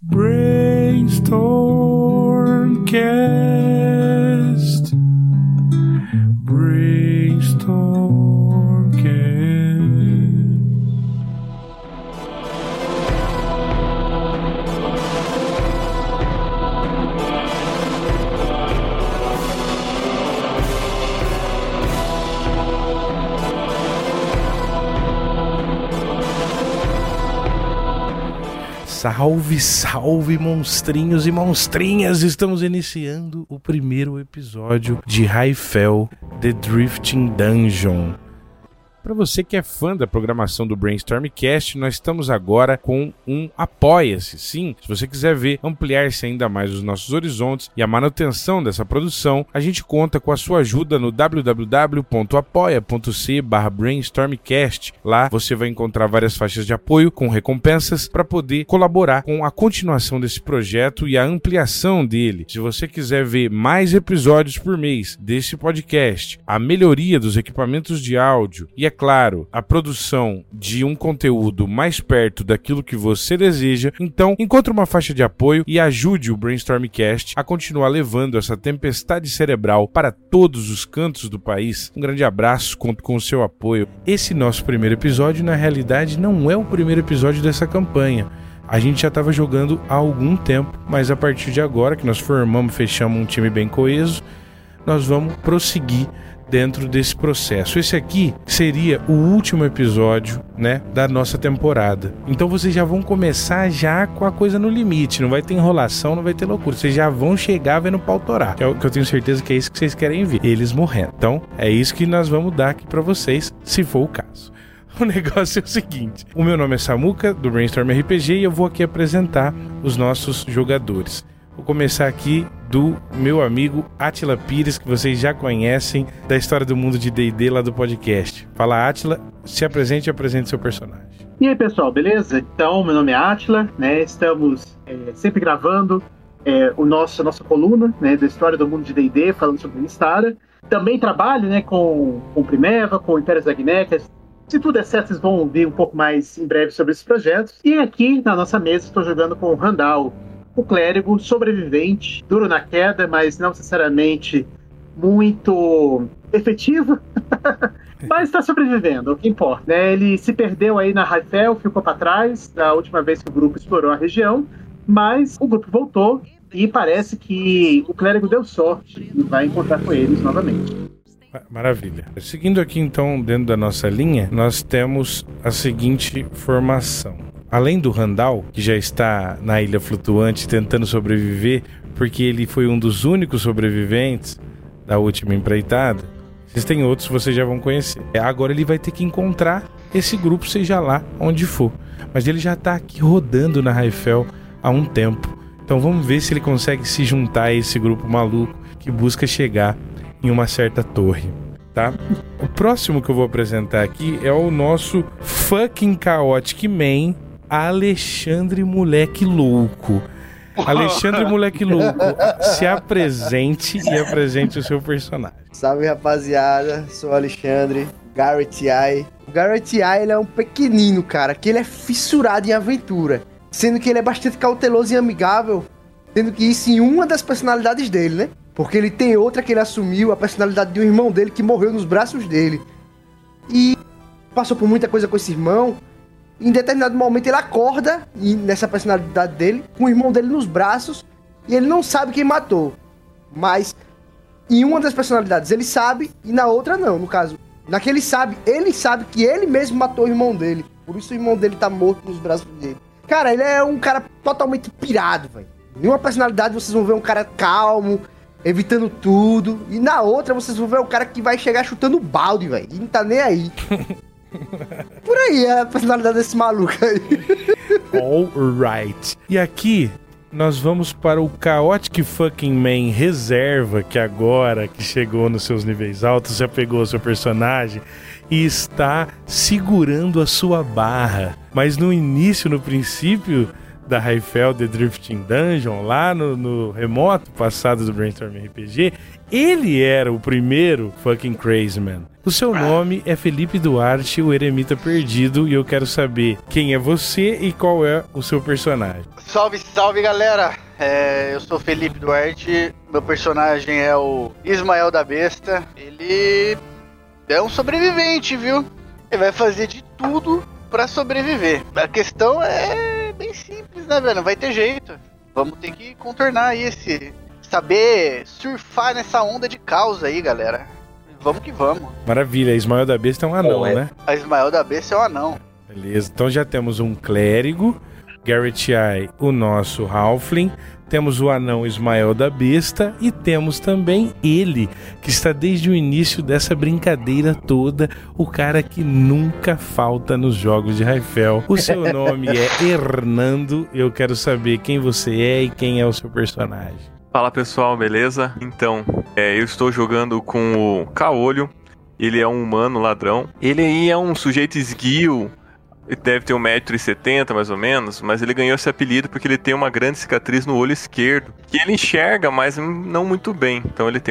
Brainstormcast. Salve, salve, monstrinhos e monstrinhas! Estamos iniciando o primeiro episódio de Hyfel, The Drifting Dungeon. Para você que é fã da programação do Brainstormcast, nós estamos agora com um Apoia-se. Sim, se você quiser ver ampliar-se ainda mais os nossos horizontes e a manutenção dessa produção, a gente conta com a sua ajuda no www.apoia.se/brainstormcast. Lá você vai encontrar várias faixas de apoio com recompensas para poder colaborar com a continuação desse projeto e a ampliação dele. Se você quiser ver mais episódios por mês desse podcast, a melhoria dos equipamentos de áudio e, é claro, a produção de um conteúdo mais perto daquilo que você deseja, então encontre uma faixa de apoio e ajude o Brainstormcast a continuar levando essa tempestade cerebral para todos os cantos do país. Um grande abraço, conto com o seu apoio. Esse nosso primeiro episódio, na realidade, não é o primeiro episódio dessa campanha. A gente já estava jogando há algum tempo, mas a partir de agora que nós fechamos um time bem coeso, nós vamos prosseguir dentro desse processo. Esse aqui seria o último episódio, né, da nossa temporada. Então vocês já vão começar já com a coisa no limite. Não vai ter enrolação, não vai ter loucura. Vocês já vão chegar vendo pau torar. Que eu tenho certeza que é isso que vocês querem ver. Eles morrendo. Então é isso que nós vamos dar aqui pra vocês, se for o caso. O negócio é o seguinte: o meu nome é Samuca, do Brainstorm RPG, e eu vou aqui apresentar os nossos jogadores. Vou começar aqui do meu amigo Átila Pires, que vocês já conhecem da história do mundo de D&D lá do podcast. Fala, Átila, se apresente e apresente seu personagem. E aí, pessoal, beleza? Então, meu nome é Átila, né? Estamos sempre gravando a nossa coluna, né, da história do mundo de D&D, falando sobre Mistara. Também trabalho, né, com Primeva, com Impérios Agnecas. Se tudo é certo, vocês vão ouvir um pouco mais em breve sobre esses projetos. E aqui, na nossa mesa, estou jogando com o Randall, o clérigo sobrevivente, duro na queda, mas não necessariamente muito efetivo, mas está sobrevivendo, o que importa, né? Ele se perdeu aí na Hyfel, ficou para trás da última vez que o grupo explorou a região, mas o grupo voltou e parece que o clérigo deu sorte e vai encontrar com eles novamente. Maravilha. Seguindo aqui então dentro da nossa linha, nós temos a seguinte formação. Além do Randall, que já está na ilha flutuante tentando sobreviver, porque ele foi um dos únicos sobreviventes da última empreitada, existem outros que vocês já vão conhecer. Agora ele vai ter que encontrar esse grupo, seja lá onde for. Mas ele já está aqui rodando na Hyfel há um tempo. Então vamos ver se ele consegue se juntar a esse grupo maluco que busca chegar em uma certa torre, tá? O próximo que eu vou apresentar aqui é o nosso fucking Chaotic Man, Alexandre Moleque Louco. Alexandre Moleque Louco, se apresente e apresente o seu personagem. Salve, rapaziada, sou o Alexandre, Garrett Eye. O Garrett Eye, ele é um pequenino, cara, que ele é fissurado em aventura, sendo que ele é bastante cauteloso e amigável, sendo que isso em uma das personalidades dele, né? Porque ele tem outra que ele assumiu, a personalidade de um irmão dele que morreu nos braços dele. E passou por muita coisa com esse irmão. Em determinado momento ele acorda, nessa personalidade dele, com o irmão dele nos braços, e ele não sabe quem matou. Mas em uma das personalidades ele sabe, e na outra não. No caso, naquele ele sabe que ele mesmo matou o irmão dele. Por isso o irmão dele tá morto nos braços dele. Cara, ele é um cara totalmente pirado, velho. Em uma personalidade vocês vão ver um cara calmo, evitando tudo. E na outra vocês vão ver o cara que vai chegar chutando balde, velho. E não tá nem aí. Por aí é a personalidade desse maluco aí. Alright. E aqui nós vamos para o Chaotic Fucking Man reserva, que agora que chegou nos seus níveis altos, já pegou o seu personagem e está segurando a sua barra. Mas no início, no princípio da Hyfel, The Drifting Dungeon, lá no remoto passado do Brainstorm RPG, ele era o primeiro fucking Crazy Man. O seu nome é Felipe Duarte, o eremita perdido, e eu quero saber quem é você e qual é o seu personagem. Salve, salve, galera! Eu sou Felipe Duarte, meu personagem é o Ismael da Besta. Ele é um sobrevivente, viu? Ele vai fazer de tudo pra sobreviver. A questão é bem simples, né, velho? Não vai ter jeito. Vamos ter que contornar aí saber surfar nessa onda de caos aí, galera. Vamos que vamos. Maravilha, Ismael da Besta é um anão, né? A Ismael da Besta é um anão. Beleza, então já temos um clérigo, Garrett Eye, o nosso Halfling, temos o anão Ismael da Besta e temos também ele, que está desde o início dessa brincadeira toda, o cara que nunca falta nos jogos de Raifel. O seu nome é Hernando, eu quero saber quem você é e quem é o seu personagem. Fala pessoal, beleza? Então, eu estou jogando com o Caolho, ele é um humano ladrão. Ele aí é um sujeito esguio, ele deve ter 1,70 m mais ou menos, mas ele ganhou esse apelido porque ele tem uma grande cicatriz no olho esquerdo, que ele enxerga, mas não muito bem. Então ele tem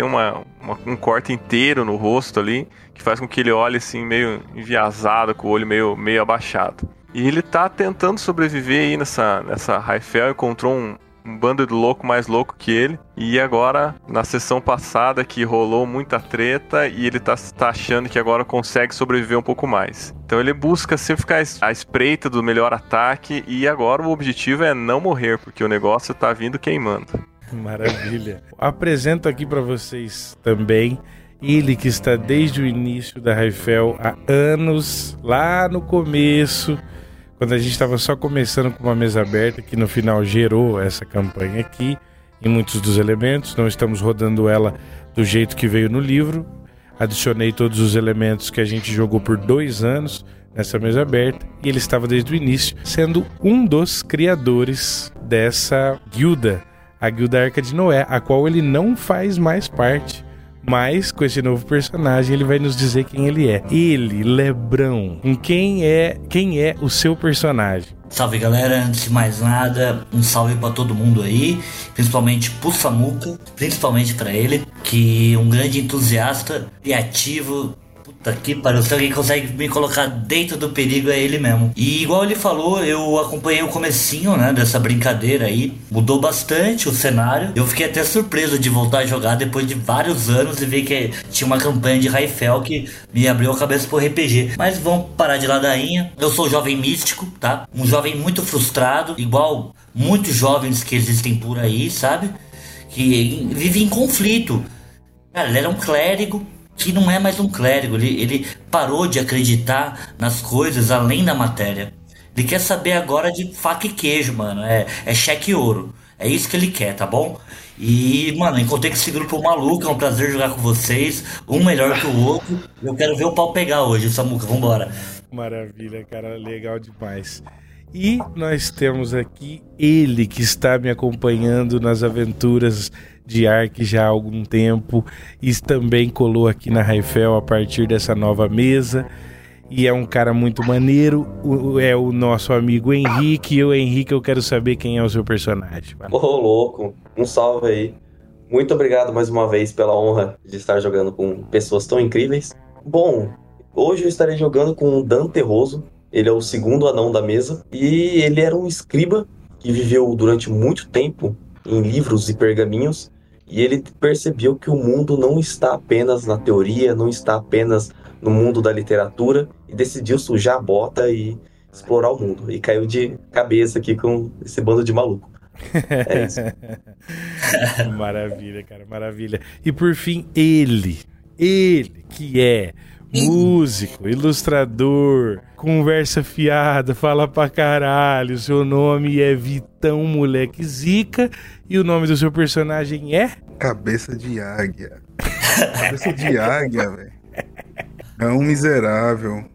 um corte inteiro no rosto ali, que faz com que ele olhe assim meio enviesado, com o olho meio abaixado. E ele tá tentando sobreviver aí nessa Raifel, encontrou um bando de louco mais louco que ele. E agora, na sessão passada, que rolou muita treta, e ele tá achando que agora consegue sobreviver um pouco mais. Então ele busca sempre ficar à espreita do melhor ataque, e agora o objetivo é não morrer, porque o negócio tá vindo queimando. Maravilha. Apresento aqui pra vocês também ele que está desde o início da Raifel há anos, lá no começo, quando a gente estava só começando com uma mesa aberta, que no final gerou essa campanha aqui, em muitos dos elementos. Não estamos rodando ela do jeito que veio no livro. Adicionei todos os elementos que a gente jogou por 2 anos nessa mesa aberta, e ele estava desde o início, sendo um dos criadores dessa guilda, a Guilda Arca de Noé, a qual ele não faz mais parte. Mas, com esse novo personagem, ele vai nos dizer quem ele é. Ele, Lebrão. Quem é o seu personagem? Salve, galera. Antes de mais nada, um salve pra todo mundo aí. Principalmente pro Samuca. Principalmente pra ele, que é um grande entusiasta, criativo. Puta que pariu, se alguém consegue me colocar dentro do perigo é ele mesmo. E igual ele falou, eu acompanhei o comecinho, né, dessa brincadeira aí. Mudou bastante o cenário. Eu fiquei até surpreso de voltar a jogar depois de vários anos e ver que tinha uma campanha de Raifel que me abriu a cabeça pro RPG. Mas vamos parar de ladainha. Eu sou jovem místico, tá? Um jovem muito frustrado, igual muitos jovens que existem por aí, sabe? Que vivem em conflito. Cara, ele era um clérigo que não é mais um clérigo, ele parou de acreditar nas coisas além da matéria. Ele quer saber agora de faca e queijo, mano, é cheque e ouro. É isso que ele quer, tá bom? E, mano, encontrei com esse grupo maluco, é um prazer jogar com vocês, um melhor que o outro. Eu quero ver o pau pegar hoje, Samuca, vambora. Maravilha, cara, legal demais. E nós temos aqui ele que está me acompanhando nas aventuras de Ark já há algum tempo e também colou aqui na Raifel a partir dessa nova mesa, e é um cara muito maneiro, é o nosso amigo Henrique. Henrique, eu quero saber quem é o seu personagem. Ô, louco, um salve aí. Muito obrigado mais uma vez pela honra de estar jogando com pessoas tão incríveis. Bom, hoje eu estarei jogando com o Dan Terroso. Ele é o segundo anão da mesa e ele era um escriba que viveu durante muito tempo em livros e pergaminhos, e ele percebeu que o mundo não está apenas na teoria, não está apenas no mundo da literatura, e decidiu sujar a bota e explorar o mundo, e caiu de cabeça aqui com esse bando de maluco. É isso. Maravilha, cara, maravilha. E por fim, ele que é músico, ilustrador, conversa fiada, fala pra caralho. Seu nome é Vitão Moleque Zica e o nome do seu personagem é? Cabeça de Águia. Cabeça de Águia, velho. É um miserável.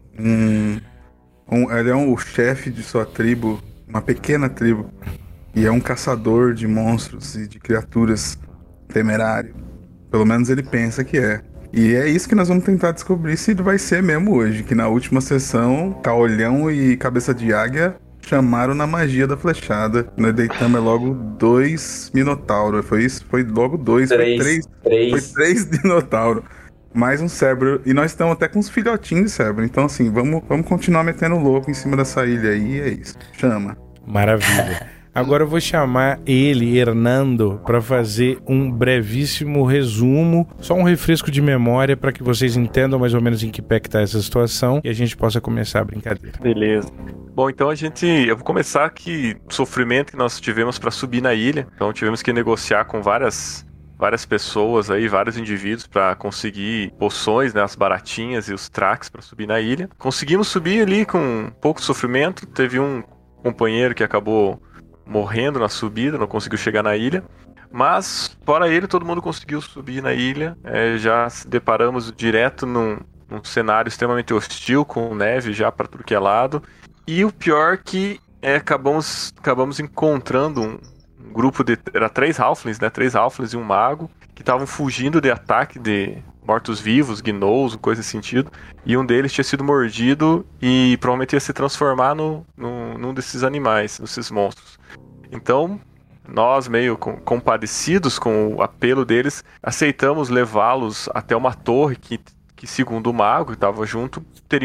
Ele é o chefe de sua tribo, uma pequena tribo. E é um caçador de monstros e de criaturas temerário. Pelo menos ele pensa que é. E é isso que nós vamos tentar descobrir se vai ser mesmo hoje. Que na última sessão, Caolhão e Cabeça de Águia chamaram na magia da flechada. Nós deitamos logo 2 Minotauros. Foi isso? Foi logo 2. Foi 3 Minotauros. mais um cérebro. E nós estamos até com uns filhotinhos de cérebro. Então, assim, vamos continuar metendo louco em cima dessa ilha aí. É isso. Chama. Maravilha. Agora eu vou chamar ele, Hernando, para fazer um brevíssimo resumo, só um refresco de memória para que vocês entendam mais ou menos em que pé que tá essa situação e a gente possa começar a brincadeira. Beleza. Bom, então eu vou começar aqui o sofrimento que nós tivemos para subir na ilha. Então tivemos que negociar com várias pessoas aí, vários indivíduos para conseguir poções, né, as baratinhas e os tracks para subir na ilha. Conseguimos subir ali com pouco sofrimento. Teve um companheiro que acabou morrendo na subida, não conseguiu chegar na ilha. Mas, fora ele, todo mundo conseguiu subir na ilha. Já se deparamos direto num cenário extremamente hostil, com neve já para tudo que é lado. E o pior que acabamos encontrando um grupo era 3 halflings, né? 3 halflings e um mago, que estavam fugindo de ataque de mortos-vivos, gnolls, coisa nesse sentido. E um deles tinha sido mordido e provavelmente ia se transformar num desses animais, desses monstros. Então, nós, meio compadecidos com o apelo deles, aceitamos levá-los até uma torre que segundo o mago que estava junto, teria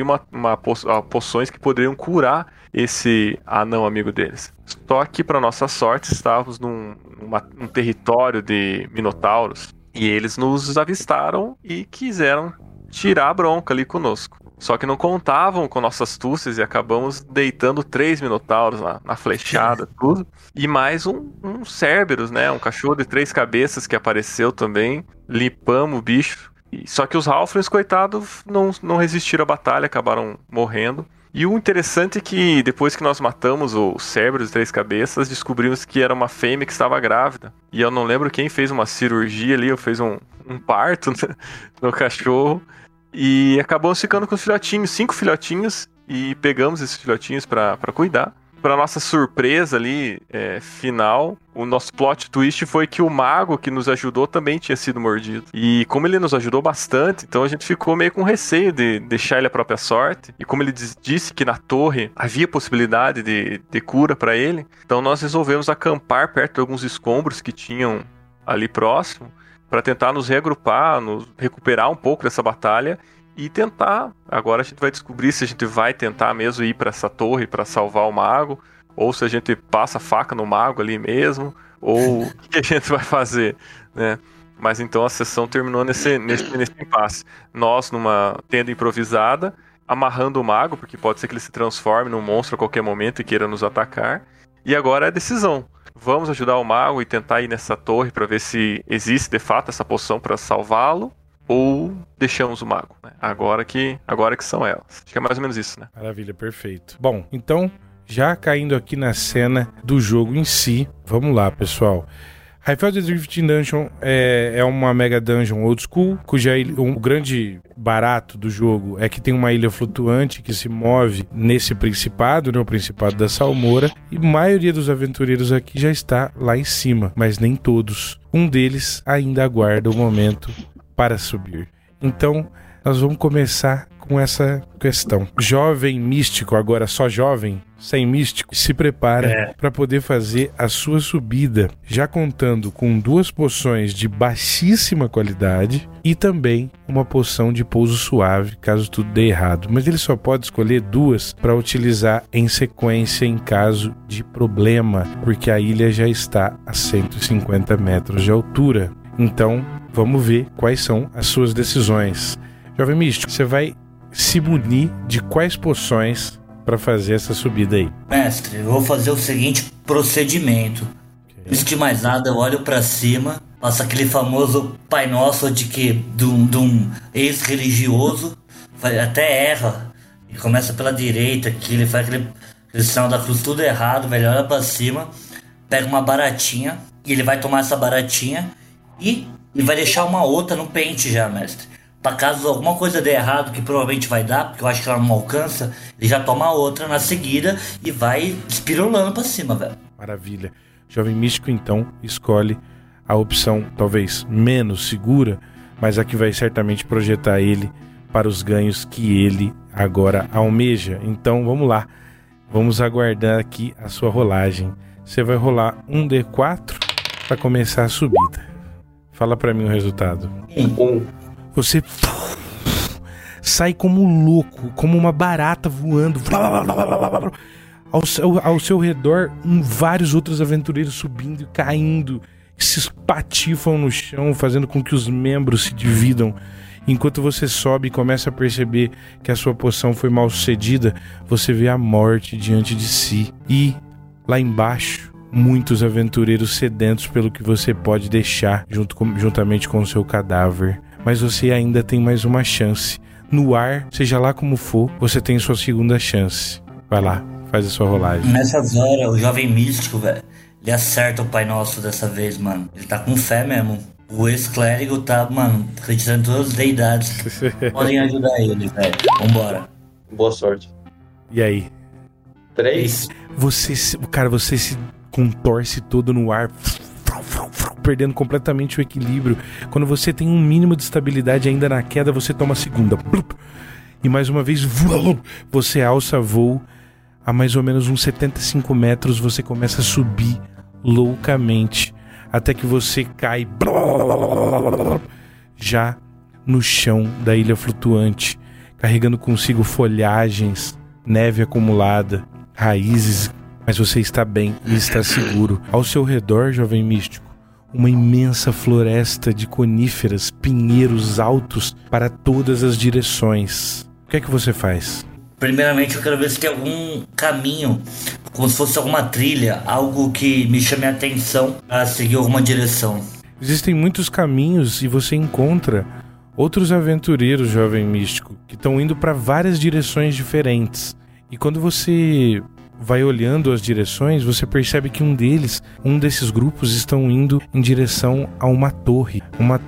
poções que poderiam curar esse anão amigo deles. Só que, para nossa sorte, estávamos num território de minotauros e eles nos avistaram e quiseram tirar a bronca ali conosco. Só que não contavam com nossas astúcias e acabamos deitando 3 minotauros na flechada, tudo. E mais um Cerberus, né? Um cachorro de 3 cabeças que apareceu também. Limpamos o bicho. Só que os halflings, coitados, não resistiram à batalha, acabaram morrendo. E o interessante é que depois que nós matamos o Cerberus de 3 cabeças, descobrimos que era uma fêmea que estava grávida. E eu não lembro quem fez uma cirurgia ali, ou fez um parto no cachorro. E acabamos ficando com os filhotinhos, 5 filhotinhos, e pegamos esses filhotinhos para cuidar. Para nossa surpresa ali, final, o nosso plot twist foi que o mago que nos ajudou também tinha sido mordido. E como ele nos ajudou bastante, então a gente ficou meio com receio de deixar ele à própria sorte. E como ele disse que na torre havia possibilidade de cura para ele, então nós resolvemos acampar perto de alguns escombros que tinham ali próximo, para tentar nos reagrupar, nos recuperar um pouco dessa batalha e tentar. Agora a gente vai descobrir se a gente vai tentar mesmo ir para essa torre para salvar o mago, ou se a gente passa a faca no mago ali mesmo, ou o que a gente vai fazer, né? Mas então a sessão terminou nesse impasse. Nós numa tenda improvisada, amarrando o mago, porque pode ser que ele se transforme num monstro a qualquer momento e queira nos atacar. E agora é a decisão. Vamos ajudar o mago e tentar ir nessa torre para ver se existe de fato essa poção para salvá-lo, ou deixamos o mago, né? Agora que são elas. Acho que é mais ou menos isso, né? Maravilha, perfeito. Bom, então, já caindo aqui na cena do jogo em si, vamos lá, pessoal. Highfield Drifting Dungeon é uma mega dungeon old school, o grande barato do jogo é que tem uma ilha flutuante que se move nesse principado, né, o Principado da Salmoura, e a maioria dos aventureiros aqui já está lá em cima, mas nem todos. Um deles ainda aguarda o momento para subir. Então, nós vamos começar com essa questão. Jovem místico, agora só jovem, sem místico, se prepara para poder fazer a sua subida, já contando com 2 poções de baixíssima qualidade e também uma poção de pouso suave, caso tudo dê errado. Mas ele só pode escolher 2 para utilizar em sequência em caso de problema, porque a ilha já está a 150 metros de altura. Então, vamos ver quais são as suas decisões. Jovem místico, você vai se munir de quais poções para fazer essa subida aí? Mestre, eu vou fazer o seguinte procedimento. Antes de mais nada, eu olho para cima, faço aquele famoso Pai Nosso de um ex-religioso, até erra, e começa pela direita aqui, ele faz aquele sinal da cruz tudo errado, velho, olha para cima, pega uma baratinha, e ele vai tomar essa baratinha e vai deixar uma outra no pente já, mestre. Pra caso alguma coisa dê errado, que provavelmente vai dar, porque eu acho que ela não alcança, ele já toma outra na seguida e vai espirulando pra cima, velho. Maravilha. Jovem místico, então, escolhe a opção talvez menos segura, mas a que vai certamente projetar ele para os ganhos que ele agora almeja. Então, vamos lá. Vamos aguardar aqui a sua rolagem. Você vai rolar um D4 para começar a subida. Fala pra mim o resultado. 1. Você sai como louco, como uma barata voando. Ao seu redor, vários outros aventureiros subindo e caindo, se espatifam no chão, fazendo com que os membros se dividam. Enquanto você sobe e começa a perceber que a sua poção foi mal sucedida, você vê a morte diante de si. E, lá embaixo, muitos aventureiros sedentos pelo que você pode deixar juntamente com o seu cadáver. Mas você ainda tem mais uma chance. No ar, seja lá como for, você tem sua segunda chance. Vai lá, faz a sua rolagem. Nessas horas, o jovem místico, velho, ele acerta o Pai Nosso dessa vez, mano. Ele tá com fé mesmo. O ex-clérigo tá, mano, acreditando em todas as deidades que podem ajudar ele, velho. Vambora. Boa sorte. E aí? 3. Você se contorce todo no ar, perdendo completamente o equilíbrio. Quando você tem um mínimo de estabilidade ainda na queda, você toma a segunda. E mais uma vez, você alça voo. A mais ou menos uns 75 metros, você começa a subir loucamente, até que você cai já no chão da ilha flutuante, carregando consigo folhagens, neve acumulada, raízes, mas você está bem e está seguro. Ao seu redor, jovem místico, uma imensa floresta de coníferas, pinheiros altos para todas as direções. O que é que você faz? Primeiramente, eu quero ver se tem algum caminho, como se fosse alguma trilha, algo que me chame a atenção a seguir alguma direção. Existem muitos caminhos e você encontra outros aventureiros, jovem místico, que estão indo para várias direções diferentes. E quando você vai olhando as direções, você percebe que um desses grupos estão indo em direção a uma torre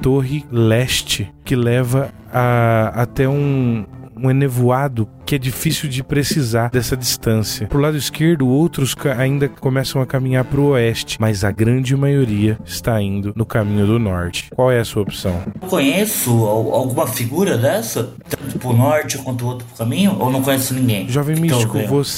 leste que leva até um enevoado que é difícil de precisar dessa distância. Pro lado esquerdo, outros ainda começam a caminhar pro oeste, mas a grande maioria está indo no caminho do norte. Qual é a sua opção? Eu conheço alguma figura dessa? Tanto pro norte quanto o outro caminho? Ou não conheço ninguém? Jovem místico,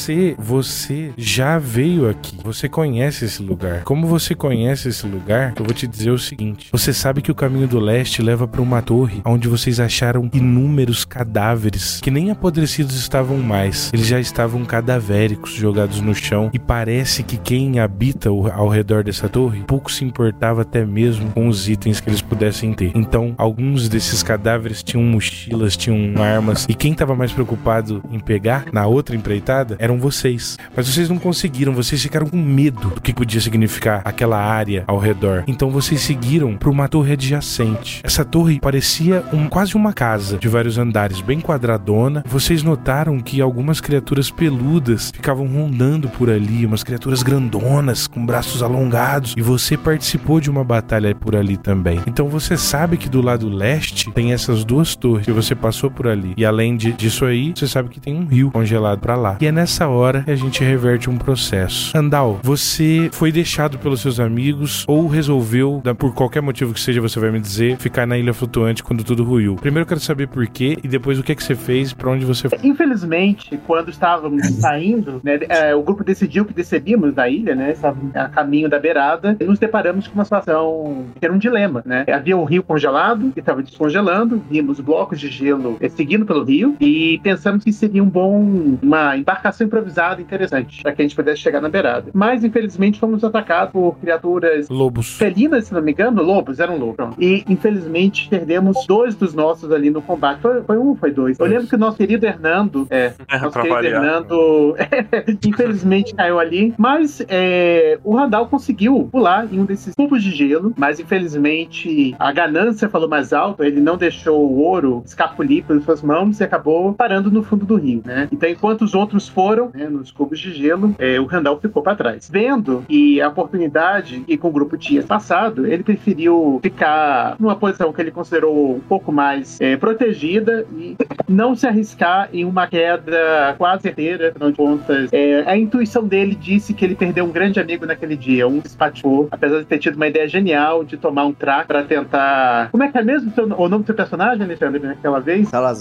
você já veio aqui. Você conhece esse lugar. Como você conhece esse lugar, eu vou te dizer o seguinte. Você sabe que o caminho do leste leva para uma torre onde vocês acharam inúmeros cadáveres que nem apodrecidos estavam mais. Eles já estavam cadavéricos, jogados no chão, e parece que quem habita ao redor dessa torre pouco se importava até mesmo com os itens que eles pudessem ter. Então, alguns desses cadáveres tinham mochilas, tinham armas, e quem estava mais preocupado em pegar na outra empreitada eram vocês. Mas vocês não conseguiram, vocês ficaram com medo do que podia significar aquela área ao redor. Então vocês seguiram para uma torre adjacente. Essa torre parecia quase uma casa de vários andares, bem quadradona. Vocês notaram que algumas criaturas peludas ficavam rondando por ali, umas criaturas grandonas com braços alongados, e você participou de uma batalha por ali também. Então você sabe que do lado leste tem essas duas torres que você passou por ali, e além disso aí, você sabe que tem um rio congelado pra lá. E é nessa hora que a gente reverte um processo. Andal, você foi deixado pelos seus amigos ou resolveu, por qualquer motivo que seja, você vai me dizer, ficar na ilha flutuante quando tudo ruiu? Primeiro eu quero saber por quê, e depois o que é que você fez, pra onde você foi. Infelizmente, quando estávamos saindo, né, o grupo decidiu que desceríamos da ilha, né, estávamos a caminho da beirada, e nos deparamos com uma situação que era um dilema, né? Havia um rio congelado, que estava descongelando, vimos blocos de gelo seguindo pelo rio, e pensamos que seria uma embarcação improvisada interessante, para que a gente pudesse chegar na beirada. Mas, infelizmente, fomos atacados por criaturas lobos felinas, se não me engano, eram lobos. E, infelizmente, perdemos 2 dos nossos ali no combate. Foi 1 ou foi 2? Eu lembro que o nosso querido Hernando, infelizmente caiu ali, mas o Randall conseguiu pular em um desses cubos de gelo, mas infelizmente a ganância falou mais alto, ele não deixou o ouro escapulir pelas suas mãos e acabou parando no fundo do rio, né? Então, enquanto os outros foram, né, nos cubos de gelo, o Randall ficou para trás. Vendo que a oportunidade que com o grupo tinha passado, ele preferiu ficar numa posição que ele considerou um pouco mais protegida e não se arriscar em uma queda quase certeira, afinal de contas. A intuição dele disse que ele perdeu um grande amigo naquele dia, um espatifou, apesar de ter tido uma ideia genial de tomar um track para tentar... Como é que é mesmo o nome do seu personagem, Alexandre, naquela vez? Salazar.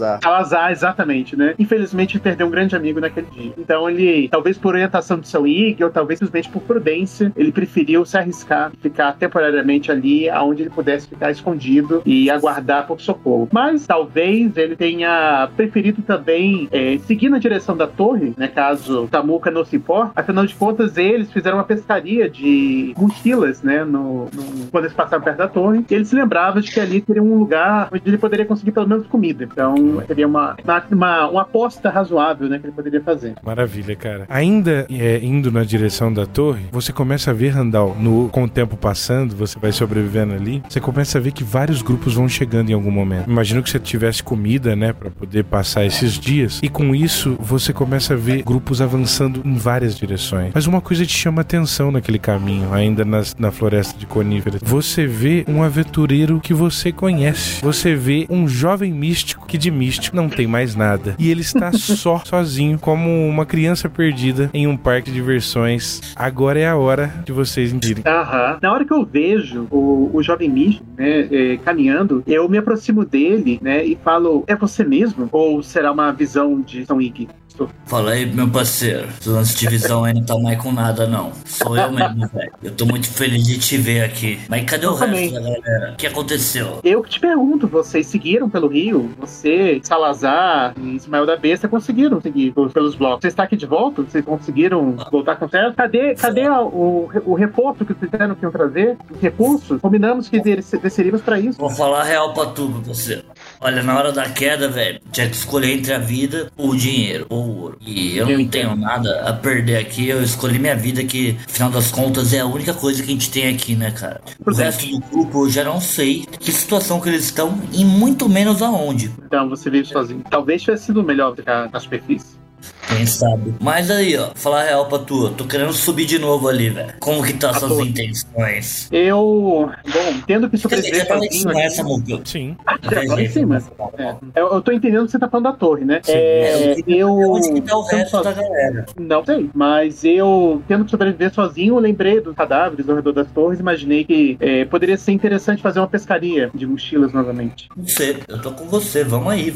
Salazar. Salazar, exatamente, né? Infelizmente ele perdeu um grande amigo naquele dia. Então ele, talvez por orientação de seu Ig, ou talvez simplesmente por prudência, ele preferiu se arriscar, ficar temporariamente ali, onde ele pudesse ficar escondido e aguardar por socorro. Mas talvez ele tenha preferido também seguir na direção da torre, né? Caso Samuca não se importe. Afinal de contas, eles fizeram uma pescaria de mochilas, né? Quando eles passaram perto da torre. E ele se lembrava de que ali teria um lugar onde ele poderia conseguir pelo menos comida. Então, seria uma aposta razoável, né? Que ele poderia fazer. Maravilha, cara. Ainda indo na direção da torre, você começa a ver, Randall, com o tempo passando, você vai sobrevivendo ali, você começa a ver que vários grupos vão chegando em algum momento. Imagino que você tivesse comida, né? Pra poder passar esses dias. E com isso, você começa a ver grupos avançando em várias direções. Mas uma coisa te chama atenção naquele caminho, ainda na floresta de coníferas. Você vê um aventureiro que você conhece. Você vê um jovem místico que de místico não tem mais nada. E ele está sozinho, como uma criança perdida em um parque de diversões. Agora é a hora de vocês irem. Na hora que eu vejo o jovem místico, né, caminhando, eu me aproximo dele, né, e falo, é você mesmo? Ou será uma visão de São Ig? Fala aí, meu parceiro. O lance de visão aí não tá mais com nada, não. Sou eu mesmo, velho. Eu tô muito feliz de te ver aqui. Mas cadê o resto da galera? O que aconteceu? Eu que te pergunto, vocês seguiram pelo rio? Você, Salazar e Ismael da Besta conseguiram seguir pelos blocos. Você está aqui de volta? Vocês conseguiram voltar com certo? Cadê o reforço que vocês fizeram que iam trazer? Os recursos? Combinamos que desceríamos pra isso. Vou falar a real pra tu, meu parceiro. Olha, na hora da queda, velho, tinha que escolher entre a vida ou o dinheiro, ou o ouro. E eu não tenho nada a perder aqui, eu escolhi minha vida, que, afinal das contas, é a única coisa que a gente tem aqui, né, cara? O resto do grupo, eu já não sei que situação que eles estão e muito menos aonde. Então, você vive sozinho. Talvez tivesse sido melhor ficar na superfície. Quem sabe? Mas aí, ó, falar a real pra tu, eu tô querendo subir de novo ali, velho. Como que tá suas intenções? Bom, tendo que sobreviver sozinho aqui... Essa, sim. Agora sim, mas... Eu tô entendendo que você tá falando da torre, né? Onde que tá o resto da galera? Não sei, mas eu, tendo que sobreviver sozinho, eu lembrei dos cadáveres ao redor das torres, imaginei que poderia ser interessante fazer uma pescaria de mochilas novamente. Não sei, eu tô com você, vamos aí.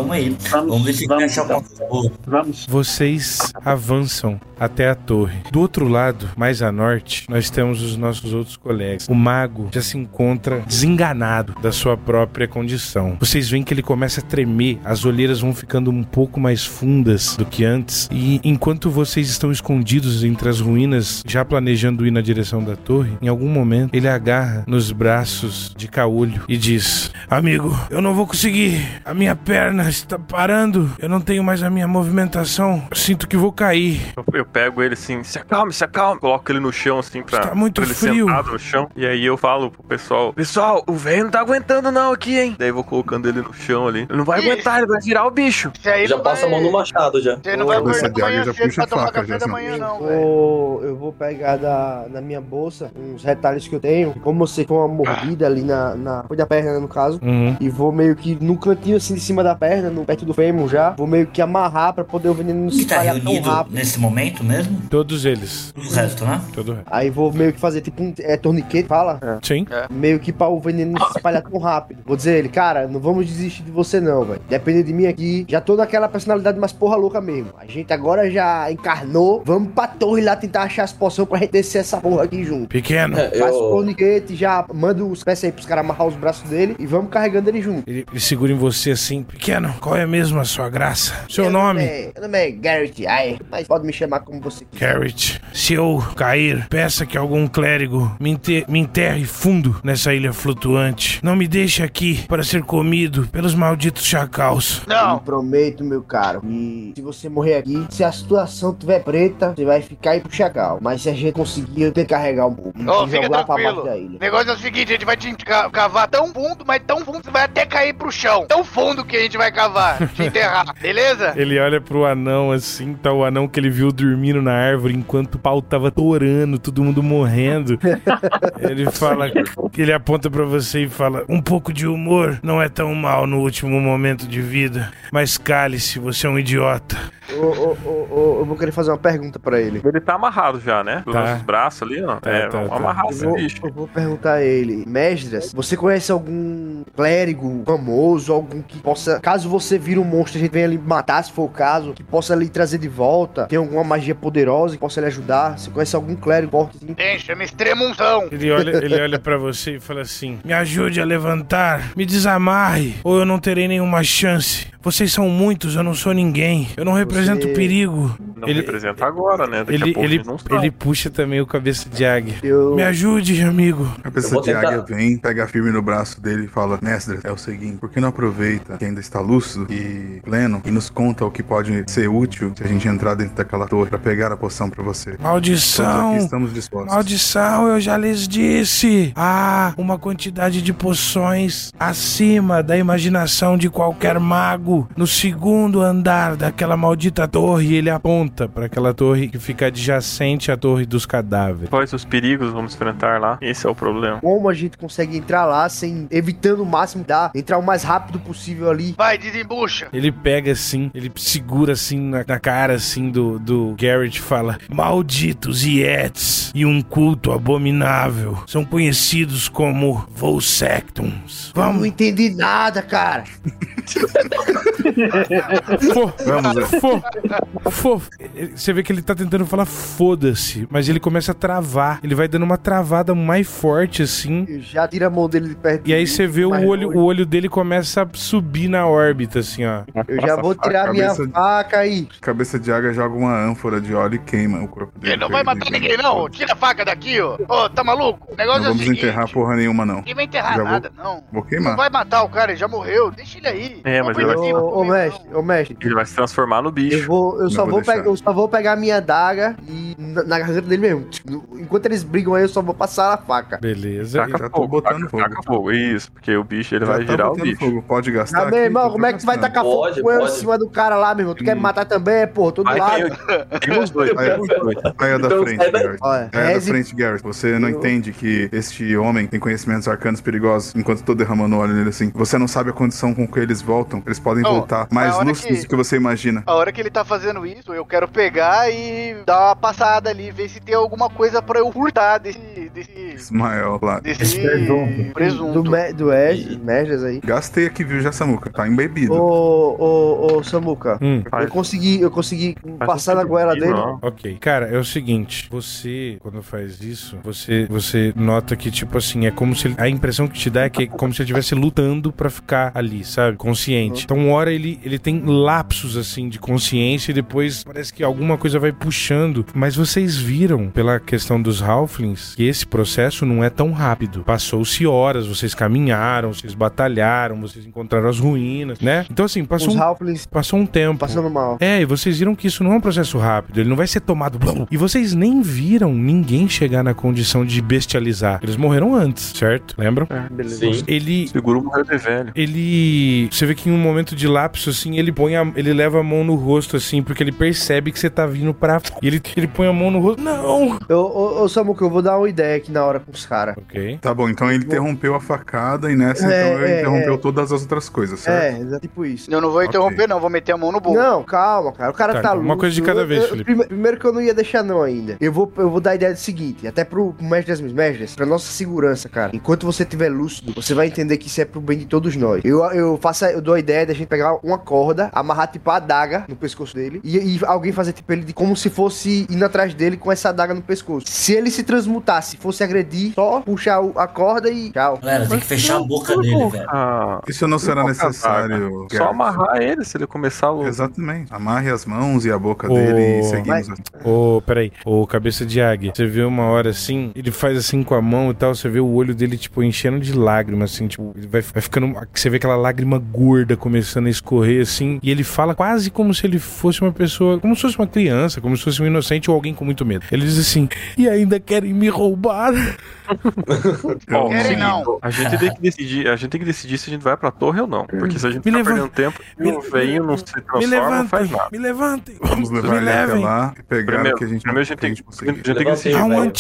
Vamos ver se a gente achar uma coisa boa. Vamos. Vocês avançam até a torre. Do outro lado, mais a norte, nós temos os nossos outros colegas. O mago já se encontra desenganado da sua própria condição. Vocês veem que ele começa a tremer, as olheiras vão ficando um pouco mais fundas do que antes, e enquanto vocês estão escondidos entre as ruínas, já planejando ir na direção da torre, em algum momento ele agarra nos braços de Caolho e diz: amigo, eu não vou conseguir, a minha perna está parando, eu não tenho mais a minha movimentação, eu sinto que vou cair. Eu pego ele assim, se acalme, coloco ele no chão assim tá muito ele frio. Sentado no chão. E aí eu falo pro pessoal, o velho não tá aguentando não aqui, hein. Daí eu vou colocando ele no chão ali. Ele não vai aguentar, ele vai virar o bicho. Já passa a mão no machado já. Você não vai acordar de águia, já puxa a faca café da manhã, não, velho. Eu vou pegar na minha bolsa uns retalhos que eu tenho, como eu sei que foi uma mordida ali foi da perna, no caso, e vou meio que no cantinho assim de cima da perna, perto do fêmur já, vou meio que amarrar pra poder o veneno não se espalhar tão rápido. Nesse momento mesmo? Todos eles. O resto, né? Todo o resto. Aí vou meio que fazer tipo um torniquete, fala? Sim. Meio que pra o veneno não se espalhar tão rápido. Vou dizer ele, cara, não vamos desistir de você não, velho. Depende de mim aqui. Já tô naquela personalidade mais porra louca mesmo. A gente agora já encarnou. Vamos pra torre lá tentar achar as poções pra gente descer essa porra aqui junto. Pequeno. Faz o torniquete, já manda os peças aí pros caras amarrar os braços dele e vamos carregando ele junto. Ele segura em você assim: pequeno, qual é mesmo a sua graça? Seu nome? Meu nome é Garrett Eye, mas pode me chamar como você quiser. Garrett, se eu cair, peça que algum clérigo me enterre fundo nessa ilha flutuante. Não me deixe aqui para ser comido pelos malditos chacaus. Eu me prometo, meu caro, e se você morrer aqui, se a situação tiver preta, você vai ficar aí pro chacal. Mas se a gente conseguir carregar um pouco, fica tranquilo. O negócio é o seguinte: a gente vai te cavar tão fundo, mas tão fundo que você vai até cair pro chão. Tão fundo que a gente vai cavar, te enterrar, beleza? Ele olha pro anão assim, tá o anão que ele viu dormindo na árvore enquanto o pau tava torando, todo mundo morrendo. Ele fala, ele aponta pra você e fala: um pouco de humor não é tão mal no último momento de vida, mas cale-se, você é um idiota. eu vou querer fazer uma pergunta pra ele. Ele tá amarrado já, né? Os nossos braços ali, ó. Vamos amarrar esse bicho. Eu vou perguntar a ele, Mesdras, você conhece algum clérigo famoso, algum que possa, caso você vira um monstro, a gente venha lhe matar, se for o caso, que possa lhe trazer de volta? Tem alguma magia poderosa que possa lhe ajudar? Você conhece algum clérigo forte? Tem, chama Extremunção. Ele olha pra você e fala assim: me ajude a levantar, me desamarre, ou eu não terei nenhuma chance. Vocês são muitos, eu não sou ninguém. Eu não represento perigo. Não representa agora, né? Daqui a pouco não sabe. Ele puxa também o cabeça de águia. Eu... Me ajude, amigo. A cabeça de águia vem, pega firme no braço dele e fala: Mestre, é o seguinte, por que não aproveita que ainda está lúcido e pleno e nos conta o que pode ser útil se a gente entrar dentro daquela torre pra pegar a poção pra você? Maldição! Todos aqui estamos dispostos. Maldição, eu já lhes disse. Uma quantidade de poções acima da imaginação de qualquer mago. No segundo andar daquela maldita torre, ele aponta para aquela torre que fica adjacente à torre dos cadáveres. Quais os perigos vamos enfrentar lá? Esse é o problema. Como a gente consegue entrar lá sem, evitando o máximo, entrar o mais rápido possível ali? Vai, desembucha. Ele pega assim, ele segura assim na cara assim do Garrett e fala: malditos Yetis e um culto abominável são conhecidos como Volsectons. Vamos. Não entendi nada, cara. Você vê que ele tá tentando falar foda-se, mas ele começa a travar. Ele vai dando uma travada mais forte assim. Já tira a mão dele de perto. E aí você vê o olho dele começa a subir na órbita assim, ó. Eu já vou tirar minha faca aí. Cabeça de águia joga uma ânfora de óleo e queima o corpo dele. Ele não vai matar ninguém não. Tira a faca daqui, ó. Ô, tá maluco? O negócio não vamos enterrar porra nenhuma não. Ninguém vai enterrar nada, não. Vou queimar. Não vai matar o cara, ele já morreu. Deixa ele aí. Mas ele Ô mestre. Ele vai se transformar no bicho. Eu só vou pegar minha adaga e na garganta dele mesmo. Enquanto eles brigam aí, eu só vou passar a faca. Beleza. Já tô botando fogo. Taca fogo, isso. Porque o bicho, ele vai girar o bicho. Fogo. Pode gastar. Meu irmão, como é que tu vai tacar fogo com eu em cima do cara lá, meu irmão? Tu quer me matar também, pô? Todo lado. Tem os dois. Saia da frente, Garrett. Saia da frente, Garrett. Você não entende que este homem tem conhecimentos arcanos perigosos enquanto tô derramando óleo nele assim. Você não sabe a condição com que eles voltam. Eles podem voltar mais lúcidos do que você imagina. A hora que ele tá fazendo isso, eu quero pegar e dar uma passada ali, ver se tem alguma coisa pra eu furtar desse Ismael lá. Desse presunto. Do Mesdras aí. Gastei aqui, viu, já, Samuca? Tá embebido. Ô, Samuca. Eu consegui passar na goela dele. Ok. Cara, é o seguinte. Você, quando faz isso, você nota que, tipo assim, é como se... A impressão que te dá é que é como se ele estivesse lutando pra ficar ali, sabe? Consciente. Então, uma hora ele tem lapsos, assim, de consciência e depois parece que alguma coisa vai puxando. Mas vocês viram, pela questão dos Halflings, que esse processo não é tão rápido. Passou-se horas, vocês caminharam, vocês batalharam, vocês encontraram as ruínas, né? Então, assim, passou um tempo. Passando mal. E vocês viram que isso não é um processo rápido, ele não vai ser tomado... E vocês nem viram ninguém chegar na condição de bestializar. Eles morreram antes, certo? Lembram? Beleza. Sim. Ele... Seguro morreu de velho. Você vê que em um momento de lapso, assim, ele leva a mão no rosto, assim, porque ele percebe que você tá vindo pra... E ele põe a mão no rosto... Não! Ô, Samuca, eu vou dar uma ideia aqui na hora com os caras. Ok. Tá bom, então ele interrompeu a facada e nessa ele interrompeu todas as outras coisas, certo? É tipo isso. Eu não vou interromper, não. Vou meter a mão no bolso. Não, calma, cara. O cara tá louco. Uma coisa de cada vez, Felipe. Primeiro que eu não ia deixar não ainda. Eu vou dar a ideia do seguinte, até pro mestre das mestres, pra nossa segurança, cara. Enquanto você tiver lúcido, você vai entender que isso é pro bem de todos nós. Eu dou a ideia da gente pegar uma corda, amarrar tipo a adaga no pescoço dele e alguém fazer tipo ele como se fosse indo atrás dele com essa adaga no pescoço. Se ele se transmutar, se fosse agredir, só puxar a corda e tchau. Galera, tem que fechar a boca dele, velho. Isso não será necessário. Só amarrar ele se ele começar a lutar. Exatamente. Amarre as mãos e a boca dele e seguimos. Peraí. Cabeça de águia. Você vê uma hora assim, ele faz assim com a mão e tal, você vê o olho dele, tipo, enchendo de lágrimas, assim, tipo, ele vai ficando... Você vê aquela lágrima gorda começando a escorrer, assim, e ele fala quase como se ele fosse uma pessoa, como se fosse uma criança, como se fosse um inocente ou alguém com muito medo. Ele diz assim, e ainda querem me roubar? Não. A gente tem que decidir se a gente vai pra torre ou não. Porque se a gente ficar perdendo tempo e o velhinho não se transforma, não faz nada. Me levantem. Vamos levar ele até lá e pegar o que a gente conseguir.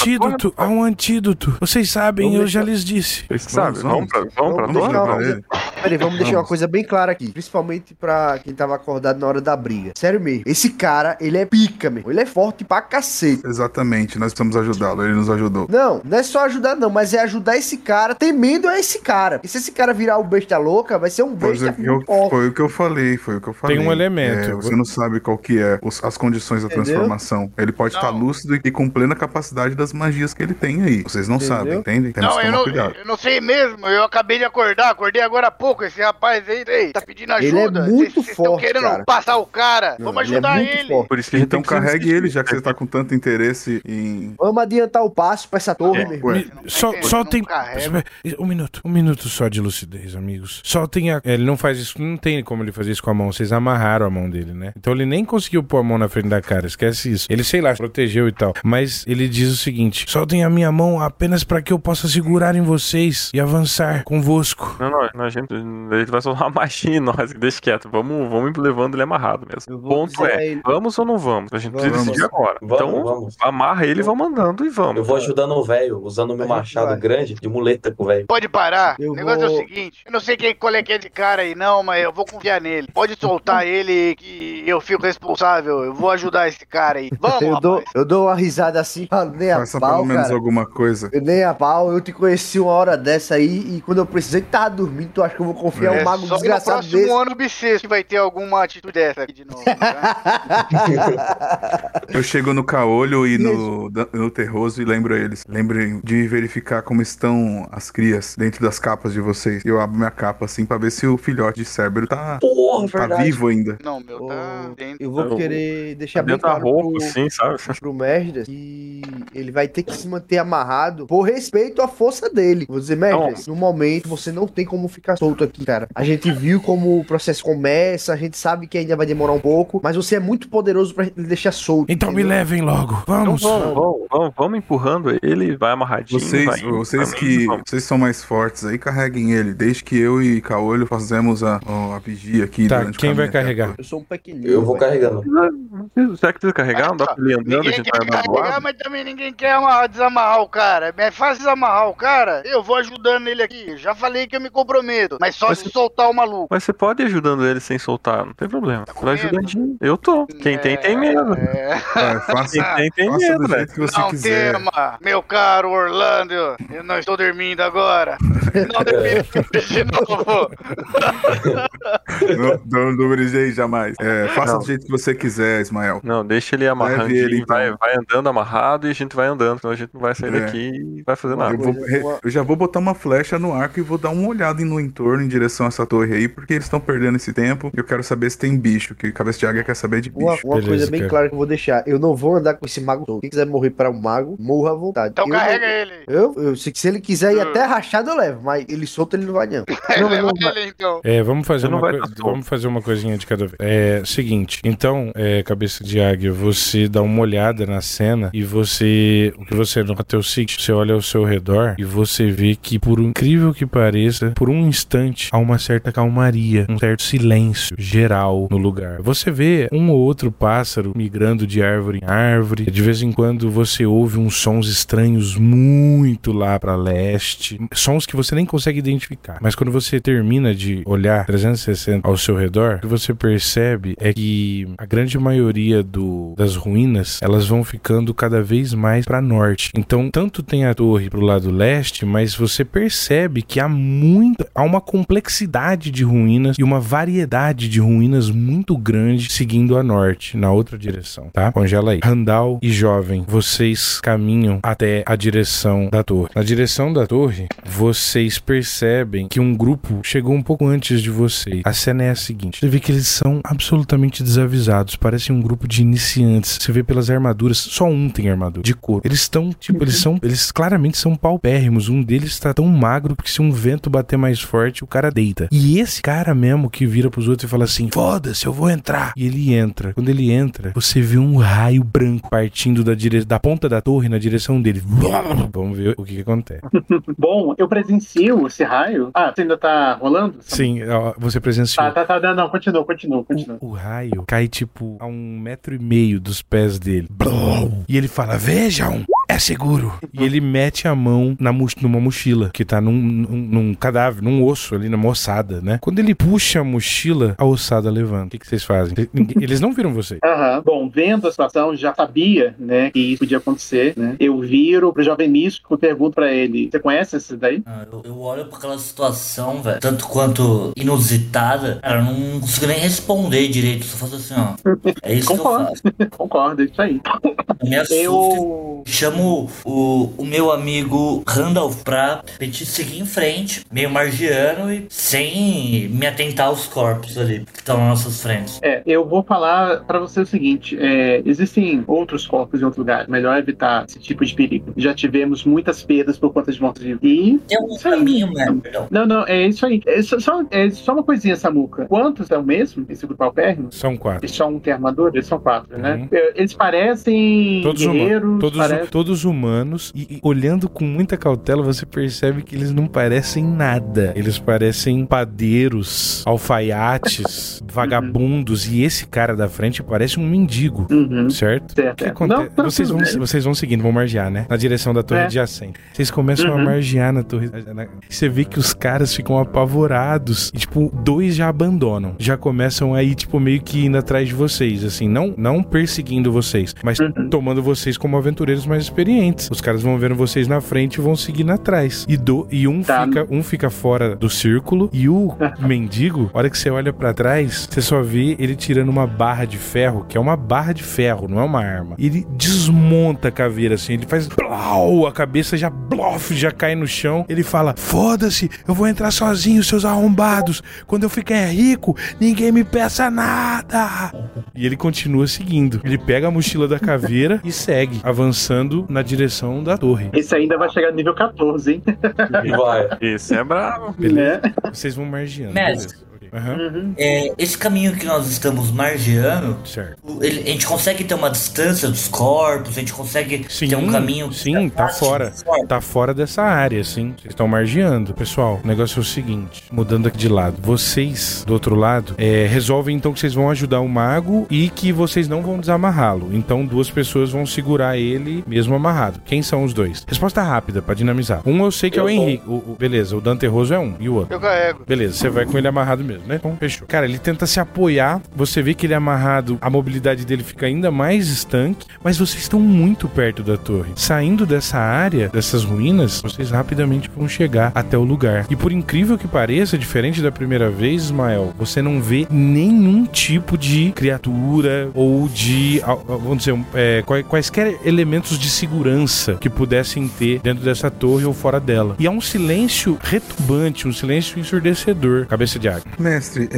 Há um antídoto. Vocês sabem, eu já lhes disse. Vocês sabem, vamos pra torre? Levar ele. Peraí, vamos deixar uma coisa bem clara aqui. Principalmente pra quem tava acordado na hora da briga. Sério mesmo. Esse cara, ele é pica, mesmo. Ele é forte pra cacete. Exatamente, nós precisamos ajudá-lo, ele nos ajudou. Não é só ajudar não, mas é ajudar esse cara temendo a esse cara. E se esse cara virar o besta louca, vai ser um besta muito forte. Foi o que eu falei. Tem um elemento. Você não sabe qual que é as condições da transformação. Ele pode estar lúcido e com plena capacidade das magias que ele tem aí. Vocês não sabem, entendem? Temos que tomar cuidado. Eu não sei mesmo, eu acabei de acordei agora há pouco, esse rapaz aí, tá pedindo ajuda. Ele é muito Vocês forte, estão querendo cara. passar o cara, Não, vamos ele é ajudar muito ele. forte. Por isso que a gente Então tem que carregue ele, já que você tá com tanto interesse em... Vamos adiantar o passo pra essa torre, meu irmão. Só tem. carrega. Um minuto só de lucidez, amigos. Só tem ele não faz isso, não tem como ele fazer isso com a mão. Vocês amarraram a mão dele, né? Então ele nem conseguiu pôr a mão na frente da cara, esquece isso. Ele, sei lá, protegeu e tal. Mas ele diz o seguinte: soltem a minha mão apenas pra que eu possa segurar em vocês e avançar convosco. Não, a gente vai soltar uma magia em nós, deixa quieto. Vamos levando ele amarrado mesmo. Eu O vou ponto dizer a é, ele- vamos ou não vamos? A gente precisa Vamos. decidir agora. Vamos. Amarra ele e vamos andando e vamos. Eu vou ajudando o velho, usando o meu A gente machado vai. grande de muleta com o velho. Pode parar. Eu O negócio é vou- o seguinte, eu não sei qual é que é de cara aí não, mas eu vou confiar nele. Pode soltar ele que eu fico responsável. Eu vou ajudar esse cara aí. Vamos, Eu dou uma risada assim, falo, nem a Faça pelo pau, menos cara. alguma coisa. Nem a pau, eu te conheci uma hora dessa aí e quando eu precisei que tava dormindo, tu acha que eu vou confiar um mago só no desgraçado próximo desse? ano bissexto que vai ter alguma atitude dessa aqui de novo. Tá? Eu chego no Caolho e no Terroso e lembro eles. Lembrem de verificar como estão as crias dentro das capas de vocês. Eu abro minha capa assim pra ver se o filhote de Cérbero tá Verdade. vivo ainda. Não, meu, tá dentro. Eu vou querer deixar bem Dentro da claro roupa, pro, assim, sabe? pro Mestres que ele vai ter que se manter amarrado por respeito à força dele. Vou dizer, Mestres, no momento você não tem como ficar solto aqui, cara. A gente viu como o processo começa, a gente sabe que ainda vai demorar um pouco, mas você é muito poderoso pra gente deixar solto. Então me entendeu? levem logo. Então Vamos. vamos empurrando ele, vai amarradinho. vai indo, Vocês vai que indo, vamos. vocês são mais fortes aí, carreguem ele. Desde que eu e Caolho fazemos a vigia aqui. Tá, durante o quem vai caminho até carregar? Eu sou um pequenininho. Eu vou velho. carregando. Será que precisa carregar? Não dá pra ele andando, a Ninguém gente quer vai andando do carregar, lado? mas também ninguém quer desamarrar o cara. É fácil desamarrar o cara, eu vou ajudando ele aqui. Já falei que eu me comprometo, mas só Mas se soltar o maluco. Mas você pode ir ajudando ele sem soltar, não tem problema. com Vai medo? ajudandinho. Eu tô. Quem tem medo. Faça, Quem tem faça medo, do velho. jeito que você Não quiser. tema, meu caro Orlando, eu não estou dormindo agora. Não depende de novo. Não brisei jamais. Faça Não. do jeito que você quiser, Ismael. Não, deixa ele amarrandinho, ele, então. vai andando amarrado e a gente vai andando, senão a gente não vai sair É. daqui e vai fazer nada. Eu já vou botar uma flecha no arco e vou dar uma olhada no entorno em direção a essa torre aí, porque eles estão perdendo esse tempo. Eu quero saber se tem bicho, que cabeça de águia quer saber de Uma, bicho. uma Beleza, coisa bem cara. clara que eu vou deixar. Eu não vou andar com esse mago todo. Quem quiser morrer para um mago, morra à vontade. Então Eu carrega não- ele. Se ele quiser ir até rachado, eu levo. Mas ele solto, ele não vai, não. Não, Leva não, ele então. Vamos não vai dar solto. vamos fazer uma coisinha de cada vez. Seguinte, então, cabeça de águia, você dá uma olhada na cena e o que você nota é o seguinte: você olha ao seu redor e você vê que, por incrível que pareça, por um instante há uma certa calmaria, um certo silêncio geral no lugar. Você vê um ou outro pássaro migrando de árvore em árvore. De vez em quando você ouve uns sons estranhos muito lá para leste, sons que você nem consegue identificar. Mas quando você termina de olhar 360 ao seu redor, o que você percebe é que a grande maioria das ruínas, elas vão ficando cada vez mais para norte. Então, tanto tem a torre pro lado leste, mas você percebe que há uma complexidade de ruínas e uma variedade de ruínas muito grande seguindo a norte, na outra direção, tá? Congela aí. Randall e Jovem, vocês caminham até a direção da torre. Na direção da torre, vocês percebem que um grupo chegou um pouco antes de vocês. A cena é a seguinte: você vê que eles são absolutamente desavisados, parecem um grupo de iniciantes. Você vê pelas armaduras, só um tem armadura de couro. Eles estão, eles claramente são paupérrimos. Um deles está tão magro que se um vento bater mais forte, o cara deita. E esse cara mesmo que vira pros outros e fala assim: foda-se, eu vou entrar. E ele entra. Quando ele entra, você vê um raio branco partindo da ponta da torre na direção dele. Vamos ver o que acontece. Bom, eu presencio esse raio. Ah, você ainda tá rolando? Sim, você presenciou. Tá. Não, continua. O raio cai tipo a 1,5 metros dos pés dele. E ele fala: vejam! é seguro. E ele mete a mão numa mochila, que tá num cadáver, num osso ali, numa ossada, né? Quando ele puxa a mochila, a ossada levanta. O que vocês fazem? Eles não viram vocês. Bom, vendo a situação, já sabia, né, que isso podia acontecer, né? Eu viro pro jovem místico e pergunto pra ele, você conhece esse daí? Eu olho pra aquela situação, velho, tanto quanto inusitada, cara, eu não consigo nem responder direito, só faço assim, ó. É isso que eu faço. Concordo, é isso aí. Me assusto. Chamo o meu amigo Randolph pra gente seguir em frente, meio margiano e sem me atentar aos corpos ali que estão nas nossas frentes. Eu vou falar pra você o seguinte, existem outros corpos em outro lugar, melhor evitar esse tipo de perigo. Já tivemos muitas perdas por conta de mortos-vivos. E... Tem um caminho, né? Perdão. Não, é isso aí. É só uma coisinha, Samuca. Quantos é o mesmo, esse grupo alpérrimo? São 4. E só um tem armadura? Eles são 4, né? Eles parecem guerreiros. Todos humanos. E olhando com muita cautela, você percebe que eles não parecem nada. Eles parecem padeiros, alfaiates, vagabundos. E esse cara da frente parece um mendigo. Certo? O que acontece? Vocês vão seguindo, vão margear, né? Na direção da torre adjacente. Vocês começam a margear na torre. Você vê que os caras ficam apavorados. E, tipo, 2 já abandonam. Já começam a ir, tipo, meio que indo atrás de vocês. Assim, não perseguindo vocês, mas tomando vocês como aventureiros mais experientes. Os caras vão vendo vocês na frente e vão seguindo atrás. E um fica fora do círculo. E o mendigo, a hora que você olha pra trás, você só vê ele tirando uma barra de ferro, que é uma barra de ferro, não é uma arma. Ele desmonta a caveira, assim, ele faz blau, a cabeça já cai no chão. Ele fala, foda-se, eu vou entrar sozinho, seus arrombados. Quando eu ficar rico, ninguém me peça nada. E ele continua seguindo. Ele pega a mochila da caveira e segue, avançando na direção da torre. Esse ainda vai chegar no nível 14, hein? Vai. Esse é bravo. Beleza? Vocês vão margeando. Mestre. Esse caminho que nós estamos margeando, certo. A gente consegue ter uma distância dos corpos, a gente consegue ter um caminho. Sim, tá fora. Tá fora dessa área, sim. Vocês estão margeando. Pessoal, o negócio é o seguinte, mudando aqui de lado. Vocês, do outro lado, resolvem então que vocês vão ajudar o mago e que vocês não vão desamarrá-lo. Então 2 pessoas vão segurar ele mesmo amarrado. Quem são os 2? Resposta rápida, pra dinamizar. Um eu sei que é o Henrique. Beleza, o Dante Roso é um. E o outro? Eu carrego. Beleza, você vai com ele amarrado mesmo, né? Então, fechou. Cara, ele tenta se apoiar. Você vê que ele é amarrado, a mobilidade dele fica ainda mais estanque. Mas vocês estão muito perto da torre. Saindo dessa área, dessas ruínas, vocês rapidamente vão chegar até o lugar. E por incrível que pareça, diferente da primeira vez, Ismael, você não vê nenhum tipo de criatura ou de, vamos dizer, quaisquer elementos de segurança que pudessem ter dentro dessa torre ou fora dela. E há um silêncio retumbante, um silêncio ensurdecedor. Cabeça de águia. Mestre,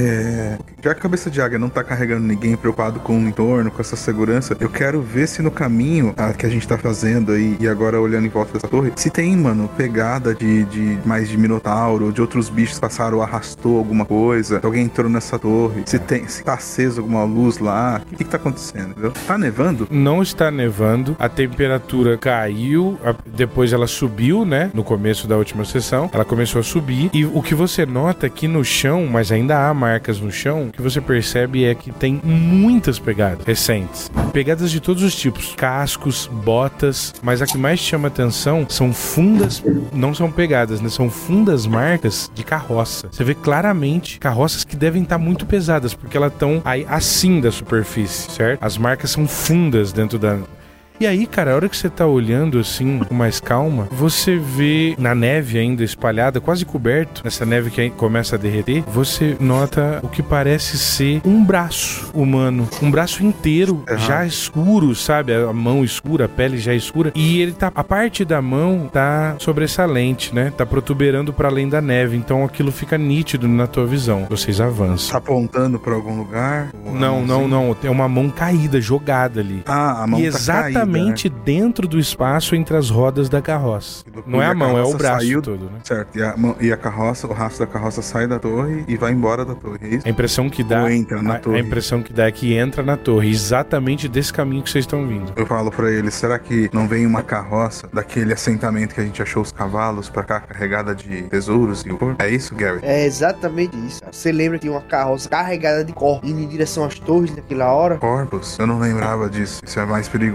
já que a cabeça de águia não tá carregando ninguém, preocupado com o entorno, com essa segurança, eu quero ver se no caminho que a gente tá fazendo aí, e agora olhando em volta dessa torre, se tem, mano, pegada de mais de minotauro, de outros bichos passaram, arrastou alguma coisa, alguém entrou nessa torre, se tá acesa alguma luz lá, o que tá acontecendo, entendeu? Tá nevando? Não está nevando, a temperatura caiu, depois ela subiu, né, no começo da última sessão, ela começou a subir, e o que você nota é que no chão, mas ainda há marcas no chão, o que você percebe é que tem muitas pegadas recentes. Pegadas de todos os tipos, cascos, botas, mas a que mais chama atenção são fundas, não são pegadas, né? São fundas marcas de carroça. Você vê claramente carroças que devem estar muito pesadas, porque elas estão aí assim da superfície, certo? As marcas são fundas dentro da... E aí, cara, a hora que você tá olhando assim, com mais calma, você vê na neve ainda espalhada, quase coberto, nessa neve que começa a derreter, você nota o que parece ser um braço humano. Um braço inteiro, já escuro, sabe? A mão escura, a pele já escura. E ele tá... A parte da mão tá sobressalente, né? Tá protuberando pra além da neve. Então aquilo fica nítido na tua visão. Vocês avançam. Tá apontando pra algum lugar? Não. Tem uma mão caída, jogada ali. A mão tá caída. Dentro do espaço entre as rodas da carroça. Não é a mão, é o braço todo, né? Certo, e a carroça, o rastro da carroça sai da torre e vai embora da torre, é isso? A impressão que dá... Ou entra na torre. A impressão que dá é que entra na torre, exatamente desse caminho que vocês estão vindo. Eu falo pra ele, será que não vem uma carroça daquele assentamento que a gente achou os cavalos pra cá, carregada de tesouros e ouro? É isso, Gary? É exatamente isso. Você lembra que uma carroça carregada de corpos indo em direção às torres naquela hora? Corpos? Eu não lembrava disso. Isso é mais perigoso do que eu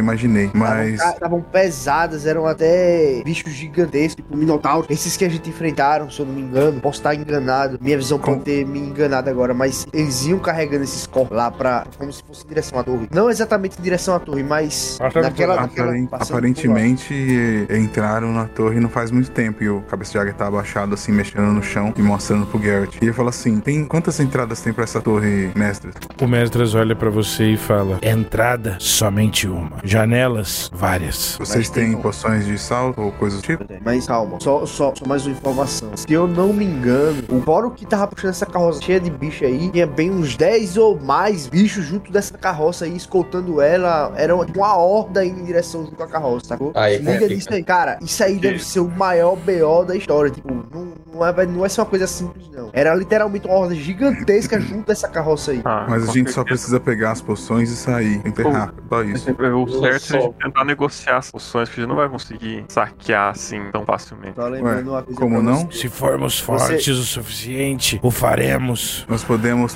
imaginei. Mas Estavam pesadas, eram até bichos gigantescos, tipo Minotauro. Esses que a gente enfrentaram, se eu não me engano. Posso estar enganado. Minha visão pode ter me enganado agora, mas eles iam carregando esses corpos lá como se fosse em direção à torre. Não exatamente em direção à torre, mas aparentemente entraram na torre não faz muito tempo e o Cabeça de Águia tá abaixado assim, mexendo no chão e mostrando pro Garrett. E ele fala assim, quantas entradas tem pra essa torre, Mestras? O Mestras olha pra você e fala: entrada, somente uma. Janelas, várias. Vocês têm poções de salto ou coisa do tipo? Mas calma, só mais uma informação. Se eu não me engano, o fórum que tava puxando essa carroça cheia de bicho aí, tinha bem uns 10 ou mais bichos junto dessa carroça aí, escoltando ela. Era uma horda indo em direção junto com a carroça, sacou? Aí, liga disso aí. Cara, isso aí deve ser o maior BO da história. Tipo, não vai ser uma coisa simples, não. Era literalmente uma horda gigantesca junto dessa carroça aí. Mas a gente só precisa pegar as poções e sair. Tem que ser rápido, só isso. O certo é a gente tentar negociar as poções, porque a gente não vai conseguir saquear assim tão facilmente. Tô lembrando uma coisa. Como não? Se formos fortes o suficiente, o faremos. Nós podemos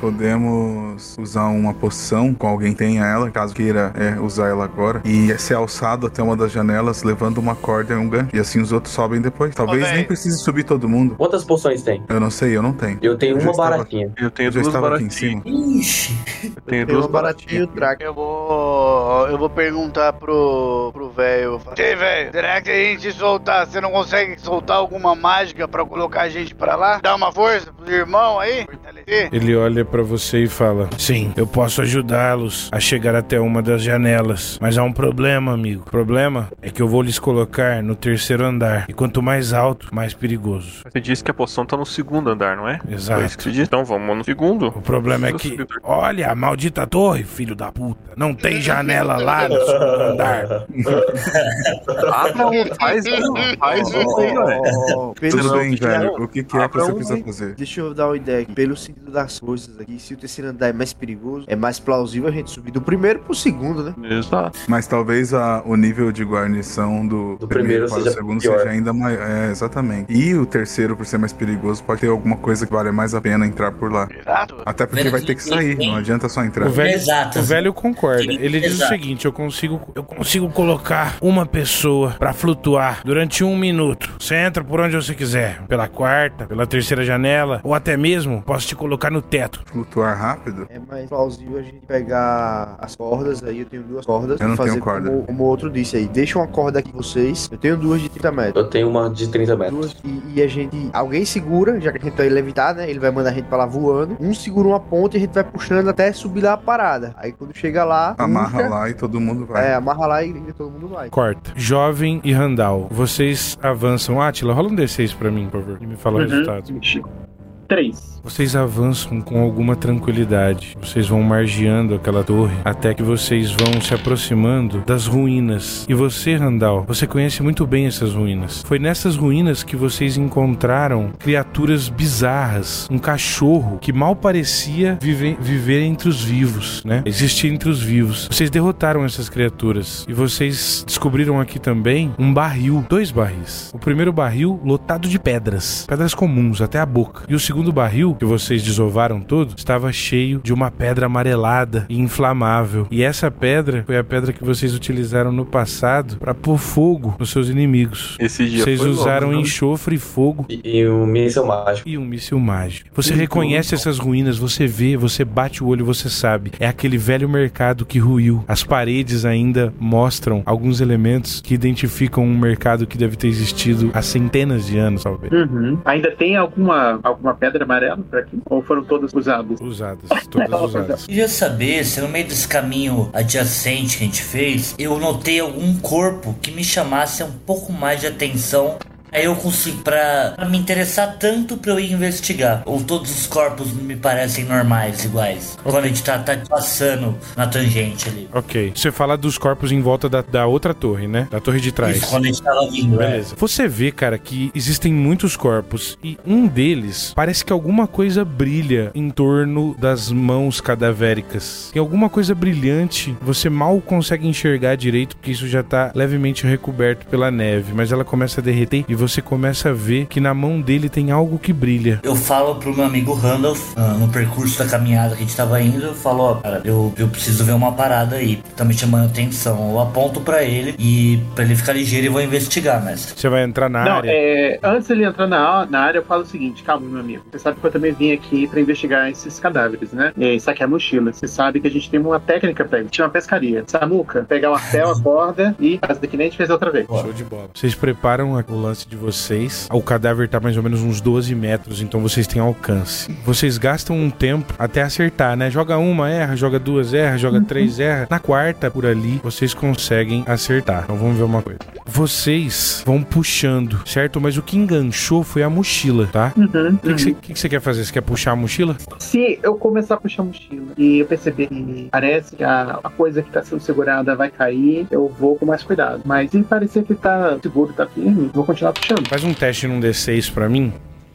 usar uma poção com alguém tenha ela, caso queira usar ela agora, e ser alçado até uma das janelas, levando uma corda e um gancho. E assim os outros sobem depois. Talvez nem precise subir todo mundo. Quantas poções tem? Eu não sei, eu não tenho. Eu tenho uma baratinha. Eu tenho Já duas estava aqui em baratinhas. cima. Ixi. Eu tenho duas baratinhas. Eu vou perguntar pro velho. Ei, velho, será que a gente soltar, você não consegue soltar alguma mágica pra colocar a gente pra lá? Dar uma força pros irmãos aí? Fortalecer? Ele olha pra você e fala: sim, eu posso ajudá-los a chegar até uma das janelas, mas há um problema, amigo. O problema é que eu vou lhes colocar no 3º andar, e quanto mais alto, mais perigoso. Você disse que a poção tá no 2º andar, não é? Exato. Foi isso que você disse? Então vamos no 2º. O problema é que, olha, a maldita torre, filho da puta, não tem janela lá no 2º andar. Faz um aí, velho. Tudo bem, velho. O que é que você precisa fazer? Deixa eu dar uma ideia aqui. Pelo sentido das coisas aqui, se o 3º andar é mais perigoso, é mais plausível a gente subir do 1º pro 2º, né? Exato. Mas talvez o nível de guarnição do primeiro para o segundo pior. seja ainda maior. Exatamente. E o 3º, por ser mais perigoso, pode ter alguma coisa que vale mais a pena entrar por lá. Exato. Até porque vai ter que sair, não adianta só entrar. O velho concorda. Ele diz o seguinte: eu consigo colocar uma pessoa pra flutuar durante 1 minuto. Você entra por onde você quiser, pela 4ª, pela 3ª janela, ou até mesmo posso te colocar no teto. Flutuar rápido? É mais plausível a gente pegar as cordas aí. Eu tenho 2 cordas. Eu não fazer tenho corda. Como o outro disse aí. Deixa uma corda aqui com vocês. Eu tenho 2 de 30 metros. Eu tenho uma de 30 metros. E a gente... Alguém segura, já que a gente vai levitar, né? Ele vai mandar a gente pra lá voando. Um segura uma ponta e a gente vai puxando até subir lá a parada. Aí quando chega lá... Amarra lá e todo mundo vai. Amarra lá e todo mundo vai. Corta. Jovem e Randall, vocês avançam. Átila, rola um D6 pra mim, por favor, e me fala o resultado. 3. Vocês avançam com alguma tranquilidade. Vocês vão margeando aquela torre até que vocês vão se aproximando das ruínas. E você, Randall, você conhece muito bem essas ruínas. Foi nessas ruínas que vocês encontraram criaturas bizarras. Um cachorro que mal parecia viver entre os vivos, né? Existir entre os vivos. Vocês derrotaram essas criaturas. E vocês descobriram aqui também um barril. 2 barris. O primeiro barril lotado de pedras. Pedras comuns, até a boca. E o segundo barril, que vocês desovaram todo, estava cheio de uma pedra amarelada e inflamável. E essa pedra foi a pedra que vocês utilizaram no passado para pôr fogo nos seus inimigos. Esse dia vocês foi usaram louco, enxofre e fogo. E um míssil mágico. E um míssil mágico. Você reconhece essas ruínas, você vê, você bate o olho, você sabe. É aquele velho mercado que ruiu. As paredes ainda mostram alguns elementos que identificam um mercado que deve ter existido há centenas de anos, talvez. Ainda tem alguma pedra amarela por aqui? Ou foram todas usadas? Todas usadas. Eu queria saber se no meio desse caminho adjacente que a gente fez, eu notei algum corpo que me chamasse um pouco mais de atenção. Aí eu consigo, pra me interessar tanto pra eu ir investigar. Ou todos os corpos me parecem normais, iguais. Quando a gente tá passando na tangente ali. Ok. Você fala dos corpos em volta da outra torre, né? Da torre de trás. Isso, quando a gente tava vindo, beleza. Você vê, cara, que existem muitos corpos e um deles parece que alguma coisa brilha em torno das mãos cadavéricas. Tem alguma coisa brilhante, você mal consegue enxergar direito porque isso já tá levemente recoberto pela neve, mas ela começa a derreter e você começa a ver que na mão dele tem algo que brilha. Eu falo pro meu amigo Randolph, no percurso da caminhada que a gente tava indo, eu falo, ó, cara, eu preciso ver uma parada aí, tá me chamando a atenção. Eu aponto pra ele e pra ele ficar ligeiro e vou investigar, mestre. Você vai entrar na área? Antes de ele entrar na área, eu falo o seguinte, calma, meu amigo, você sabe que eu também vim aqui pra investigar esses cadáveres, né? Isso aqui é a mochila. Você sabe que a gente tem uma técnica pra isso. Chama pescaria. Samuca, pegar o artel, a corda e faz daqui nem a gente fez outra vez. Show de bola. Vocês preparam o lance de vocês. O cadáver tá mais ou menos uns 12 metros, então vocês têm alcance. Vocês gastam um tempo até acertar, né? Joga uma, erra, joga duas, erra, joga três, erra. Na quarta, por ali, vocês conseguem acertar. Então vamos ver uma coisa. Vocês vão puxando, certo? Mas o que enganchou foi a mochila, tá? O que você quer fazer? Você quer puxar a mochila? Se eu começar a puxar a mochila e eu perceber que parece que a coisa que tá sendo segurada vai cair, eu vou com mais cuidado. Mas se parecer que tá seguro, tá firme, vou continuar puxando. Faz um teste num D6 pra mim.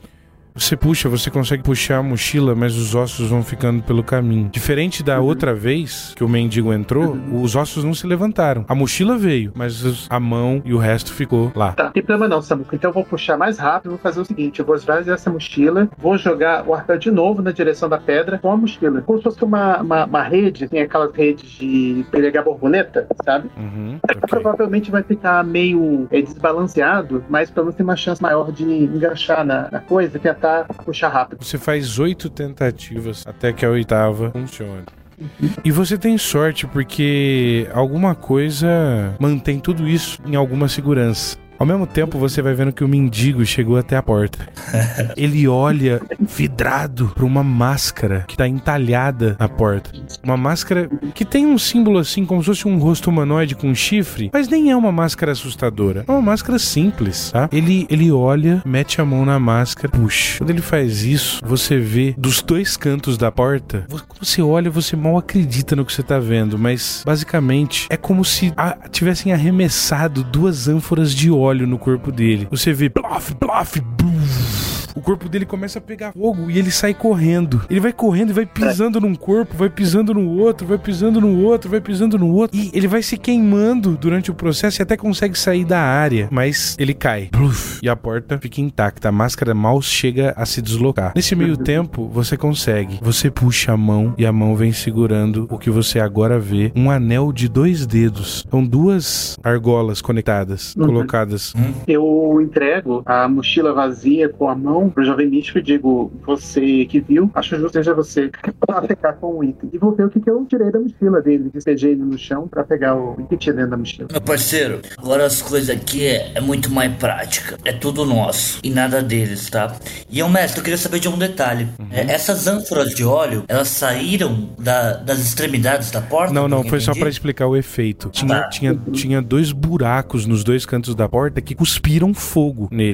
Você puxa, você consegue puxar a mochila, mas os ossos vão ficando pelo caminho. Diferente da outra vez que o mendigo entrou, os ossos não se levantaram. A mochila veio, mas a mão e o resto ficou lá. Tá, não tem problema não, Samuca. Então eu vou puxar mais rápido, vou fazer o seguinte, eu vou esvaziar essa mochila, vou jogar o arpel de novo na direção da pedra com a mochila. Como se fosse uma rede, tem aquelas redes de pegar borboleta, sabe? Okay. Provavelmente vai ficar meio desbalanceado, mas pelo menos tem uma chance maior de enganchar na coisa, tentar puxar rápido. Você faz 8 tentativas até que a 8ª funcione. E você tem sorte porque alguma coisa mantém tudo isso em alguma segurança. Ao mesmo tempo, você vai vendo que o mendigo chegou até a porta. Ele olha vidrado para uma máscara que tá entalhada na porta. Uma máscara que tem um símbolo assim, como se fosse um rosto humanoide com um chifre, mas nem é uma máscara assustadora. É uma máscara simples, tá? Ele olha, mete a mão na máscara, puxa. Quando ele faz isso, você vê dos dois cantos da porta. Você olha, você mal acredita no que você tá vendo, mas basicamente é como se tivessem arremessado 2 ânforas de óleo no corpo dele. Você vê plof, plof, buf. O corpo dele começa a pegar fogo e ele sai correndo. Ele vai correndo e vai pisando num corpo, vai pisando no outro, vai pisando no outro, vai pisando no outro. E ele vai se queimando durante o processo e até consegue sair da área. Mas ele cai. Bluf, e a porta fica intacta. A máscara mal chega a se deslocar. Nesse meio tempo, você consegue. Você puxa a mão e a mão vem segurando o que você agora vê. Um anel de 2 dedos. São 2 argolas conectadas, colocadas. Eu entrego a mochila vazia com a mão pro jovem místico e digo, você que viu, acho justo seja você pra ficar com o item. E vou ver o que eu tirei da mochila dele, despejei ele no chão pra pegar o que tinha dentro da mochila. Meu parceiro, agora as coisas aqui é muito mais prática. É tudo nosso e nada deles, tá? E mestre, eu queria saber de um detalhe. Essas ânforas de óleo, elas saíram das extremidades da porta? Não, foi só pra explicar o efeito. Tinha 2 buracos nos 2 cantos da porta que cuspiram fogo nele.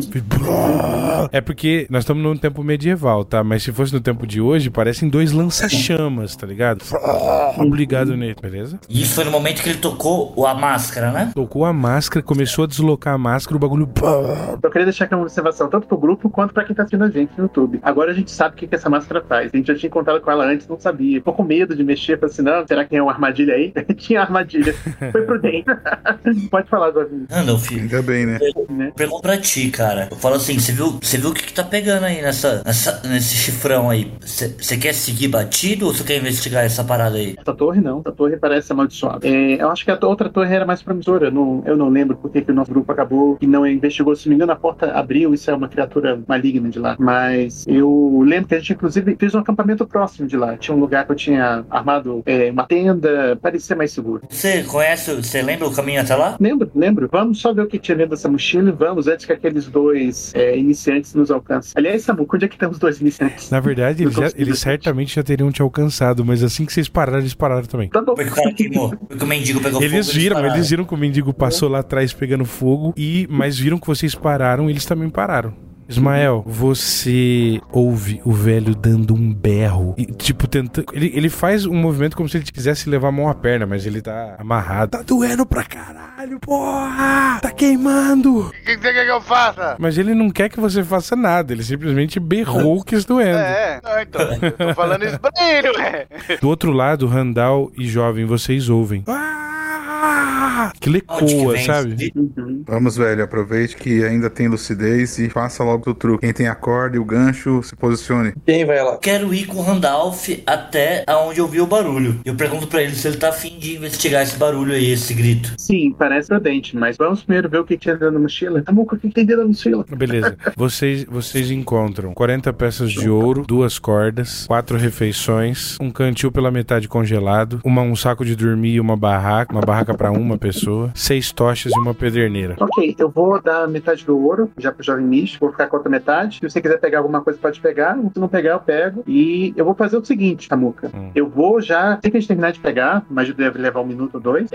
É porque nós estamos num tempo medieval, tá? Mas se fosse no tempo de hoje, parecem 2 lança-chamas, tá ligado? Obrigado nele, beleza? E isso foi no momento que ele tocou a máscara, né? Tocou a máscara, começou a deslocar a máscara, o bagulho... Eu queria deixar aqui uma observação, tanto pro grupo quanto pra quem tá assistindo a gente no YouTube. Agora a gente sabe o que essa máscara faz. A gente já tinha encontrado com ela antes, não sabia. Tô com medo de mexer, falei assim, não, será que tem uma armadilha aí? Tinha armadilha. Foi prudente. Pode falar, Davi. Não, filho. Ainda bem, né? Pergunta pra ti, cara. Eu falo assim, você viu o que tá pegando aí nesse chifrão aí? Você quer seguir batido ou você quer investigar essa parada aí? Essa torre não. Essa torre parece amaldiçoada. Eu acho que a outra torre era mais promissora. Eu não lembro porque que o nosso grupo acabou e não investigou. Se não me engano, a porta abriu. Isso é uma criatura maligna de lá. Mas eu lembro que a gente, inclusive, fez um acampamento próximo de lá. Tinha um lugar que eu tinha armado uma tenda. Parecia mais seguro. Você lembra o caminho até lá? Lembro. Vamos só ver o que tinha dentro dessa mochila e vamos antes que aqueles 2 iniciantes nos alcancem. Aliás, Samuca, onde é que estão os 2 iniciantes? Na verdade, eles certamente já teriam te alcançado, mas assim que vocês pararam, eles pararam também. Tá bom. Porque o cara queimou. Porque o mendigo pegou fogo. Eles viram que o mendigo passou lá atrás pegando fogo, mas viram que vocês pararam e eles também pararam. Ismael, você ouve o velho dando um berro e, tipo, tentando... Ele faz um movimento como se ele quisesse levar a mão à perna, mas ele tá amarrado. Tá doendo pra caralho, porra! Tá queimando! O que você quer que eu faça? Mas ele não quer que você faça nada, ele simplesmente berrou que está doendo. Então, eu tô falando isso pra ele, ué. Do outro lado, Randall e Jovem, vocês ouvem. pá, que Onde que lecoa, vem sabe? esse- Vamos, velho, aproveite que ainda tem lucidez e faça logo o truque. Quem tem a corda e o gancho, se posicione. Quem vai lá? Quero ir com o Randolph até aonde eu vi o barulho. Eu pergunto pra ele se ele tá afim de investigar esse barulho aí, esse grito. Sim, parece prudente, mas vamos primeiro ver o que tinha dentro da mochila. Samuca, o que tem dentro da mochila? Beleza. Vocês encontram 40 peças de ouro, 2 cordas, 4 refeições, um cantil pela metade congelado, um saco de dormir e uma barraca pra uma pessoa, 6 tochas e uma pederneira. Ok, eu vou dar metade do ouro, já pro jovem místico, vou ficar com a outra metade. Se você quiser pegar alguma coisa, pode pegar. Se não pegar, eu pego. E eu vou fazer o seguinte, Samuca. Eu vou já, assim que a gente terminar de pegar, mas deve levar 1 minuto ou 2,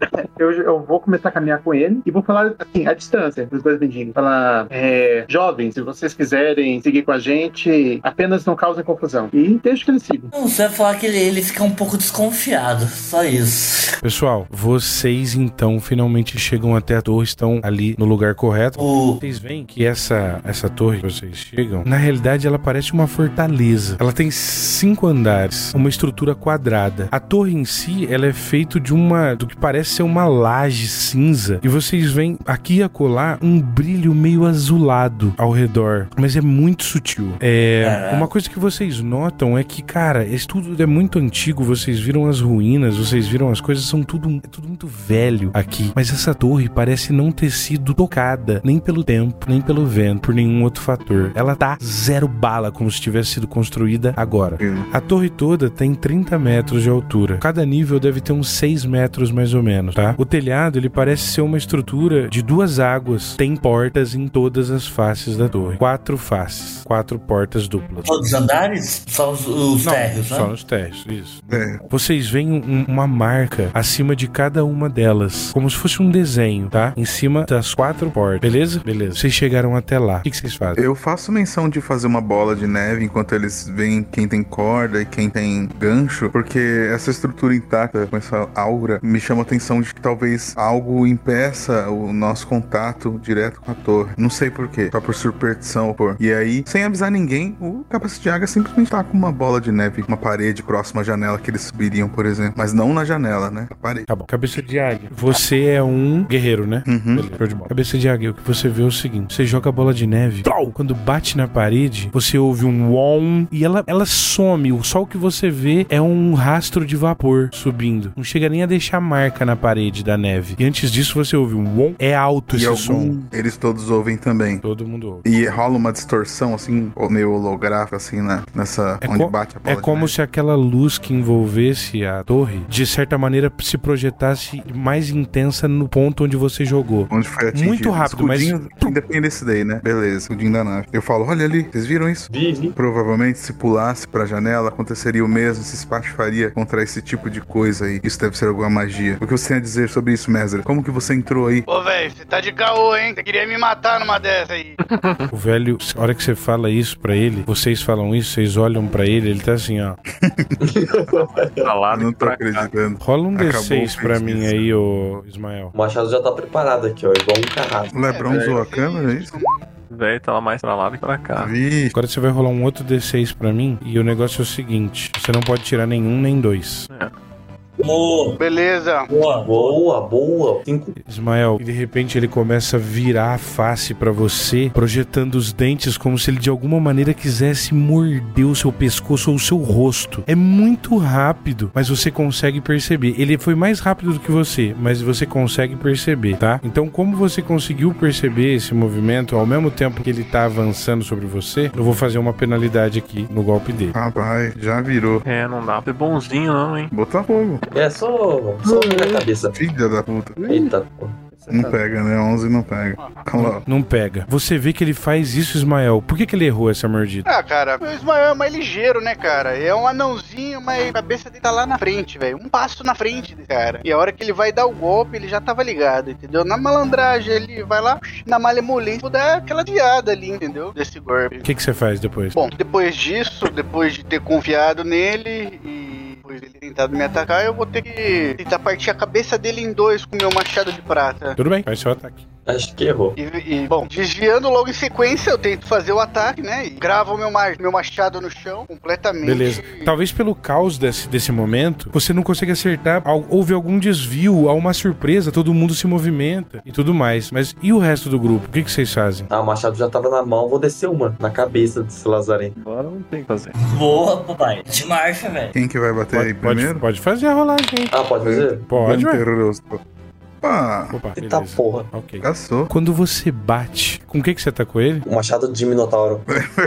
eu vou começar a caminhar com ele e vou falar, assim, à distância dos 2 mendigos. Falar, jovens, se vocês quiserem seguir com a gente, apenas não causem confusão. E deixa que eles sigam. Não, você vai falar que ele fica um pouco desconfiado, só isso. Pessoal, vocês então finalmente chegam até a torre, estão ali no lugar correto. Vocês veem que essa torre que vocês chegam, na realidade ela parece uma fortaleza. Ela tem 5 andares, uma estrutura quadrada. A torre em si, ela é feita do que parece ser uma laje cinza. E vocês veem aqui e acolá um brilho meio azulado ao redor, mas é muito sutil. Uma coisa que vocês notam é que, cara, isso tudo é muito antigo. Vocês viram as ruínas, vocês viram as coisas, é tudo muito velho aqui. Mas essa torre parece não ter sido tocada nem pelo tempo, nem pelo vento, por nenhum outro fator. Ela tá 0 bala, como se tivesse sido construída agora. A torre toda tem 30 metros de altura. Cada nível deve ter uns 6 metros mais ou menos, tá? O telhado, ele parece ser uma estrutura de 2 águas. Tem portas em todas as faces da torre. 4 faces, 4 portas duplas. Todos os andares? Só os térreos, né? Só nos térreos, isso. Vocês veem uma marca acima de cada uma delas, como se fosse um desenho, tá? Em cima das 4 portas, beleza? Beleza. Vocês chegaram até lá. O que vocês fazem? Eu faço menção de fazer uma bola de neve enquanto eles veem quem tem corda e quem tem gancho, porque essa estrutura intacta, com essa aura, me chama a atenção de que talvez algo impeça o nosso contato direto com a torre. Não sei porquê, só por superstição. E aí, sem avisar ninguém, o capacete de águia simplesmente tá com uma bola de neve, uma parede próxima à janela que eles subiriam, por exemplo. Mas não na janela, né? Na parede. Tá bom. Cabeça de águia. Você é um guerreiro, né? Beleza, show de bola. Cabeça de águia, o que você vê é o seguinte: você joga a bola de neve, quando bate na parede, você ouve um wom e ela some. Só o que você vê é um rastro de vapor subindo. Não chega nem a deixar marca na parede da neve. E antes disso você ouve um wom. É alto esse som. Eles todos ouvem também. Todo mundo ouve. E rola uma distorção, assim, meio holográfica, assim, nessa... onde bate a bola É como se aquela luz que envolvesse a torre, de certa maneira, se projetasse mais intensa no ponto onde você jogou. Onde foi atingido. Muito rápido, escudinho, mas... independe desse daí, né? Beleza, escudinho da nave. Eu falo, olha ali, vocês viram isso? Vi. Provavelmente, se pulasse pra janela, aconteceria o mesmo, se espatiffaria contra esse tipo de coisa aí. Isso deve ser alguma magia. O que você tem a dizer sobre isso, Mesra? Como que você entrou aí? Ô, velho, você tá de caô, hein? Você queria me matar numa dessa aí. O velho, a hora que você fala isso pra ele, vocês falam isso, vocês olham pra ele tá assim, ó. Pra lá, Não tô acreditando. Rola um Acabou D6 o pra feitiço. mim aí, ô Ismael. O machado já tá preparado aqui, ó, igual um carrasco. O Lebron usou a câmera, é isso? Velho, tá lá mais pra lá do que pra cá. Vixe. Agora você vai rolar um outro D6 pra mim, e o negócio é o seguinte: você não pode tirar nenhum nem 2. Beleza. Boa. 5. Ismael, e de repente ele começa a virar a face pra você, projetando os dentes como se ele de alguma maneira quisesse morder o seu pescoço ou o seu rosto. É muito rápido, mas você consegue perceber. Ele foi mais rápido do que você, mas você consegue perceber, tá? Então, como você conseguiu perceber esse movimento ao mesmo tempo que ele tá avançando sobre você, eu vou fazer uma penalidade aqui no golpe dele. Rapaz, já virou. Não dá pra ser bonzinho não, hein? Botar fogo. É só na cabeça. Filha da puta. Eita, pô. Não pega, né? 11 não pega. Calma lá. Não pega. Você vê que ele faz isso, Ismael. Por que ele errou essa mordida? Ah, cara, o Ismael é mais ligeiro, né, cara? É um anãozinho, mas a cabeça dele tá lá na frente, velho. Um passo na frente desse cara. E a hora que ele vai dar o golpe, ele já tava ligado, entendeu? Na malandragem, ele vai lá, na malemolência, vou dar aquela diada ali, entendeu? Desse golpe. O que você faz depois? Bom, depois disso, depois de ter confiado nele e depois dele tentado me atacar, eu vou ter que tentar partir a cabeça dele em 2 com meu machado de prata. Tudo bem, faz seu ataque. Acho que errou. Bom, desviando logo em sequência, eu tento fazer o ataque, né? E gravo o meu machado no chão completamente. Beleza. Talvez pelo caos desse momento, você não consiga acertar. Houve algum desvio, há uma surpresa, todo mundo se movimenta e tudo mais. Mas e o resto do grupo? O que vocês fazem? O machado já tava na mão, vou descer uma na cabeça desse lazarento. Agora não tem o que fazer. Boa, papai. De marcha, velho. Quem que vai bater aí primeiro? Pode fazer a rolagem aí. Pode fazer? Pode, ué. Rosto. Opa! Opa, Eita beleza. porra. Ok. Caçou. Quando você bate, com o que você atacou ele? O machado de Minotauro.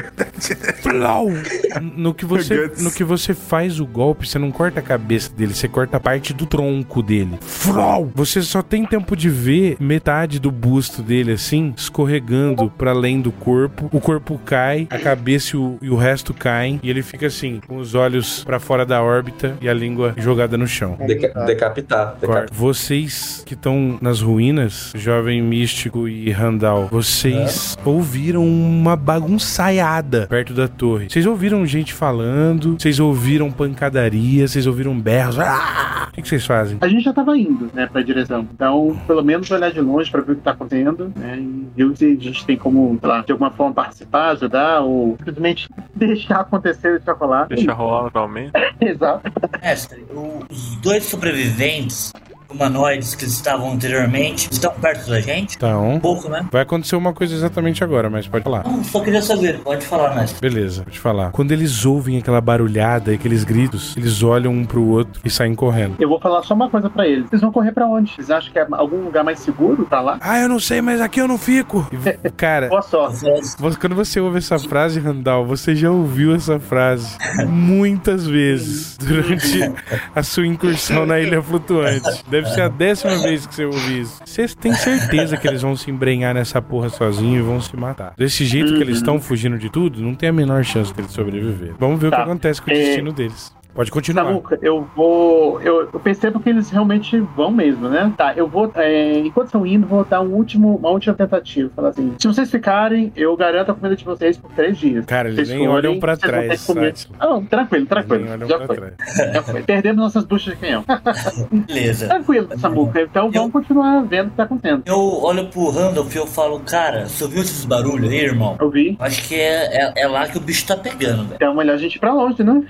Flau! No que você faz o golpe, você não corta a cabeça dele, você corta a parte do tronco dele. Flau! Você só tem tempo de ver metade do busto dele, assim, escorregando pra além do corpo. O corpo cai, a cabeça e o resto caem, e ele fica assim, com os olhos pra fora da órbita e a língua jogada no chão. Decapitar. Vocês que estão nas ruínas, Jovem Místico e Randall, vocês ouviram uma bagunçaiada perto da torre. Vocês ouviram gente falando, vocês ouviram pancadaria, vocês ouviram berros. O que vocês fazem? A gente já tava indo, né, pra direção. Então, pelo menos olhar de longe pra ver o que tá acontecendo, né, e ver se a gente tem como, sei lá, de alguma forma participar, ajudar, ou simplesmente deixar acontecer e deixar rolar. Deixa rolar naturalmente. Exato. Mestre, os dois sobreviventes humanoides que estavam anteriormente estão perto da gente? Então, Um pouco, né? vai acontecer uma coisa exatamente agora, mas pode falar. Não, só queria saber. Pode falar, mestre. Beleza, vou te falar. Quando eles ouvem aquela barulhada e aqueles gritos, eles olham um pro outro e saem correndo. Eu vou falar só uma coisa pra eles. Vocês vão correr pra onde? Vocês acham que é algum lugar mais seguro pra lá? Ah, eu não sei, mas aqui eu não fico. E, cara, Boa sorte. quando você ouve essa frase, Randall, você já ouviu essa frase muitas vezes durante a sua incursão na Ilha Flutuante. Deve ser a 10ª vez que você ouve isso. Você tem certeza que eles vão se embrenhar nessa porra sozinhos e vão se matar. Desse jeito que eles estão fugindo de tudo, não tem a menor chance deles sobreviver. Vamos ver o que acontece com o destino deles. Pode continuar. Samuca, eu percebo que eles realmente vão mesmo, né? Tá, eu vou, enquanto estão indo, vou dar uma última tentativa. Falar assim, se vocês ficarem, eu garanto a comida de vocês por 3 dias. Cara, eles Vocês nem forem, olham pra vocês vão ter trás, que comer. Sátila. Ah, não, tranquilo. Eles nem olham Já pra foi. trás. Já foi. Perdemos nossas buchas de canhão. Beleza. Tranquilo, Samuca. Então vamos continuar vendo o que tá acontecendo. Eu olho pro Randolph e eu falo, cara, você ouviu esses barulhos aí, irmão? Eu vi. Acho que é lá que o bicho tá pegando, velho. Então, melhor a gente ir pra longe, né?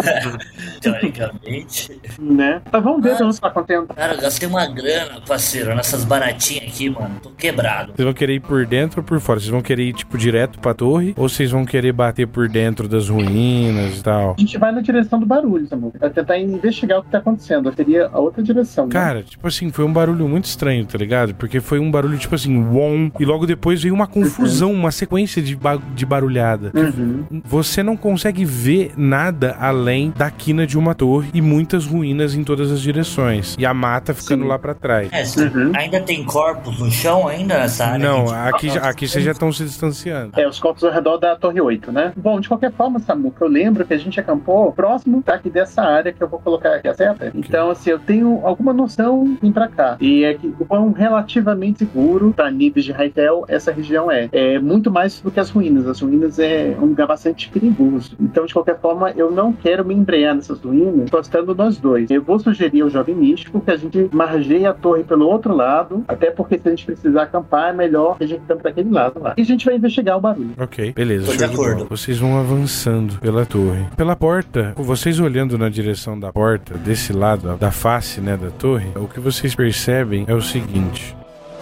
Teoricamente. Né? Mas vamos ver onde tá acontecendo. Cara, eu gastei uma grana, parceiro, nessas baratinhas aqui, mano. Tô quebrado. Vocês vão querer ir por dentro ou por fora? Vocês vão querer ir, tipo, direto pra torre? Ou vocês vão querer bater por dentro das ruínas e tal? A gente vai na direção do barulho, Samuca. Pra tentar investigar o que tá acontecendo. Seria a outra direção, né? Cara, tipo assim, foi um barulho muito estranho, tá ligado? Porque foi um barulho, tipo assim, wom, e logo depois veio uma confusão, uma sequência de barulhada. Você não consegue ver nada além da quina de uma torre e muitas ruínas em todas as direções. E a mata ficando lá pra trás. Ainda tem corpos no chão ainda nessa área? Não, aqui vocês já estão se distanciando. Os corpos ao redor da Torre 8, né? Bom, de qualquer forma, Samuca, eu lembro que a gente acampou próximo daqui dessa área que eu vou colocar aqui a seta. Então, assim, eu tenho alguma noção de vir pra cá. E é que o quão relativamente seguro pra níveis de Hytale essa região é. É muito mais do que as ruínas. As ruínas é um lugar bastante perigoso. Então, de qualquer forma, eu não quero me embrenhar nessas ruínas, postando nós dois. Eu vou sugerir ao Jovem Místico que a gente margeie a torre pelo outro lado, até porque se a gente precisar acampar, é melhor que a gente campe daquele lado lá. E a gente vai investigar o barulho. Ok, beleza. Tô de acordo. Vocês vão avançando pela torre. Pela porta, vocês olhando na direção da porta, desse lado, da face, né, da torre, o que vocês percebem é o seguinte.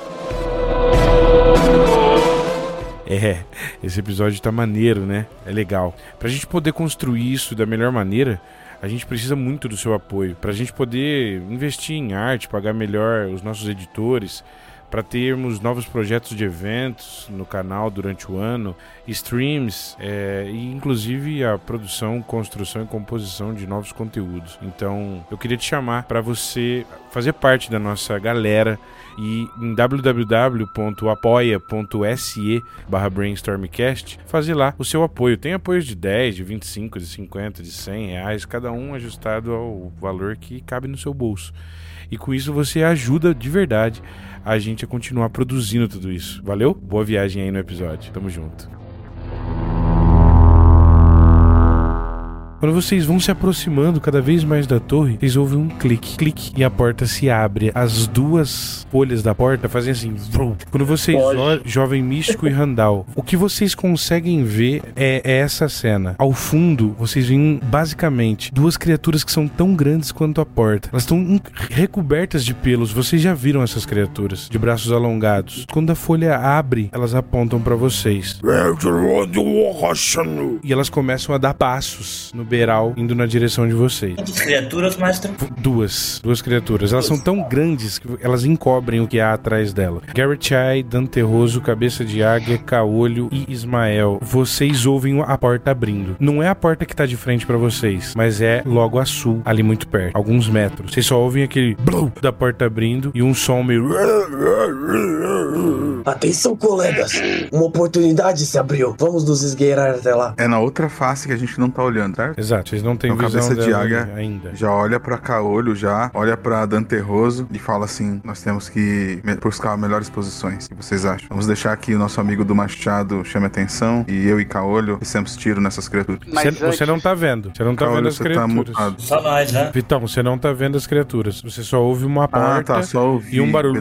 Esse episódio tá maneiro, né? É legal. Pra gente poder construir isso da melhor maneira, a gente precisa muito do seu apoio. Pra gente poder investir em arte, pagar melhor os nossos editores, para termos novos projetos de eventos no canal durante o ano, streams e inclusive a produção, construção e composição de novos conteúdos. Então eu queria te chamar para você fazer parte da nossa galera e em www.apoia.se/brainstormcast fazer lá o seu apoio. Tem apoios de 10, de 25, de 50, de 100 reais, cada um ajustado ao valor que cabe no seu bolso. E com isso você ajuda de verdade a gente a continuar produzindo tudo isso. Valeu? Boa viagem aí no episódio. Tamo junto. Quando vocês vão se aproximando cada vez mais da torre, vocês ouvem um clique, e a porta se abre. As duas folhas da porta fazem assim. Quando vocês olham, Jovem Místico e Randall, o que vocês conseguem ver é essa cena. Ao fundo, vocês veem basicamente duas criaturas que são tão grandes quanto a porta. Elas estão recobertas de pelos. Vocês já viram essas criaturas, de braços alongados. Quando a folha abre, elas apontam pra vocês. E elas começam a dar passos no beiral, indo na direção de vocês. Quantas criaturas, mestre? Duas criaturas. Elas são tão grandes que elas encobrem o que há atrás dela. Garrett Eye, Danterroso, Cabeça de Águia, Caolho e Ismael. Vocês ouvem a porta abrindo. Não é a porta que tá de frente pra vocês, mas é logo a sul, ali muito perto, alguns metros. Vocês só ouvem aquele da porta abrindo e um som meio... Atenção, colegas! Uma oportunidade se abriu. Vamos nos esgueirar até lá. É na outra face que a gente não tá olhando, certo? Exato, vocês não têm Então, visão Cabeça de dela Águia ainda. já olha pra Caolho, já olha pra Danterroso e fala assim: nós temos que buscar melhores posições. O que vocês acham? Vamos deixar que o nosso amigo do Machado chame atenção e eu e Caolho recebemos tiro nessas criaturas. Você não tá vendo. Você não tá Caolho, vendo as você criaturas. tá mutado. Só nós, né? Vitão, você não tá vendo as criaturas. Você só ouve uma porta só ouvi, e um barulho.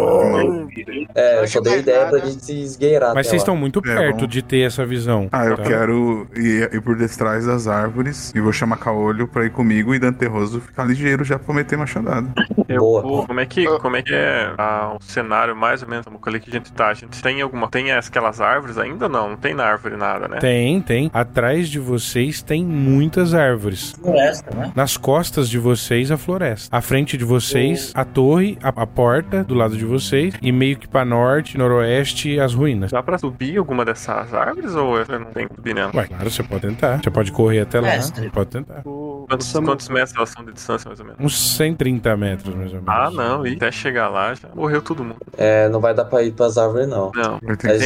Eu só dei ideia pra gente se esgueirar. Mas vocês estão muito perto vamos... de ter essa visão. Eu quero ir por detrás das árvores e vou chamar Caolho pra ir comigo e Danterroso ficar ligeiro já pra meter machadada. Boa. Como é que é o cenário, mais ou menos, como que a gente tá? A gente tem aquelas árvores ainda ou não? Não tem na árvore nada, né? Tem. Atrás de vocês tem muitas árvores. Floresta, né? Nas costas de vocês, a floresta. À frente de vocês, a torre, a porta do lado de vocês e meio que pra norte, noroeste, as ruínas. Dá pra subir alguma dessas árvores ou eu não tenho que subir nela? Ué, claro, você pode tentar. Você pode correr até lá. Mestre. Você pode tentar. Quantos metros elas são de distância, mais ou menos? Uns 130 metros, mais ou menos. Ah, não. E até chegar lá, já morreu todo mundo. Não vai dar pra ir pras árvores, não. Não.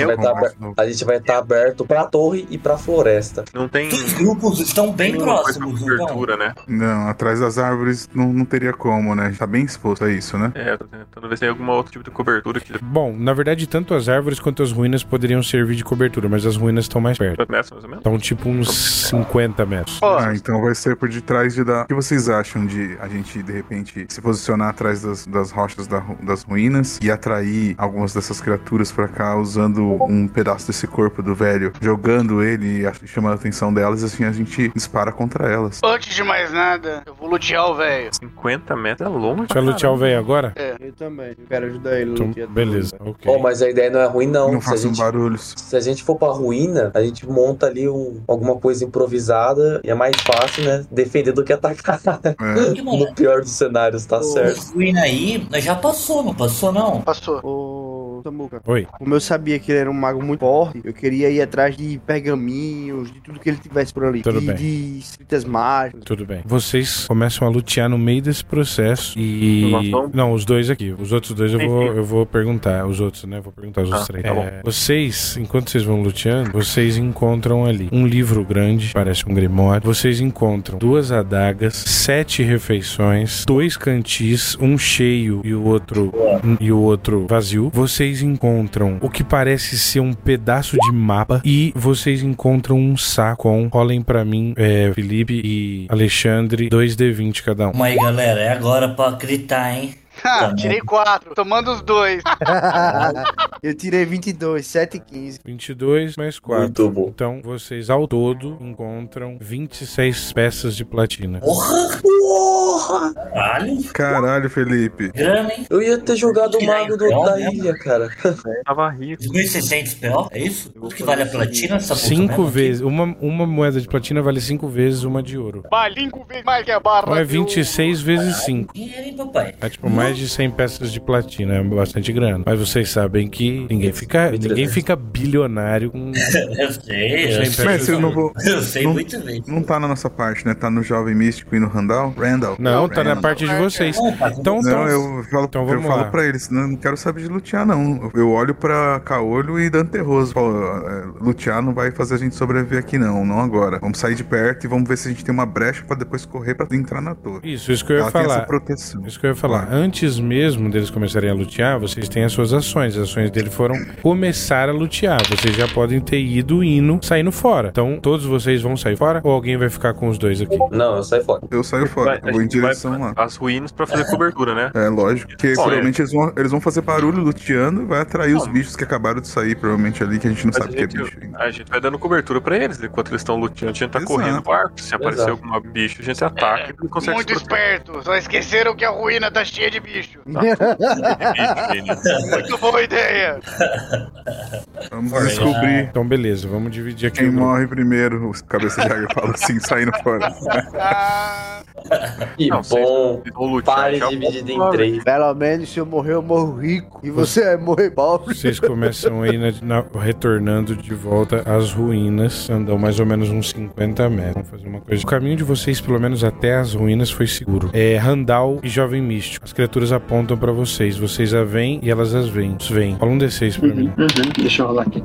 A gente vai estar aberto pra torre e pra floresta. Não tem... Os grupos estão bem próximos, cobertura, então. né? Não, atrás das árvores não teria como, né? Tá bem exposto a isso, né? Eu tô tentando ver se tem algum outro tipo de cobertura que... Bom, na verdade, tanto as árvores quanto as ruínas poderiam servir de cobertura, mas as ruínas estão mais perto. 2 metros, mais ou menos? Estão tipo uns 50 metros. Então vai ser por detrás de dar... O que vocês acham de a gente, de repente, se posicionar atrás das rochas das ruínas e atrair algumas dessas criaturas pra cá usando um pedaço desse corpo do velho, jogando ele e chamando a atenção delas, assim a gente dispara contra elas. Antes de mais nada, eu vou lutear o velho. 50 metros é longe. Você vai lutear o velho agora? Eu também. Eu quero ajudar ele. Então, beleza, ok. Mas a ideia não é ruim, não. Não façam barulhos. Se a gente for pra ruína, a gente monta ali alguma coisa improvisada e é mais fácil, né? Defender do que atacar. No pior dos cenários, tá certo. O ruína aí já passou, não passou, não? Passou. Ô, Samuca. Oi. Como eu sabia que ele era um mago muito forte, eu queria ir atrás de pergaminhos, de tudo que ele tivesse por ali. Tudo bem. De escritas mágicas. Tudo bem. Vocês começam a lutear no meio desse processo e... Não, os dois aqui. Os outros dois eu vou perguntar. Os outros, né? Vou perguntar os outros três. Tá bom. Vocês, enquanto vocês vão luteando, vocês encontram ali um livro grande, parece um grimório. Vocês encontram 2 adagas, 7 refeições, 2 cantis, um cheio e o outro vazio. Vocês encontram o que parece ser um pedaço de mapa e vocês encontram um saco com, rolem pra mim, Felipe e Alexandre, 2d20 cada um. Mas aí, galera, é agora pra gritar, hein? Tirei 4, tomando os 2. Eu tirei 22, 7 e 15. 22 mais 4. Muito bom. Então, vocês ao todo encontram 26 peças de platina. Porra! Caralho, Felipe. Grana, hein? Eu ia ter jogado o mago da ilha, cara. Tava rico. 1.600 PO, é isso? Quanto que vale a platina? Essa 5 vezes. Uma moeda de platina vale 5 vezes uma de ouro. Vale 5 vezes mais que a barra. Então é 26 vezes 5. Dinheiro, hein, papai? É tipo mais de 100 peças de platina. É bastante grana. Mas vocês sabem que ninguém fica bilionário com... Eu sei, Mas eu não vou... Eu sei muito bem. Não tá na nossa parte, né? Tá no Jovem Místico e no Randall? Não, tá na parte de vocês. Então, eu falo pra eles, não quero saber de lutear, não. Eu olho pra Caolho e Dan Terroso. Falo, lutear não vai fazer a gente sobreviver aqui, não agora. Vamos sair de perto e vamos ver se a gente tem uma brecha pra depois correr pra entrar na torre. Isso que eu ia falar. Essa proteção. Isso que eu ia falar. Antes mesmo deles começarem a lutear, vocês têm as suas ações. As ações dele foram começar a lutear. Vocês já podem ter ido saindo fora. Então, todos vocês vão sair fora ou alguém vai ficar com os dois aqui? Não, eu saio fora. Eu saio fora. Eu vou em direção lá. As ruínas pra fazer cobertura, né? É, lógico. Porque provavelmente eles vão fazer barulho luteando e vai atrair os bichos que acabaram de sair, provavelmente ali, que a gente não sabe o que é bicho ainda. A gente vai dando cobertura pra eles. Enquanto eles estão luteando, a gente tá correndo pro arco. Se aparecer algum bicho, a gente ataca e consegue. Muito esperto. Só esqueceram que a ruína tá cheia de bicho. Muito boa ideia. Vamos descobrir. Então, beleza. Vamos dividir aqui. Quem morre primeiro, os cabeça de águia falam assim, saindo fora. Que bom. Pare dividido em 3. Pelo menos se eu morrer, eu morro rico. E você vai morrer pobre. Vocês começam aí retornando de volta às ruínas. Andam mais ou menos uns 50 metros. Vamos fazer uma coisa. O caminho de vocês, pelo menos até as ruínas, foi seguro. Randall e Jovem Místico. As criaturas apontam pra vocês. Vocês a veem e elas as veem. Rola um D6 pra mim. Deixa eu rolar aqui.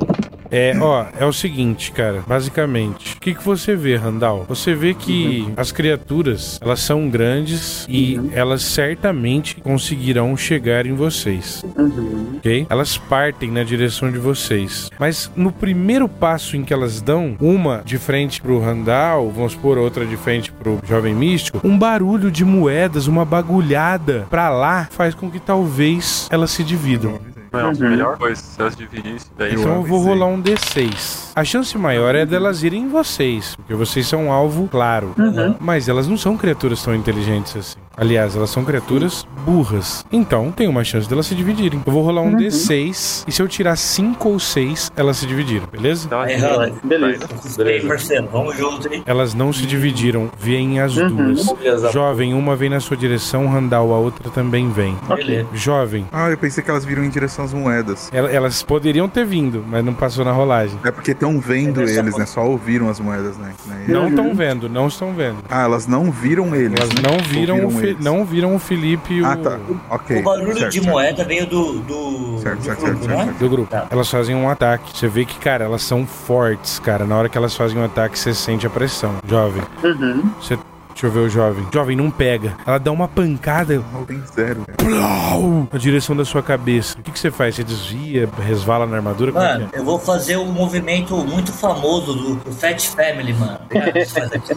É o seguinte, cara, basicamente, o que você vê, Randall? Você vê que as criaturas, elas são grandes e elas certamente conseguirão chegar em vocês, ok? Elas partem na direção de vocês, mas no primeiro passo em que elas dão, uma de frente pro Randall, vamos supor, outra de frente pro Jovem Místico, um barulho de moedas, uma bagulhada pra lá, faz com que talvez elas se dividam. Não, a melhor coisa se elas dividissem daí. Então eu vou rolar um D6. A chance maior é delas irem em vocês, porque vocês são um alvo claro. Mas elas não são criaturas tão inteligentes assim. Aliás, elas são criaturas burras. Então tem uma chance delas se dividirem. Eu vou rolar um D6 e se eu tirar 5 ou 6, elas se dividiram, beleza? Beleza. Parceiro, vamos junto, hein? Elas não se dividiram, vêm as duas. Jovem, uma vem na sua direção, Randall, a outra também vem. Beleza. Jovem. Eu pensei que elas viram em direção às moedas. Elas poderiam ter vindo, mas não passou na rolagem. É porque estão vendo eles, né? Só ouviram as moedas, né? Não estão vendo, não estão vendo. Elas não viram eles. Elas não viram o Felipe e o... tá. Ok. O barulho certo, de moeda veio do certo. Do grupo. Tá. Elas fazem um ataque. Você vê que, cara, elas são fortes, cara. Na hora que elas fazem um ataque, você sente a pressão. Jovem. Você... Deixa eu ver o Jovem. Jovem, não pega. Ela dá uma pancada. Tem 0. Na direção da sua cabeça. O que você faz? Você desvia, resvala na armadura? Mano, eu vou fazer um movimento muito famoso do Fat Family, mano. Cara, faz aqui,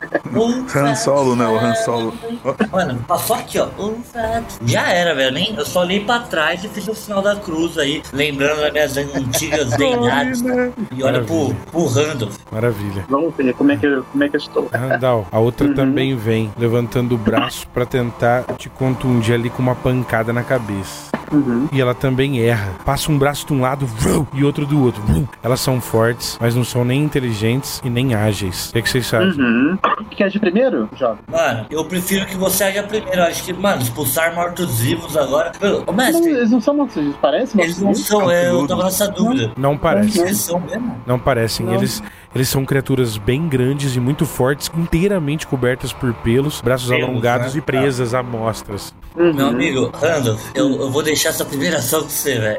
ó. Han Solo, né? O Han Solo. Mano, passou aqui, ó. Já era, velho. Eu só olhei pra trás e fiz o sinal da cruz aí. Lembrando das minhas antigas deidades. E olha pro Randolph. Maravilha. Vamos ver como é que eu estou. Randall, a outra também vem, levantando o braço pra tentar te contundir ali com uma pancada na cabeça. E ela também erra. Passa um braço de um lado e outro do outro. Elas são fortes, mas não são nem inteligentes e nem ágeis. O que vocês sabem? Quer de primeiro, Jovem? Mano, eu prefiro que você haja primeiro. Eu acho que, mano, expulsar mortos-vivos agora... Ô, mestre... Eles não são mortos-vivos, parecem? Eles não são, eu tava nessa dúvida. Não parecem. Eles são mesmo? Não parecem. Eles são criaturas bem grandes e muito fortes, inteiramente cobertas por pelos, braços alongados, né? E presas a mostras. Meu amigo, Randolph, eu vou deixar essa primeira ação com você, velho.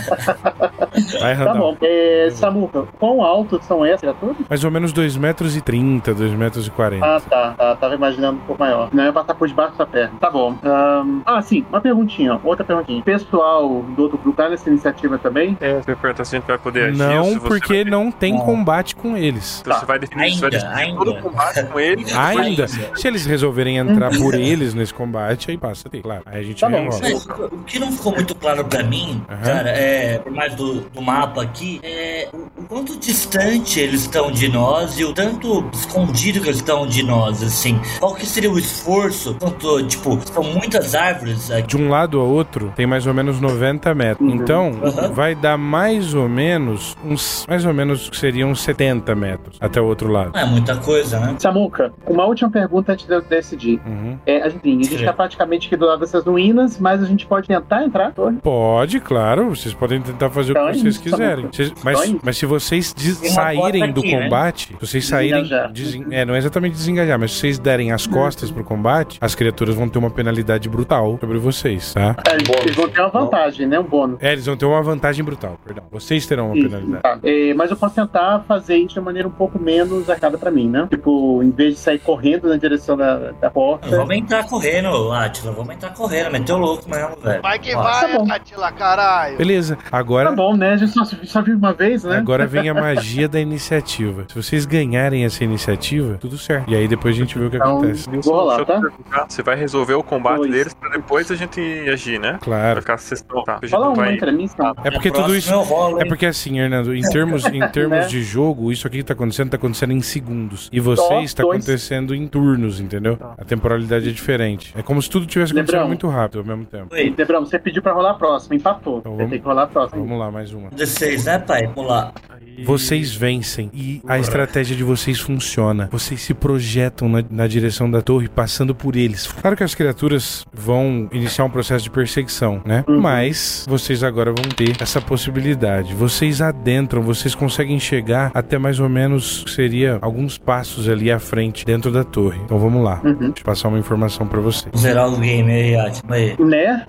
Vai, Randall. Tá bom. Samuca, quão altos são essas criaturas? Mais ou menos 2,30 metros, 2,40 metros. Tá. Tava imaginando um pouco maior. Não ia passar por debaixo da perna. Tá bom. Sim, uma perguntinha. Outra perguntinha. Pessoal do outro grupo tá nessa iniciativa também? Você pergunta se a gente vai poder agir. Não, porque não tem combate com eles. Então você vai definir todo o combate com eles. Ainda. Se eles resolverem entrar por eles nesse combate, aí passa. Claro. Aí a gente resolve. Mas o que não ficou muito claro pra mim, cara, por mais do mapa aqui, o quanto distante eles estão de nós e o tanto escondido que eles estão de nós, assim. Qual que seria o esforço? Quanto, tipo, são muitas árvores aqui. De um lado ao outro tem mais ou menos 90 metros. Então, vai dar mais ou menos seriam 70 50 metros até o outro lado. É muita coisa, né? Samuca, uma última pergunta antes de eu decidir. A gente tá praticamente aqui do lado dessas ruínas, mas a gente pode tentar entrar na torre? Pode, claro. Vocês podem tentar fazer o que vocês quiserem. Mas se vocês saírem do combate, se vocês saírem... não é exatamente desengajar, mas se vocês derem as costas pro combate, as criaturas vão ter uma penalidade brutal sobre vocês, tá? Eles vão ter uma vantagem, né? Um bônus. Eles vão ter uma vantagem brutal, perdão. Vocês terão uma penalidade. Tá. Mas eu posso tentar fazer isso de maneira um pouco menos arcada pra mim, né? Tipo, em vez de sair correndo na direção da porta... Vamos entrar correndo, Átila. Vamos entrar correndo. Meteu louco mesmo, velho. Vai que vai, Átila, caralho. Beleza. Agora... Tá bom, né? A gente só viu uma vez, né? Agora vem a magia da iniciativa. Se vocês ganharem essa iniciativa, tudo certo. E aí depois a gente vê o que acontece. Vou rolar, tá? Você vai resolver o combate deles pra depois a gente agir, né? Claro. Vai ficar sessão. Tá. Fala um entre mim, tá? É porque tudo isso... É porque assim, Hernando, em termos de jogo, isso aqui que tá acontecendo em segundos. E vocês tá acontecendo em turnos, entendeu? A temporalidade é diferente. É como se tudo tivesse acontecendo muito rápido ao mesmo tempo. Debrão, você pediu pra rolar a próxima, empatou. Então Você tem que rolar a próxima. Vamos lá, mais uma. 16, né, pai? Vamos lá. Vocês vencem e a estratégia de vocês funciona. Vocês se projetam na direção da torre, passando por eles. Claro que as criaturas vão iniciar um processo de perseguição, né? Mas vocês agora vão ter essa possibilidade. Vocês adentram, vocês conseguem chegar até mais ou menos, seria alguns passos ali à frente, dentro da torre. Então vamos lá. Deixa eu passar uma informação pra vocês. Zerar o game aí, Átila. Né?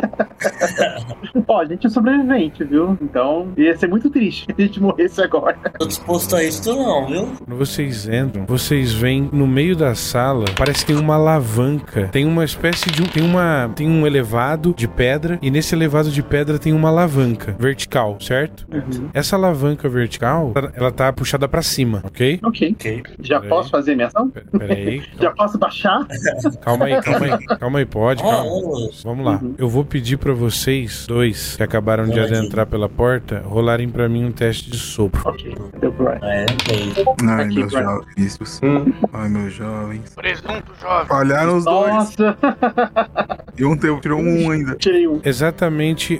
Ó, a gente é sobrevivente, viu? Então, ia ser muito triste se a gente morresse agora. Tô disposto a isso não, viu? Quando vocês entram, vocês veem no meio da sala, parece que tem uma alavanca. Tem uma espécie de... Tem um elevado de pedra, e nesse elevado de pedra tem uma alavanca vertical, certo? Essa alavanca vertical, ela tá puxada pra cima, ok? Ok. Já posso fazer minha ação? Peraí. Já posso baixar? Calma aí, pode, calma. Vamos lá. Eu vou pedir pra vocês dois, que acabaram de adentrar pela porta, rolarem pra mim um teste de sopro. Ok. Ai, meus jovens. Ai, meus jovens. Presunto jovem. Falharam os dois. Nossa. E um tirou um ainda. Tirei um. Exatamente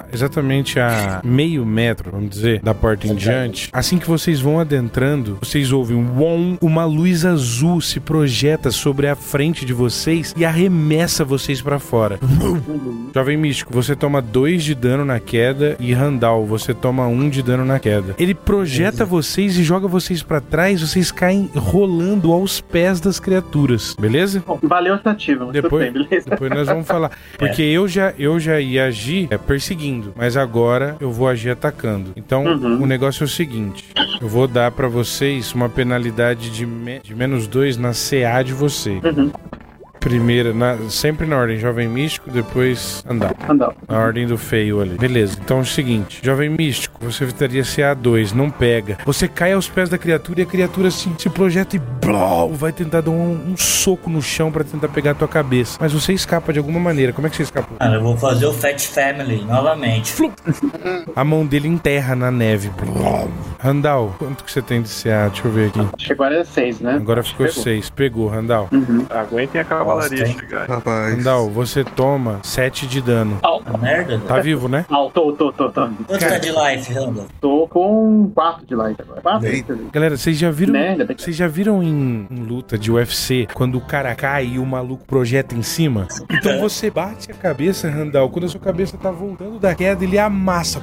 a meio metro, vamos dizer, da porta em diante. Assim que vocês vão adentrando, vocês ouvem uma luz azul se projeta sobre a frente de vocês e arremessa vocês pra fora. Jovem Místico, você toma 2 de dano na queda e Randall, você toma 1 de dano na queda. Ele projeta vocês e joga vocês pra trás, vocês caem rolando aos pés das criaturas, beleza? Valeu a tentativa, mas depois, tudo bem, beleza? Depois nós vamos falar. Porque eu já ia agir perseguindo, mas agora eu vou agir atacando. Então, o negócio é o seguinte, eu vou dar pra vocês uma penalidade de menos 2 na CA de vocês. Primeira, sempre na ordem Jovem Místico, depois Andal. Na ordem do feio ali. Beleza, então é o seguinte, Jovem Místico, você evitaria CA2, não pega. Você cai aos pés da criatura e a criatura se projeta e vai tentar dar um soco no chão pra tentar pegar a tua cabeça. Mas você escapa de alguma maneira. Como é que você escapou? Eu vou fazer o Fat Family novamente. A mão dele enterra na neve. Randall, quanto que você tem de CA? Deixa eu ver aqui. Acho que agora é 6, né? Agora ficou 6. Pegou, Randall. Aguentem a cavalaria chegar. Rapaz. Randall, você toma 7 de dano. A merda. Tá vivo, né? Tô. Quanto tá de life, Randall? Tô com 4 de life agora. 4 de life. Galera, vocês já viram... Merda, Vocês já viram em luta de UFC, quando o cara cai e o maluco projeta em cima? Então você bate a cabeça, Randall, quando a sua cabeça tá voltando da queda, ele amassa.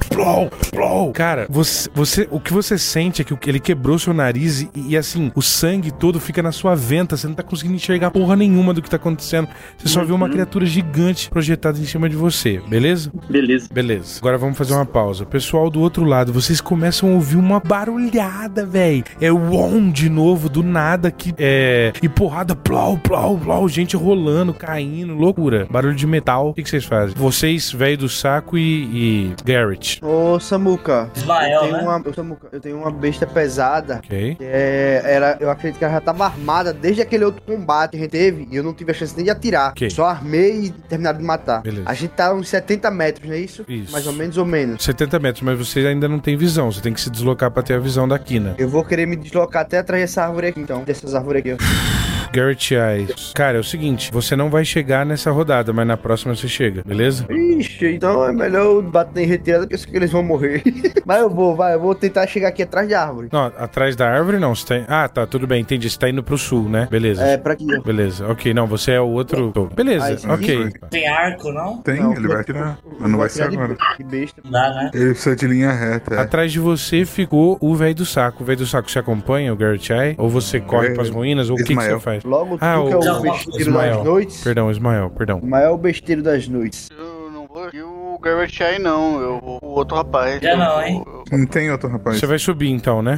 Cara, o que você sente é que ele quebrou seu nariz e assim, o sangue todo fica na sua venta, você não tá conseguindo enxergar porra nenhuma do que tá acontecendo. Você só vê uma criatura gigante projetada em cima de você, beleza? Beleza. Agora vamos fazer uma pausa. Pessoal do outro lado, vocês começam a ouvir uma barulhada, velho. É o on de novo, do nada, que e porrada, plau, gente rolando, caindo, loucura. Barulho de metal. O que vocês fazem? Vocês, velho do saco e Garrett. Ô, Samuca. Ismael, Eu tenho uma besta pesada. Ok. Que eu acredito que ela já tava armada desde aquele outro combate que a gente teve e eu não tive a chance nem de atirar. Ok. Só armei e terminaram de matar. Beleza. A gente tá uns 70 metros, não é isso? Isso. Mais ou menos ou menos. 70 metros, mas você ainda não tem visão. Você tem que se deslocar pra ter a visão da quina. Eu vou querer me deslocar até atrás dessa árvore aqui, então. Dessas árvores aqui, ó. Garrett Eyes. Cara, é o seguinte, você não vai chegar nessa rodada, mas na próxima você chega, beleza? Ixi, então é melhor eu bater em retirada, porque eu sei que eles vão morrer. Mas eu vou tentar chegar aqui atrás da árvore. Não, atrás da árvore não, você tá... Ah, tá, tudo bem, entendi, você tá indo pro sul, né? Beleza. É, pra aqui, ó. Beleza, ok, não, você é o outro... Beleza, Aí, sim. ok. Tem arco, não? Tem, Não, ele vai atirar. Mas não vai ser agora. Que besta. Não dá, né? Ele precisa de linha reta. Atrás de você ficou o velho do saco. O velho do saco se acompanha, o Garrett Eye? Ou você corre pras ruínas? Ou o que você Ismael. faz? Logo, Ah, tu que é o- o besteiro Ismael. das noites. Perdão, Ismael, perdão. O maior besteiro das noites. Eu não vou aqui o Garrett aí, não. Eu vou o outro rapaz. Já não, hein? Não tem outro rapaz. Você vai subir então, né?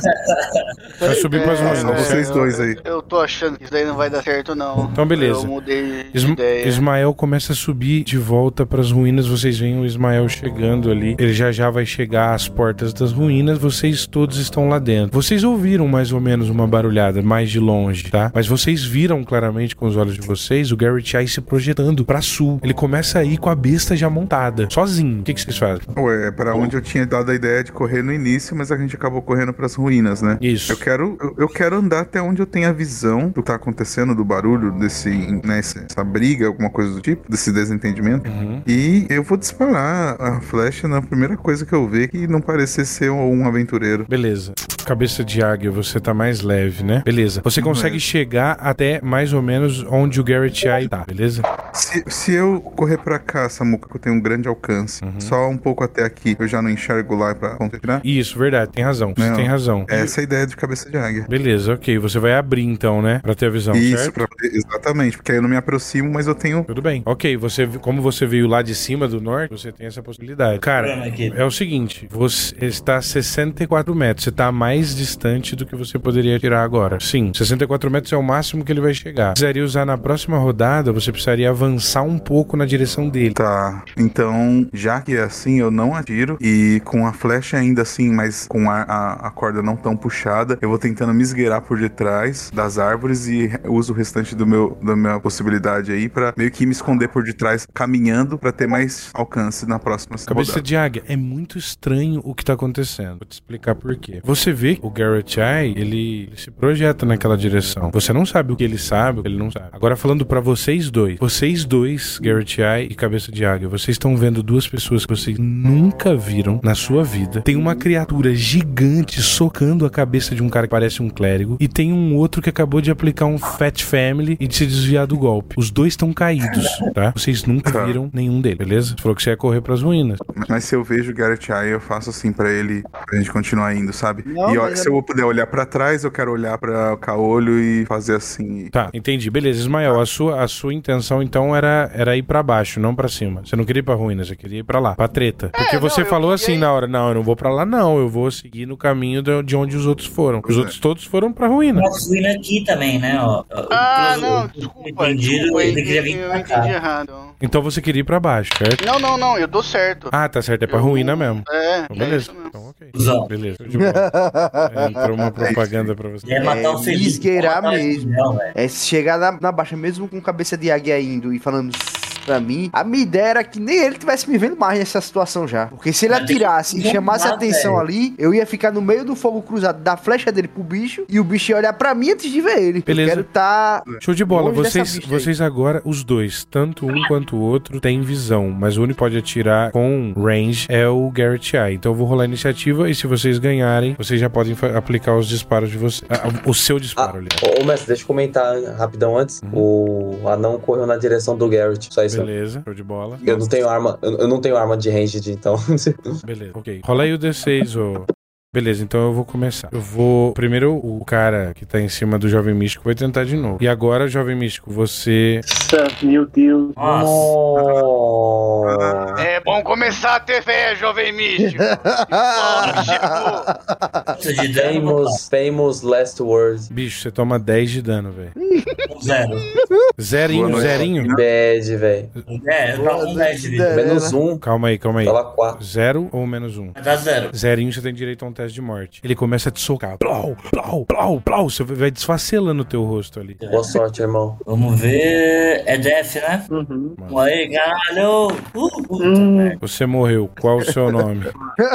Vai subir pras Só ruínas. vocês dois aí. Eu tô achando que isso daí não vai dar certo, não. Então, beleza. Eu mudei de ideia. Ismael começa a subir de volta pras ruínas. Vocês veem o Ismael chegando ali. Ele já vai chegar às portas das ruínas. Vocês todos estão lá dentro. Vocês ouviram mais ou menos uma barulhada mais de longe, tá? Mas vocês viram claramente com os olhos de vocês o Garrett Eye se projetando pra sul. Ele começa a ir com a besta já montada, sozinho. O que vocês fazem? Ué, é pra onde eu tinha dado a ideia de correr no início, mas a gente acabou correndo pras ruínas, né? Isso. Eu quero andar até onde eu tenho a visão do que tá acontecendo, do barulho, desse, né, essa briga, alguma coisa do tipo, desse desentendimento. Uhum. E eu vou disparar a flecha na primeira coisa que eu ver que não parecer ser um aventureiro. Beleza. Cabeça de águia, você tá mais leve, né? Beleza. Você consegue chegar até mais ou menos onde o Garrett Eye tá, beleza? Se eu correr pra cá, Samuca, que eu tenho um grande alcance, só um pouco até aqui, eu já não enxergo lá pra tirar. Isso, verdade, tem razão. Você Não. tem razão. Essa é a ideia de cabeça de águia. Beleza, ok. Você vai abrir então, né? Pra ter a visão, Isso, certo? exatamente, porque aí eu não me aproximo, mas eu tenho. Tudo bem. Ok, como você veio lá de cima do norte, você tem essa possibilidade. Cara, Problema aqui. é o seguinte, você está a 64 metros, você tá mais distante do que você poderia tirar agora. Sim, 64 metros é o máximo que ele vai chegar. Se precisaria usar na próxima rodada, você precisaria avançar um pouco na direção dele. Tá, então, já que é assim, eu não atiro e com a flecha ainda assim, mas com a corda não tão puxada, eu vou tentando me esgueirar por detrás das árvores e uso o restante da minha possibilidade aí pra meio que me esconder por detrás, caminhando pra ter mais alcance na próxima Cabeça rodada. de águia, é muito estranho o que tá acontecendo. Vou te explicar por quê. Você vê que o Garrett Eye, ele se projeta naquela direção. Você não sabe o que ele sabe, o que ele não sabe. Agora falando pra vocês dois, Garrett Eye e Cabeça de Águia, vocês estão vendo duas pessoas que vocês nunca viram na sua vida. Tem uma criatura gigante socando a cabeça de um cara que parece um clérigo e tem um outro que acabou de aplicar um Fat Family e de se desviar do golpe. Os dois estão caídos, tá? Vocês nunca viram nenhum deles, beleza? Você falou que você ia correr pras ruínas. Mas se eu vejo o Garrett Eye, eu faço assim pra gente continuar indo, sabe? Não, e mas se eu puder olhar pra trás, eu quero olhar pra o caolho e fazer assim. Tá, entendi. Beleza, Ismael, a sua intenção então era ir pra baixo, não pra cima. Você não queria ir pra ruínas, você queria ir pra lá, pra treta. Porque você não, falou eu assim queria na hora, não, eu não vou pra lá não, eu vou seguir no caminho de onde os outros foram. Os outros todos foram pra ruína. Nós fui aqui também, né? Ó. Não, desculpa, Ele queria vir eu pra entendi cá. errado. Então você queria ir pra baixo, certo? Não, eu tô certo. Ah, tá certo, é pra ruína mesmo. Então, É beleza. isso mesmo. Então, ok. Cusão. Beleza. show de bola. Entrou uma propaganda pra você. Ele ia matar o me Felipe. esgueirar matar o mesmo. Ismael, velho. É se chegar na baixa, mesmo com cabeça de águia indo e falando pra mim, a minha ideia era que nem ele tivesse me vendo mais nessa situação já. Porque se ele Mas tem atirasse que e chamasse a bombar, atenção velho. ali, eu ia ficar no meio do fogo cruzado da flecha dele pro bicho e o bicho ia olhar pra mim antes de ver ele. Beleza. Eu quero tá... Show de bola, Longe dessa vocês, bicha aí. vocês agora, os dois, tanto um quanto o outro, têm visão, mas o único que pode atirar com range é o Garrett Eye. Então eu vou rolar a iniciativa e se vocês ganharem, vocês já podem aplicar os disparos de vocês. O seu disparo, aliás. Ô, mestre, deixa eu comentar rapidão antes. O anão correu na direção do Garrett. Só isso. Beleza, show de bola. Eu não tenho arma, eu não tenho arma de ranged, então. Beleza, ok. Rola aí o D6, ô. Beleza, então eu vou começar. Eu vou... Primeiro, o cara que tá em cima do Jovem Místico vai tentar de novo. E agora, Jovem Místico, você... Nossa, meu Deus. Nossa. Oh. É bom começar a ter fé, jovem místico. Quanto de dano? Famous last words. Bicho, você toma 10 de dano, velho. Zero. Zerinho, Boa noite. zerinho. Bad, velho. É, eu tava com 10 de vida. Menos um. Calma aí. Tava 4. 0 ou menos 1? Dá zero. Zerinho, você tem direito a um teste de morte. Ele começa a te socar. Plau, plau, plau, plau. Você vai desfacelando o teu rosto ali. Boa sorte, irmão. Vamos ver. É DF, né? Uhum. Vamos aí, caralho. Você morreu. Qual o seu nome?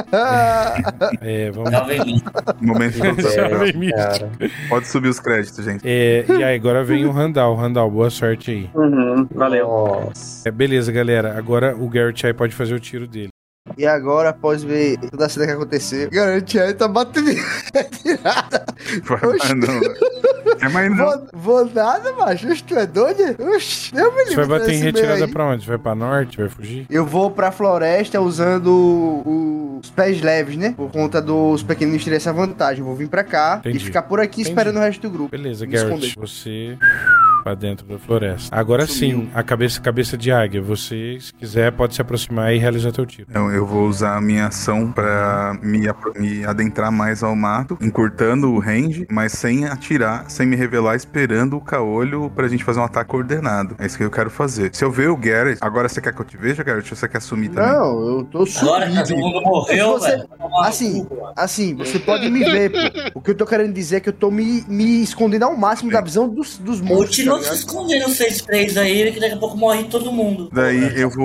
Vamos lá. Momento Jovem Místico. Cara. Pode subir os créditos, gente. E aí, agora vem o Randall. Randall, boa sorte aí. Valeu. Nossa. Beleza, galera. Agora o Garrett aí pode fazer o tiro dele. E agora, após ver toda a cena que aconteceu, Garrett aí tá batendo retirada. Oxi. Não. É mais não. Vou nada, macho. Oxe, tu é doido? Oxi, eu me Você vai bater em nesse meio retirada aí. pra onde? Você vai pra norte? Vai fugir? Eu vou pra floresta usando os pés leves, né? Por conta dos pequeninos terem essa vantagem. Eu vou vir pra cá Entendi. e ficar por aqui Entendi. esperando o resto do grupo. Beleza, Me Garrett. esconder. Você pra dentro da floresta. Agora Sumiu. sim, a cabeça de águia. Você, se quiser, pode se aproximar e realizar teu tiro. Então, eu vou usar a minha ação pra me adentrar mais ao mato, encurtando o range, mas sem atirar, sem me revelar, esperando o caolho pra gente fazer um ataque coordenado. É isso que eu quero fazer. Se eu ver o Garrett, agora você quer que eu te veja, Garrett, ou você quer sumir também? Não, eu tô Agora que todo sumido. mundo morreu, Você- velho. Assim, você pode me ver, pô. O que eu tô querendo dizer é que eu tô me escondendo ao máximo da visão dos monstros. Continua tá se ligado? escondendo vocês três aí, que daqui a pouco morre todo mundo. Daí eu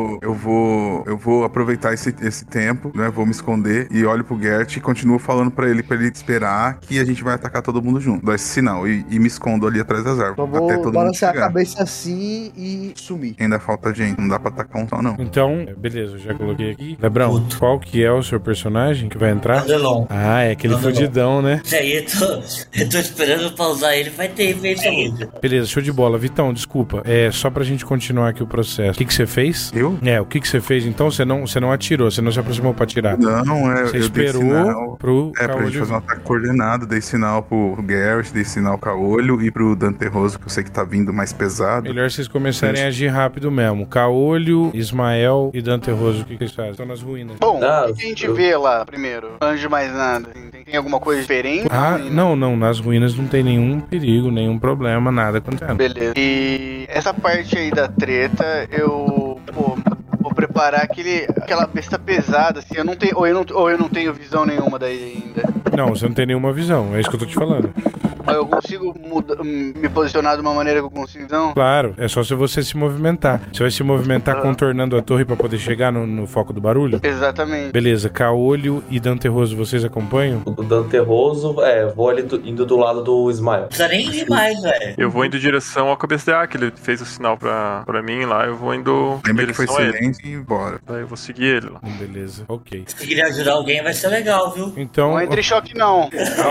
vou aproveitar esse tempo, né? Vou me esconder e olho pro Gert e continuo falando pra ele esperar que a gente vai atacar todo mundo junto. Dá esse sinal e me escondo ali atrás das árvores. Só Até vou todo mundo balancear a chegar. cabeça assim e sumir. Ainda falta gente, não dá pra atacar um só não. Então, beleza, eu já coloquei aqui. Lebrão, Puto. qual que é o seu personagem que vai entrar? Adelon. Ah, é aquele Adelon. fudidão, né? Isso aí, eu tô esperando pra usar ele, vai ter efeito ainda. Beleza, show de bola. Vitão, desculpa. Só pra gente continuar aqui o processo. O que você fez? Eu? O que você fez? Então você não atirou, você não se aproximou pra atirar. Não, Você eu dei esperou sinal. pro Pra gente caolho. fazer um ataque coordenado, dei sinal pro Garrett, dei sinal Caolho e pro Dante Roso, que eu sei que tá vindo mais pesado. Melhor vocês começarem a agir rápido mesmo. Caolho, Ismael e Dante Roso, o que vocês fazem? Estão nas ruínas. Bom, Ah, o que a gente vê lá primeiro? Antes de mais nada, tem alguma coisa diferente? Não, nas ruínas não tem nenhum perigo, nenhum problema, nada acontecendo. Beleza. E essa parte aí da treta, eu vou preparar aquela besta pesada, assim, eu não tenho, ou eu não tenho visão nenhuma daí ainda. Não, você não tem nenhuma visão, é isso que eu tô te falando. Mas eu consigo me posicionar de uma maneira que eu consigo, não? Claro, é só se você se movimentar. Você vai se movimentar contornando a torre pra poder chegar no foco do barulho? Exatamente. Beleza, Caolho e Dante Roso, vocês acompanham? O Dante Roso, vou ali indo do lado do Ismael. Não precisa nem ir mais, velho. Eu vou indo em direção ao cabeça de águia, que ele fez o sinal pra mim lá, eu vou indo em Lembra que foi direção a ele. silêncio e bora. Daí eu vou seguir ele lá. Beleza, ok. Se querer ajudar alguém, vai ser legal, viu? Então, Não entre em choque, não.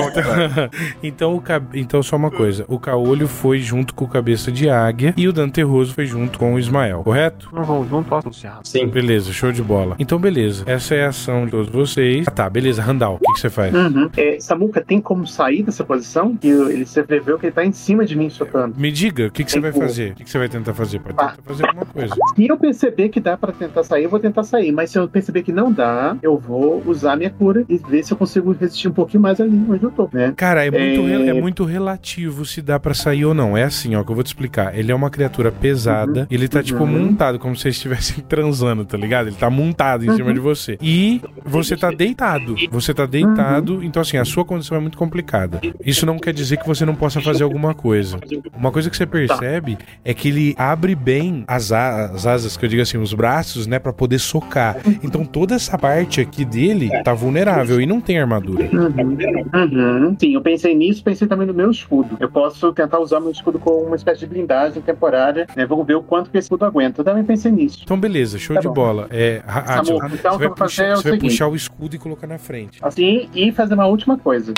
então só uma coisa. O Caolho foi junto com o Cabeça de Águia e o Dante Roso foi junto com o Ismael, correto? Não vamos junto, associado. Sim. Beleza, show de bola. Então, beleza. Essa é a ação de todos vocês. Tá, beleza. Randall, o que você faz? Samuca tem como sair dessa posição? E ele se preveu que ele tá em cima de mim socando. Me diga, o que você vai fazer? O que você vai tentar fazer? Pode tentar fazer alguma coisa. Se eu perceber que dá pra tentar sair, eu vou tentar sair. Mas se eu perceber que não dá, eu vou usar minha cura e ver se eu consigo resistir um pouquinho mais ali onde eu tô, né? Cara, é muito relativo se dá pra sair ou não. É assim, ó, que eu vou te explicar. Ele é uma criatura pesada, ele tá, tipo, montado, como se vocês estivessem transando, tá ligado? Ele tá montado em cima de você. E você tá deitado. Você tá deitado, então, assim, a sua condição é muito complicada. Isso não quer dizer que você não possa fazer alguma coisa. Uma coisa que você percebe é que ele abre bem as asas, que eu digo assim, os braços, né, pra poder socar. Então, toda essa parte aqui dele tá vulnerável e não tem armadura. Sim, eu pensei nisso, pensei também no meu escudo. Eu posso tentar usar meu escudo com uma espécie de blindagem temporária, né? Vamos ver o quanto que esse escudo aguenta. Eu também pensei nisso. Então, beleza, show de bola. Átila, então você eu vou fazer vai o seguinte. puxar o escudo e colocar na frente. Assim, e fazer uma última coisa.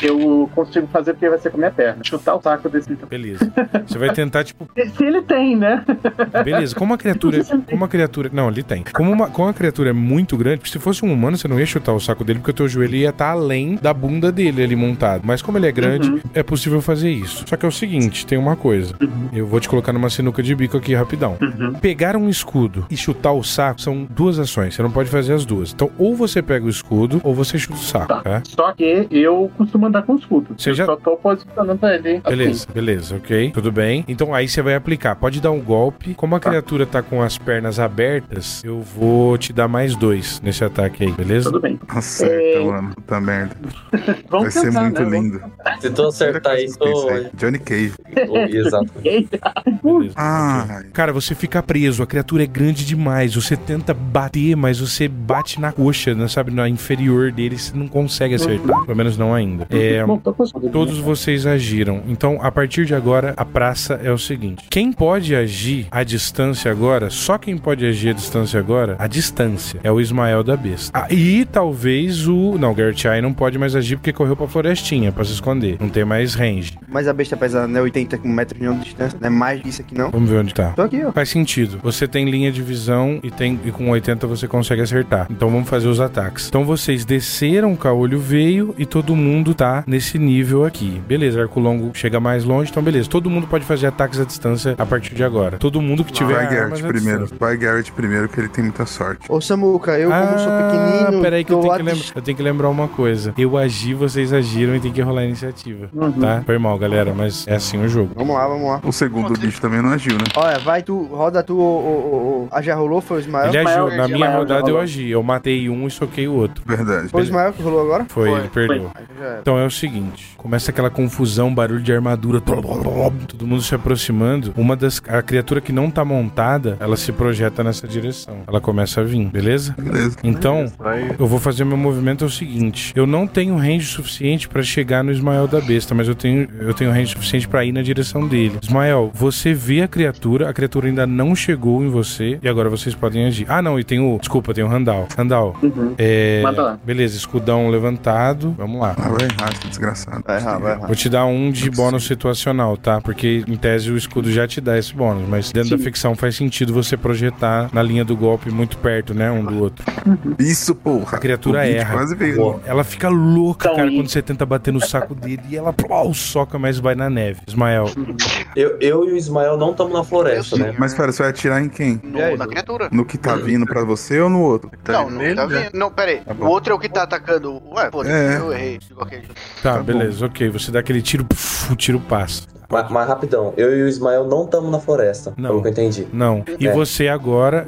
Eu consigo fazer porque vai ser com a minha perna. Chutar o saco desse. Beleza. Você vai tentar, tipo... Se ele tem, né? Beleza, como a criatura... Não, ele tem. Como a criatura é muito grande, porque se fosse um humano, você não ia chutar o saco dele, porque o teu joelho ia estar além da bunda dele ali montado. Mas como ele é grande, é possível fazer isso. Só que é o seguinte, tem uma coisa. Eu vou te colocar numa sinuca de bico aqui rapidão. Pegar um escudo e chutar o saco são duas ações. Você não pode fazer as duas. Então, ou você pega o escudo, ou você chuta o saco, tá? Só que eu costumo andar com o escudo. Você já... Só tô posicionando ele. Beleza, ok. Tudo bem. Então aí você vai aplicar. Pode dar um golpe. Como a criatura tá com as pernas abertas, eu vou te dar mais 2 nesse ataque aí, beleza? Tudo bem. Acerta, mano. Puta merda. Vamos Vai ser tentar, muito né? lindo. acertar isso. Johnny Cage. Exato. Beleza. Ah, Cara, você fica preso, a criatura é grande demais. Você tenta bater, mas você bate na coxa, né, sabe? Na inferior dele, você não consegue acertar. Pelo menos não ainda. Bom, tô conseguindo. Todos vocês agiram. Então, a partir de agora, a praça é o seguinte. Quem pode agir à distância agora, só quem pode agir à distância agora, à distância, é o Ismael da Besta. Ah, e talvez o... Não, o Garrett Eye não pode mais agir porque correu pra florestinha, pra se esconder. Não tem mais range. Mas a besta pesa, né, 80 metros de distância, não é mais isso aqui não. Vamos ver onde tá. Tô aqui, ó. Faz sentido. Você tem linha de visão e com 80 você consegue acertar. Então vamos fazer os ataques. Então vocês desceram, o Caolho veio e todo mundo tá nesse nível aqui. Beleza, arco longo chega mais longe, então beleza. Todo mundo pode fazer ataques à distância a partir de agora. Todo mundo que tiver vai armas Garrett à primeiro. distância. Vai Garrett primeiro, que ele tem muita sorte. Ô, Samuca, eu como sou pequenino... Peraí que eu tô tenho que lembrar uma coisa. Eu agi, vocês agiram e tem que rolar a iniciativa. Tá? Foi mal, galera, mas é assim o jogo. Vamos lá, vamos lá. O segundo bicho também não agiu, né? Olha, vai tu, roda tu, já rolou, foi o Ismael? Ele agiu. Na minha Ismael rodada já eu rolou. agi. Eu matei um e soquei o outro. Verdade. Foi o Ismael que rolou agora? Foi, ele perdeu. Aí já era. Então é o seguinte, começa aquela confusão, barulho de armadura, todo mundo se aproximando. A criatura que não tá montada, ela se projeta nessa direção. Ela começa a vir, beleza? Beleza. Então, Vai. eu vou fazer meu movimento é o seguinte, eu não tenho range suficiente pra chegar no Ismael da Besta, mas eu tenho range suficiente pra ir na direção dele. Ismael, você vê a criatura ainda não chegou em você e agora vocês podem agir. Ah, não, e tem o Randall. Randall, Manda lá. beleza, escudão levantado, vamos lá. Ah, vai errar, esse desgraçado. Vai errar, vai errar. Vou te dar um de bônus situacional, tá? Porque em tese o escudo já te dá esse bônus, mas dentro da ficção faz sentido você projetar na linha do golpe muito perto, né? Um do outro. Isso, porra. A criatura O beat erra. quase veio. Ela fica louca, Então, cara, e- quando você tenta bater no saco dele e ela soca, mas vai na neve. Ismael, Eu e o Ismael não estamos na floresta, né? Mas pera, você vai atirar em quem? Na criatura. No que tá vindo pra você ou no outro? Não, não tá vendo. Não, pera aí. O outro é o que tá atacando. Ué, pô, É. eu errei de qualquer jeito. tá, beleza, ok. Você dá aquele tiro, o tiro passa. Mas rapidão, eu e o Ismael não estamos na floresta. Não. Pelo que eu entendi. Não. E É. você agora,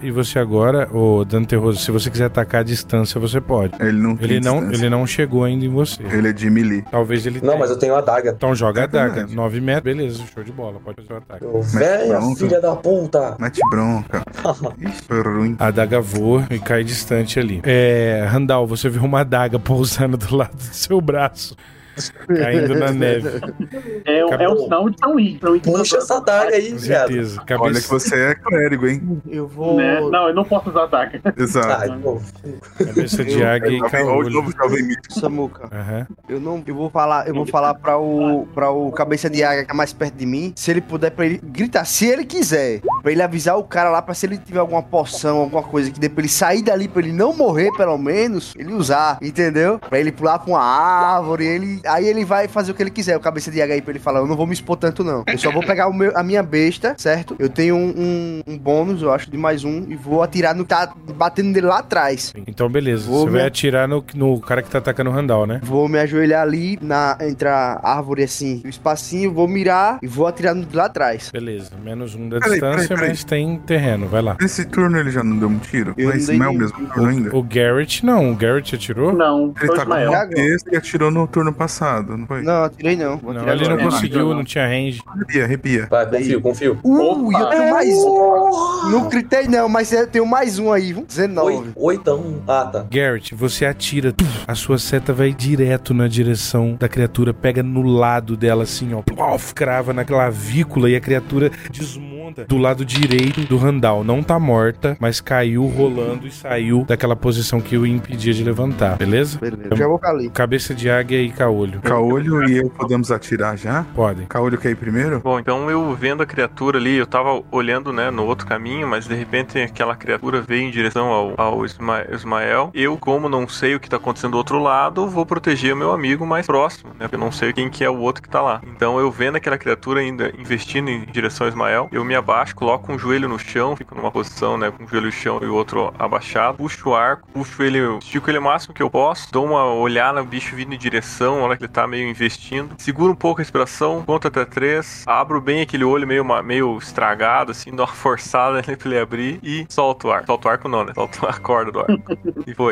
ô Dante Rosa, se você quiser atacar a distância, você pode. Ele não tem distância. Ele não chegou ainda em você. Ele é de melee. Talvez ele Não, tenha. mas eu tenho a adaga. Então joga a daga. verdade. 9 metros, beleza, show de bola. Pode fazer o ataque. Ô, velha bronca. filha da puta. Mete bronca. Ixi, foi ruim. A adaga voa e cai distante ali. Randall, você viu uma adaga pousando do lado do seu braço, caindo na neve. É um sinal de São I. Puxa essa adaga aí, Com viado. certeza. Olha que você é clérigo, hein? Eu vou... Né? Não, eu não posso usar ataque. Exato. Ai, pô. Cabeça de águia e Olha o caolho. novo jovem mítico. Samuca, Aham. eu vou falar pra o cabeça de águia que é mais perto de mim, se ele puder pra ele gritar, se ele quiser, pra ele avisar o cara lá, pra se ele tiver alguma poção, alguma coisa que dê pra ele sair dali, pra ele não morrer, pelo menos, ele usar, entendeu? Pra ele pular pra uma árvore, aí ele vai fazer o que ele quiser, o cabeça de águia aí, pra ele falar, eu não vou me expor tanto não, eu só vou pegar a minha besta, certo? Eu tenho um bônus, eu acho, de mais um, e vou atirar no que tá batendo nele lá atrás. Então, beleza. Vou Você vai me- atirar no cara que tá atacando o Randall, né? Vou me ajoelhar ali entre a árvore assim, o espacinho, vou mirar e vou atirar no de lá atrás. Beleza. Menos um da Peraí, distância, peraí. mas tem terreno. Vai lá. Nesse turno ele já não deu um tiro? Eu Mas não dei não é o nenhum. mesmo turno ainda? O Garrett, não. O Garrett atirou? Não, Ele foi o tá com Ismael. uma besta e atirou no turno passado, não foi? Não, atirei não. Vou Não, atirar ele não agora. conseguiu, não tinha range. Arrepia. Vai, confio. E eu tenho mais Opa! Não gritei não, mas eu tenho mais um aí, viu? 19. Oitão. Ah, tá. Garrett, você atira, a sua seta vai direto na direção da criatura, pega no lado dela assim, ó, plof, crava na clavícula e a criatura desmonta do lado direito do Randall. Não tá morta, mas caiu rolando e saiu daquela posição que o impedia de levantar, beleza? Beleza. Já vou ali. Cabeça de águia e caolho. Caolho e eu podemos atirar já? Podem. Caolho quer ir primeiro? Bom, então eu vendo a criatura ali, eu tava olhando, né, no outro caminho, mas de repente aquela criatura veio em direção ao Ismael. Eu, como não sei o que tá acontecendo do outro lado, vou proteger o meu amigo mais próximo, né, porque eu não sei quem que é o outro que tá lá. Então eu vendo aquela criatura ainda investindo em direção ao Ismael, eu me abaixo, coloco um joelho no chão, fico numa posição, né, com o joelho no chão e o outro abaixado, puxo o arco, puxo ele, estico ele o máximo que eu posso, dou uma olhada no bicho vindo em direção, a hora que ele tá meio investindo, seguro um pouco a respiração, conto até 3, abro bem aquele olho meio estragado, assim, dou uma forçada nele pra ele abrir e solto o arco. Solto o arco não, né? Solto a corda do arco. E foi.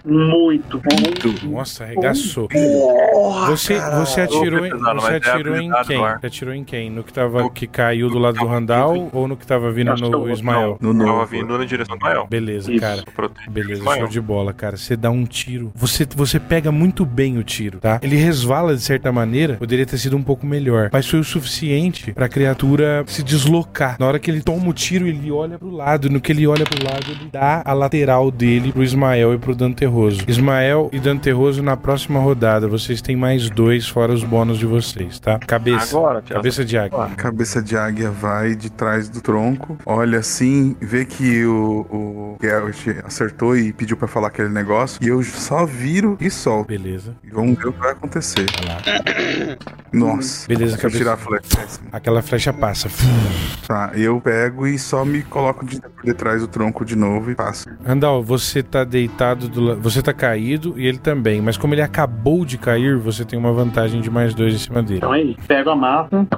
Muito. Nossa, arregaçou. Porra, Você atirou em quem? Você Você atirou em quem? No que caiu do lado do Randall ou no que tava vindo no Ismael? No Tava novo. vindo na direção do Ismael. Beleza, Isso. cara. Proteger Beleza, Ismael. show de bola, cara. Você dá um tiro. Você pega muito bem o tiro, tá? Ele resvala de certa maneira, poderia ter sido um pouco melhor, mas foi o suficiente pra criatura se deslocar. Na hora que ele toma o tiro, ele olha pro lado. No que ele olha pro lado, ele dá a lateral dele pro Ismael e pro Danterroso. Ismael e Danterroso na próxima rodada. Vocês têm mais 2 fora os bônus de vocês, tá? Cabeça. Agora, Thiago. Cabeça de águia. A cabeça de águia vai de trás do tronco, olha assim, vê que o Garrett acertou e pediu pra falar aquele negócio, e eu só viro e solto. Beleza. E vamos ver o que vai acontecer. Vai lá. Nossa. Beleza, deixa eu cabeça. tirar a flecha. Aquela flecha passa. Tá, eu pego e só me coloco por detrás do tronco de novo e passo. Randall, você tá deitado você tá caído e ele também, mas como ele acabou de cair, você tem uma vantagem de mais 2 em cima dele. Então aí, pego a mata.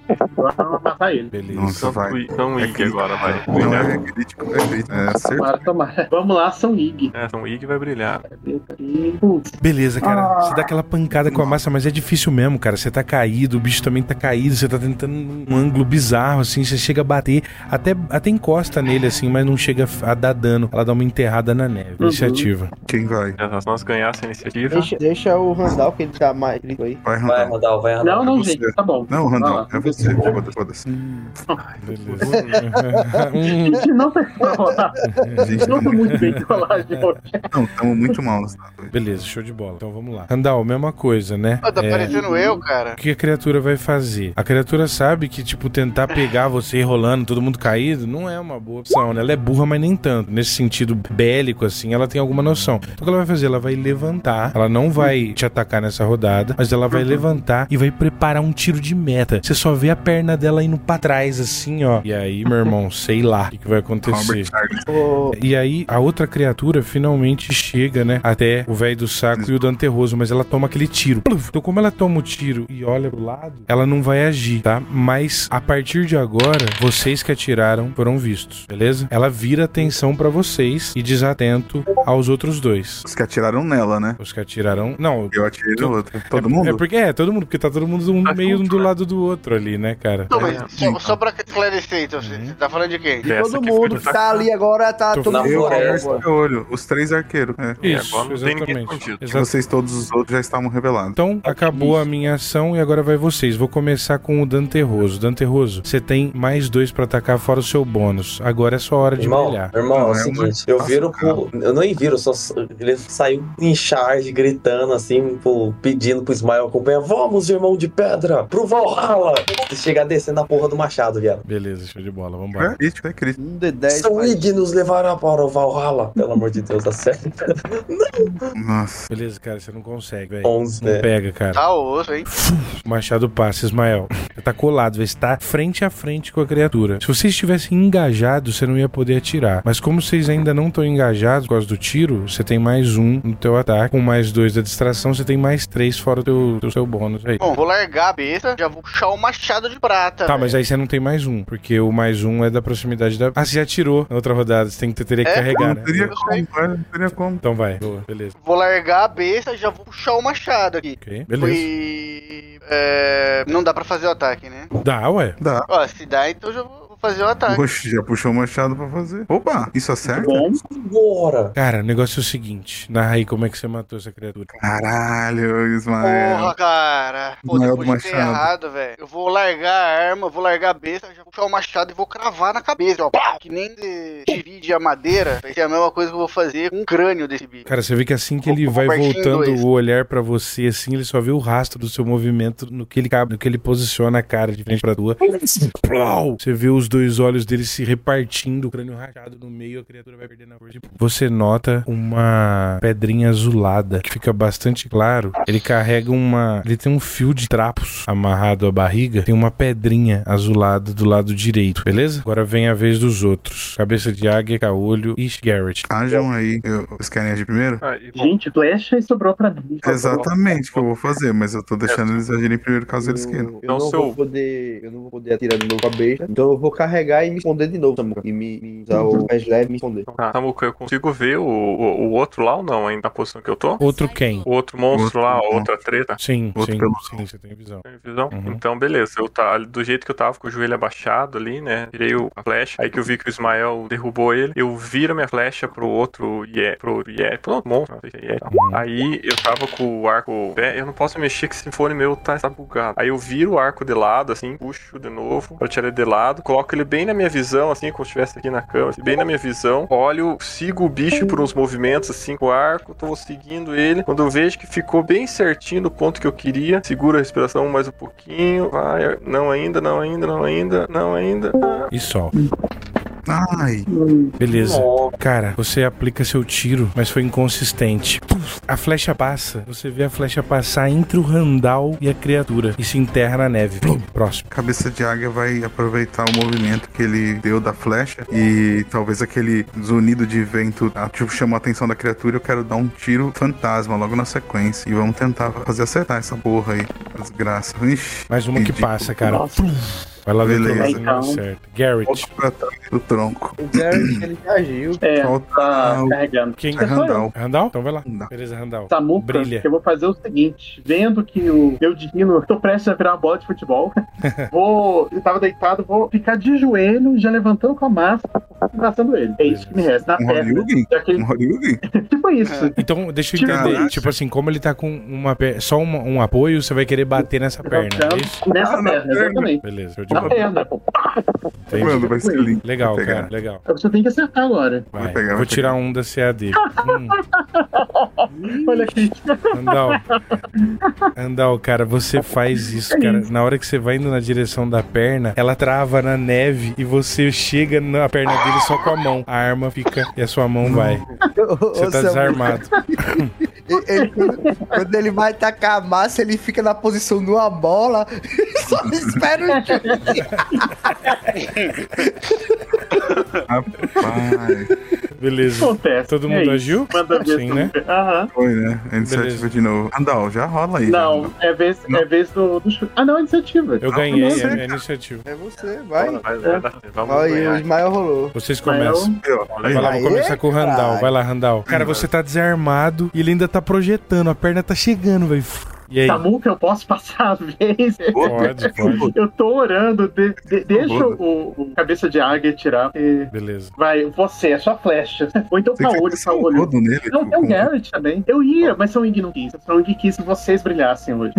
Vou matar ele. Beleza. Nossa, vai. Então, Ig agora vai. Não é crítico, é crítico. É certo. Tomara. Vamos lá, São Ig. Então, o Ig vai brilhar. Putz, Beleza, cara. Você dá aquela pancada com a massa, mas é difícil mesmo, cara. Você tá caído, o bicho também tá caído, você tá tentando um ângulo bizarro, assim, você chega a bater, até encosta nele, assim, mas não chega a dar dano. Ela dá uma enterrada na neve. Iniciativa. Quem vai? Se nós ganhássemos a iniciativa, Deixa o Randall, que ele tá mais grito aí. Vai, Vai, Randall. Randall, vai, Randall. Não, você. gente, tá bom. Não, Vai Randall, lá. é você. Foda-se. Beleza. Gente, não foi Gente, não foi muito bem de falar de hoje. não, estamos muito mal nessa data. Beleza, show de bola. Então vamos lá. Randall, mesma coisa, né? Tá parecendo eu, cara. O que a criatura vai fazer? A criatura sabe que, tipo, tentar pegar você rolando, todo mundo caído, não é uma boa opção, né? Ela é burra, mas nem tanto. Nesse sentido bélico, assim, ela tem alguma noção. Então o que ela vai fazer? Ela vai levantar. Ela não vai te atacar nessa rodada, mas ela vai levantar e vai preparar um tiro de meta. Você só vê a perna dela indo pra trás, assim, ó. E aí, meu irmão, sei lá o que vai acontecer. Robert Charles. E aí, a outra criatura finalmente chega, né, até o velho do saco e o Danterroso, mas ela toma aquele tiro. Então, como ela toma o tiro e olha pro lado, ela não vai agir, tá? Mas, a partir de agora, vocês que atiraram foram vistos, beleza? Ela vira atenção pra vocês e desatento aos outros dois. Os que atiraram nela, né? Os que atiraram... Não, Eu atirei no outro. Todo mundo? todo mundo, porque tá todo mundo meio um do lado do outro ali, né, cara? Não, mas só pra esclarecer, então, você tá falando de quem? De Essa todo que mundo fica que tá ali agora, tá Tô todo na mundo Eu, floresta. Garrett e Caolho. Os 3 arqueiros. É. Isso, agora não tem ninguém exatamente. escondido. Exato. Vocês todos os outros já estavam revelados. Então, acabou a minha ação e agora vai vocês. Vou começar com o Danterroso. Danterroso, você tem mais 2 pra atacar fora o seu bônus. Agora é sua hora de brilhar. Irmão, é o Não, é seguinte, uma- eu viro pro... Eu nem viro, ele saiu em charge, gritando assim, pedindo pro Ismael acompanhar. Vamos, irmão de pedra, pro Valhalla! Se chegar descendo a porra do machado, viado. Beleza, show de bola, É vambora. crítico, é crítico. Um de 10. São Ig nos levará para o Valhalla. Pelo amor de Deus, acerta. Nossa. Beleza, cara, você não consegue, velho. 11, Não né? pega, cara. Tá osso, hein? O machado passa, Ismael. Você tá colado, você tá frente a frente com a criatura. Se vocês estivessem engajados, você não ia poder atirar. Mas como vocês ainda não estão engajados por causa do tiro, você tem mais 1 no teu ataque. Com mais 2 da distração, você tem mais 3 fora do seu bônus aí. Bom, vou largar a besta, já vou puxar o machado de prata. Tá, velho. mas aí você não tem mais 1, porque o mais 1 é da proximidade da... Ah, você já tirou na outra rodada, você teria que carregar, Não né? teria Eu sei. como, não teria como. Então vai, boa, beleza. Vou largar a besta, já vou puxar o machado aqui. Ok, beleza. Não dá pra fazer o ataque, né? Dá, ué. Dá. Ó, se dá, então eu já vou fazer o ataque. Oxe, já puxou o machado pra fazer. Opa, isso acerta? Bom, Agora! Cara, o negócio é o seguinte. Narra aí como é que você matou essa criatura. Caralho, Ismael. Porra, cara. Pô, Ismael depois do de ter machado. errado, velho. Eu vou largar a arma, vou largar a besta, já vou puxar o machado e vou cravar na cabeça, ó. Pá! Que nem divide a madeira. Vai ser a mesma coisa que eu vou fazer com o crânio desse bicho. Cara, você vê que assim que ele vai Partir em voltando dois. o olhar pra você, assim, ele só vê o rastro do seu movimento no que ele posiciona a cara de frente pra tua. Plau! Você vê os 2 olhos dele se repartindo, o crânio rachado no meio, a criatura vai perdendo a força. Você nota uma pedrinha azulada, que fica bastante claro. Ele carrega ele tem um fio de trapos amarrado à barriga, tem uma pedrinha azulada do lado direito, beleza? Agora vem a vez dos outros. Cabeça de águia, caolho e Garrett. Ajam aí. Vocês querem agir primeiro? gente, flecha e sobrou pra mim. Exatamente o que eu vou fazer, mas eu tô deixando eles agirem primeiro caso eles queiram. Eu não vou poder atirar de novo a besta, então eu vou carregar e me esconder de novo, Samuca. E me usar o mais leve e me esconder. Tá, Samuca, eu consigo ver o outro lá ou não, ainda na posição que eu tô? Outro quem? O outro monstro lá, Outro outra treta? Sim, Outro sim, pelo- sim, você tem visão. Tem visão? Uhum. Então, beleza. Eu do jeito que eu tava, com o joelho abaixado ali, né? Tirei a flecha. Aí que eu vi que o Ismael derrubou ele. Eu viro minha flecha pro outro pro monstro. Não sei se é Yeti. Aí eu tava com o arco. Eu não posso mexer que esse fone meu tá bugado. Aí eu viro o arco de lado, assim, puxo de novo, pra tirar ele de lado, coloco ele bem na minha visão, assim, como se estivesse aqui na cama, assim, bem na minha visão. Olho, sigo o bicho por uns movimentos, assim, com o arco, tô seguindo ele. Quando eu vejo que ficou bem certinho no ponto que eu queria, seguro a respiração mais um pouquinho, vai, não ainda. E solta. Ai, Beleza. Cara, você aplica seu tiro, mas foi inconsistente. Puf, a flecha passa. Você vê a flecha passar entre o Randall e a criatura e se enterra na neve. Plum, próximo. cabeça de águia vai aproveitar o movimento que ele deu da flecha e talvez aquele zunido de vento chamou a atenção da criatura. Eu quero dar um tiro fantasma logo na sequência e vamos tentar fazer acertar essa porra aí. Desgraça. Ixi, Mais uma que ridículo. passa, cara. Vai lá ver Beleza. se não certo. Garrett. Volta pra trás do tronco. O Garrett, ele reagiu. Falta Tá o carregando. Quem? é Randall. Randall? Então vai lá. Randall. Beleza, Randall. Samuca, Brilha. que eu vou fazer o seguinte, vendo que o meu destino, tô prestes a virar uma bola de futebol, eu tava deitado, vou ficar de joelho, já levantando com a massa, abraçando ele. É isso que me resta, na Um perna. Horyugen? Já que ele- Um Horyugen? Tipo isso. Então, deixa eu Tipo, entender. caraca. Tipo assim, como ele tá com só um apoio, você vai querer bater nessa perna, é isso? Nessa Ah, na perna, perna. exatamente. Beleza, show de Na bola. perna, pô. Entendi. Mano, vai ser lindo. Legal, Vou pegar. cara, legal. Você tem que acertar agora. Vai. Vou pegar, Vou vou tirar pegar. um da CAD. Olha aqui. Randall, cara, você faz isso, cara. Na hora que você vai indo na direção da perna, ela trava na neve e você chega na perna dele só com a mão. A arma fica e a sua mão vai. Você tá desarmado. Quando ele vai tacar a massa, ele fica na posição de uma bola. Só espera o tiro. Rapaz, Beleza. Acontece. Todo É mundo isso. agiu? Manda ver. Sim, né? Aham. foi, né? A iniciativa Beleza. de novo. Randall, já rola aí. Não, já. é vez do chute. Ah, não, é iniciativa. Eu ganhei, você, é minha iniciativa. É você, vai. Vamos Olha aí, o ganhar. Ismael rolou. Vocês começam. Aí, ó. Aí, Vai lá, ó. vou começar com o Randall. caralho. Vai lá, Randall. Cara, você tá desarmado e ele ainda tá projetando. A perna tá chegando, velho. E aí? Samuca, eu posso passar a vez? Pode. Eu tô orando, deixa o cabeça de águia tirar. Beleza. Vai, você, é sua flecha. Ou então Você quer caolho, passar um caolho. rodo nele? Não, tem o Garrett também. Eu ia, mas São Ing não quis. São Ing quis que vocês brilhassem hoje.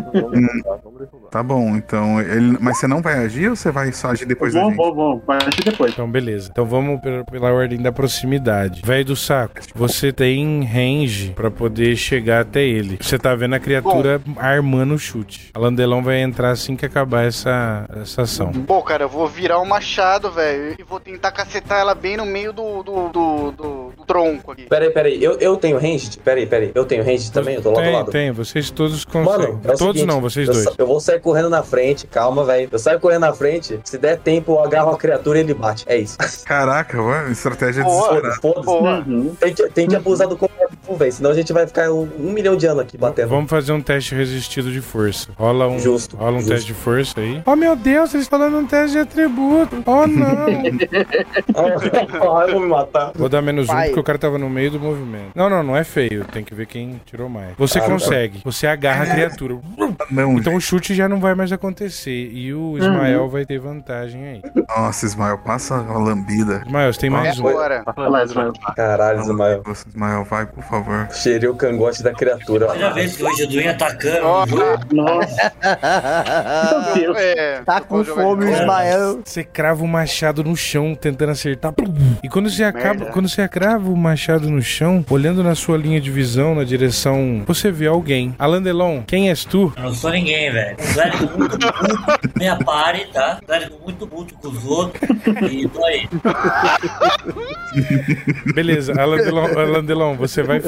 Tá bom, então. Mas você não vai agir ou você vai só agir depois da gente? Vou. Vai agir depois. Então, beleza. Então vamos pela ordem da proximidade. Velho do saco, você tem range pra poder chegar até ele. Você tá vendo a criatura armando o chute. A Landelão vai entrar assim que acabar essa ação. Pô, cara, eu vou virar o machado, velho, e vou tentar cacetar ela bem no meio do tronco aqui. Peraí, eu tenho ranged? Peraí, eu tenho ranged também? Eu tô lá do lado. Tem. Vocês todos conseguem. Mano, é o Todos seguinte, não, vocês dois. Eu vou sair correndo na frente, calma, velho. Eu saio correndo na frente, se der tempo, eu agarro a criatura e ele bate. É isso. Caraca, ué, estratégia Boa. desesperada. Foda-se. Boa. Uhum. Tem que abusar do combate, velho. Senão a gente vai ficar 1 milhão de anos aqui batendo. Vamos fazer um teste resistido de força. Rola um Justo. teste de força aí. Oh, meu Deus, eles falando um teste de atributo. Oh, não. Eu vou me matar. Vou dar menos um Vai. porque o cara tava no meio do movimento. Não é feio. Tem que ver quem tirou mais. Você Ah, consegue. Você agarra a criatura. Não, Então o chute já não vai mais acontecer. E o Ismael vai ter vantagem aí. nossa, Ismael, passa a lambida. Ismael, você tem mais um. Agora. Vai lá, Ismael. Caralho, Ismael. Nossa, Ismael, vai, por favor. Cheirei o cangote da criatura. Primeira vez que hoje eu tô atacando. Nossa, meu Deus. Tá com fome o Ismael. Você crava o machado no chão, tentando acertar. E quando você crava o machado no chão, olhando na sua linha de visão, na direção, você vê alguém. Alan Delon, quem és tu? Eu não sou ninguém, velho. Clérigo muito puto, minha pare, tá? Clérigo muito puto com os outros. E tô aí. Beleza, Alan Delon, você vai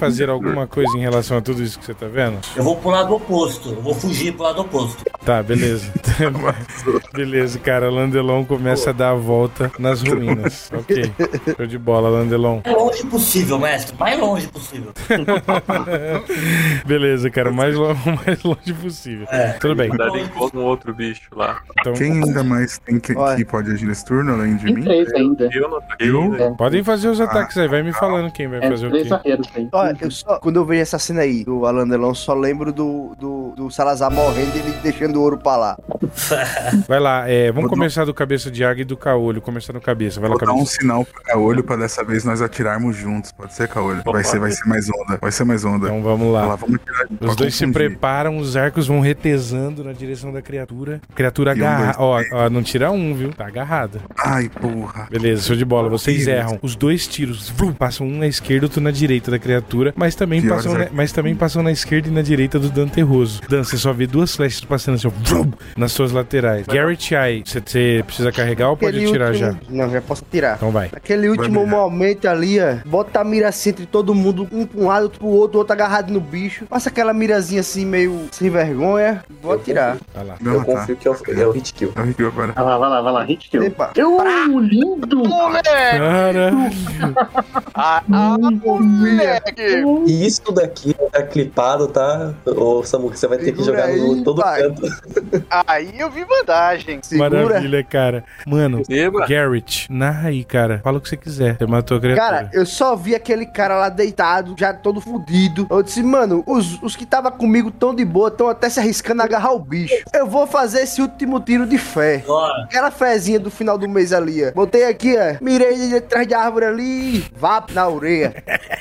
fazer alguma coisa em relação a tudo isso que você tá vendo? Eu vou pro lado oposto. Eu vou fugir pro lado oposto. Tá, beleza. Beleza, cara. Landelon começa a dar a volta nas ruínas. Ok. Show de bola, Landelon. Mais longe possível, mestre. Mais longe possível. Beleza, cara. O mais longe possível. Tudo bem. Cuidado aí com um outro bicho lá. Então, Quem ainda mais tem que pode agir nesse turno, além de Tem mim? 3 ainda. Eu não ataquei ainda. podem fazer os ataques aí. Vai me falando quem vai fazer o 3 quê. guerreiros aí. Olha, quando eu vejo essa cena aí do Alan Delon, só lembro do Salazar morrendo e ele deixando o ouro pra lá. Vai lá, vamos começar do cabeça de águia e do caolho. Começar no cabeça. Vai lá, Vou dar um cabeça. sinal pro Caolho pra dessa vez nós atirarmos juntos. Pode ser, Caolho? Vai ser mais onda. Vai ser mais onda. Então vamos Vai lá. lá, vamos atirar. Os dois se preparam, os arcos vão retesando na direção da criatura. Criatura agarrada. Ó, não tira um, viu? Tá agarrada. Ai, porra. Beleza, show de bola. Vocês erram. Os dois tiros passam um na esquerda, outro na direita da criatura, mas também passam na esquerda e na direita do Dan Terroso. Dan, você só vê 2 flechas passando assim, ó, nas suas laterais. Garrett Eye, você precisa carregar ou pode tirar já? Não, já posso tirar. Então vai. Aquele último momento ali, ó, bota a mira assim entre todo mundo, um pra um lado, outro pro outro, o outro agarrado no bicho. Passa aquela mirazinha assim, meio sem vergonha. Vou atirar. Vai lá. Eu confio que é o hit kill. É o Rick agora. Vai lá, hit kill. Epa. Lindo! Moleque! Caralho. Moleque! E isso daqui tá clipado, tá? Ô, Samuca, você vai ter que Segura jogar aí, no todo pai. canto. Aí eu vi vantagem. Segura. Maravilha, cara. Mano, Eba. Garrett, narra aí, cara. Fala o que você quiser. Você matou a criatura. Cara, eu só vi aquele cara lá deitado, já todo fudido. Eu disse, mano, os que tava comigo tão de boa, tão até se arriscando a agarrar o bicho. Eu vou fazer esse último tiro de fé. Bora. Aquela fezinha do final do mês ali, ó. Botei aqui, ó. Mirei de atrás da árvore ali. Vá na orelha.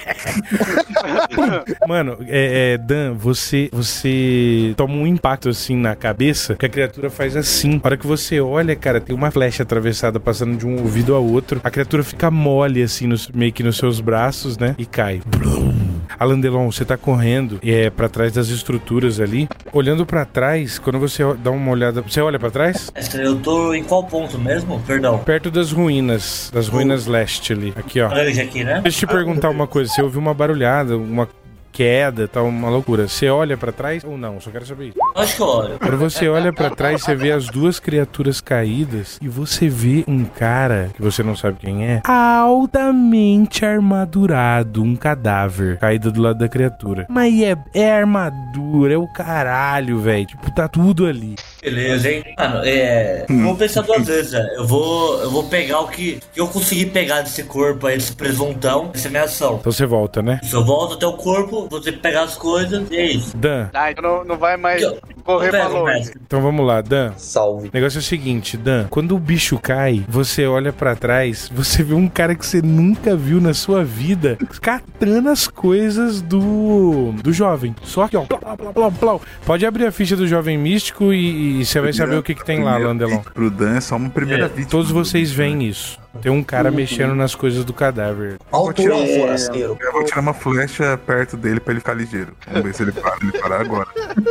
Mano, Dan, você toma um impacto assim na cabeça que a criatura faz assim. A hora que você olha, cara, tem uma flecha atravessada passando de um ouvido ao outro. A criatura fica mole assim, meio que nos seus braços, né? E cai. Alan Delon, você tá correndo pra trás das estruturas ali. Olhando pra trás, quando você dá uma olhada... Você olha pra trás? Mestre, eu tô em qual ponto mesmo? Perdão. Perto das ruínas leste ali. Aqui, ó. Laranja aqui, né? Deixa eu te perguntar uma coisa. Você ouviu uma barulhada, uma queda, tal, uma loucura. Você olha pra trás ou não? Só quero saber isso. Acho que eu olho. Quando você olha pra trás, você vê as 2 criaturas caídas e você vê um cara, que você não sabe quem é, altamente armadurado, um cadáver caído do lado da criatura. Mas é armadura, é o caralho, velho. Tipo, tá tudo ali. Beleza, hein? Mano, vou pensar 2 vezes, né? Eu vou pegar o que eu consegui pegar desse corpo aí, desse presuntão. Essa é a minha ação. Então você volta, né? Se eu volto até o corpo, vou ter que pegar as coisas e é isso. Dan, Então não vai mais correr Eu pra pego, longe. mestre. então vamos lá, Dan. Salve. O negócio é o seguinte, Dan, quando o bicho cai, você olha pra trás, você vê um cara que você nunca viu na sua vida catando as coisas do jovem. Só que, ó, plá, plá, plá, plá. Pode abrir a ficha do jovem místico e você vai saber o que tem lá, Landelon. Pro Dan é só uma primeira vítima. Todos vocês veem isso. Tem um cara mexendo nas coisas do cadáver. Altura forasteiro. Eu vou tirar uma flecha perto dele pra ele ficar ligeiro. Vamos ver se ele parar agora.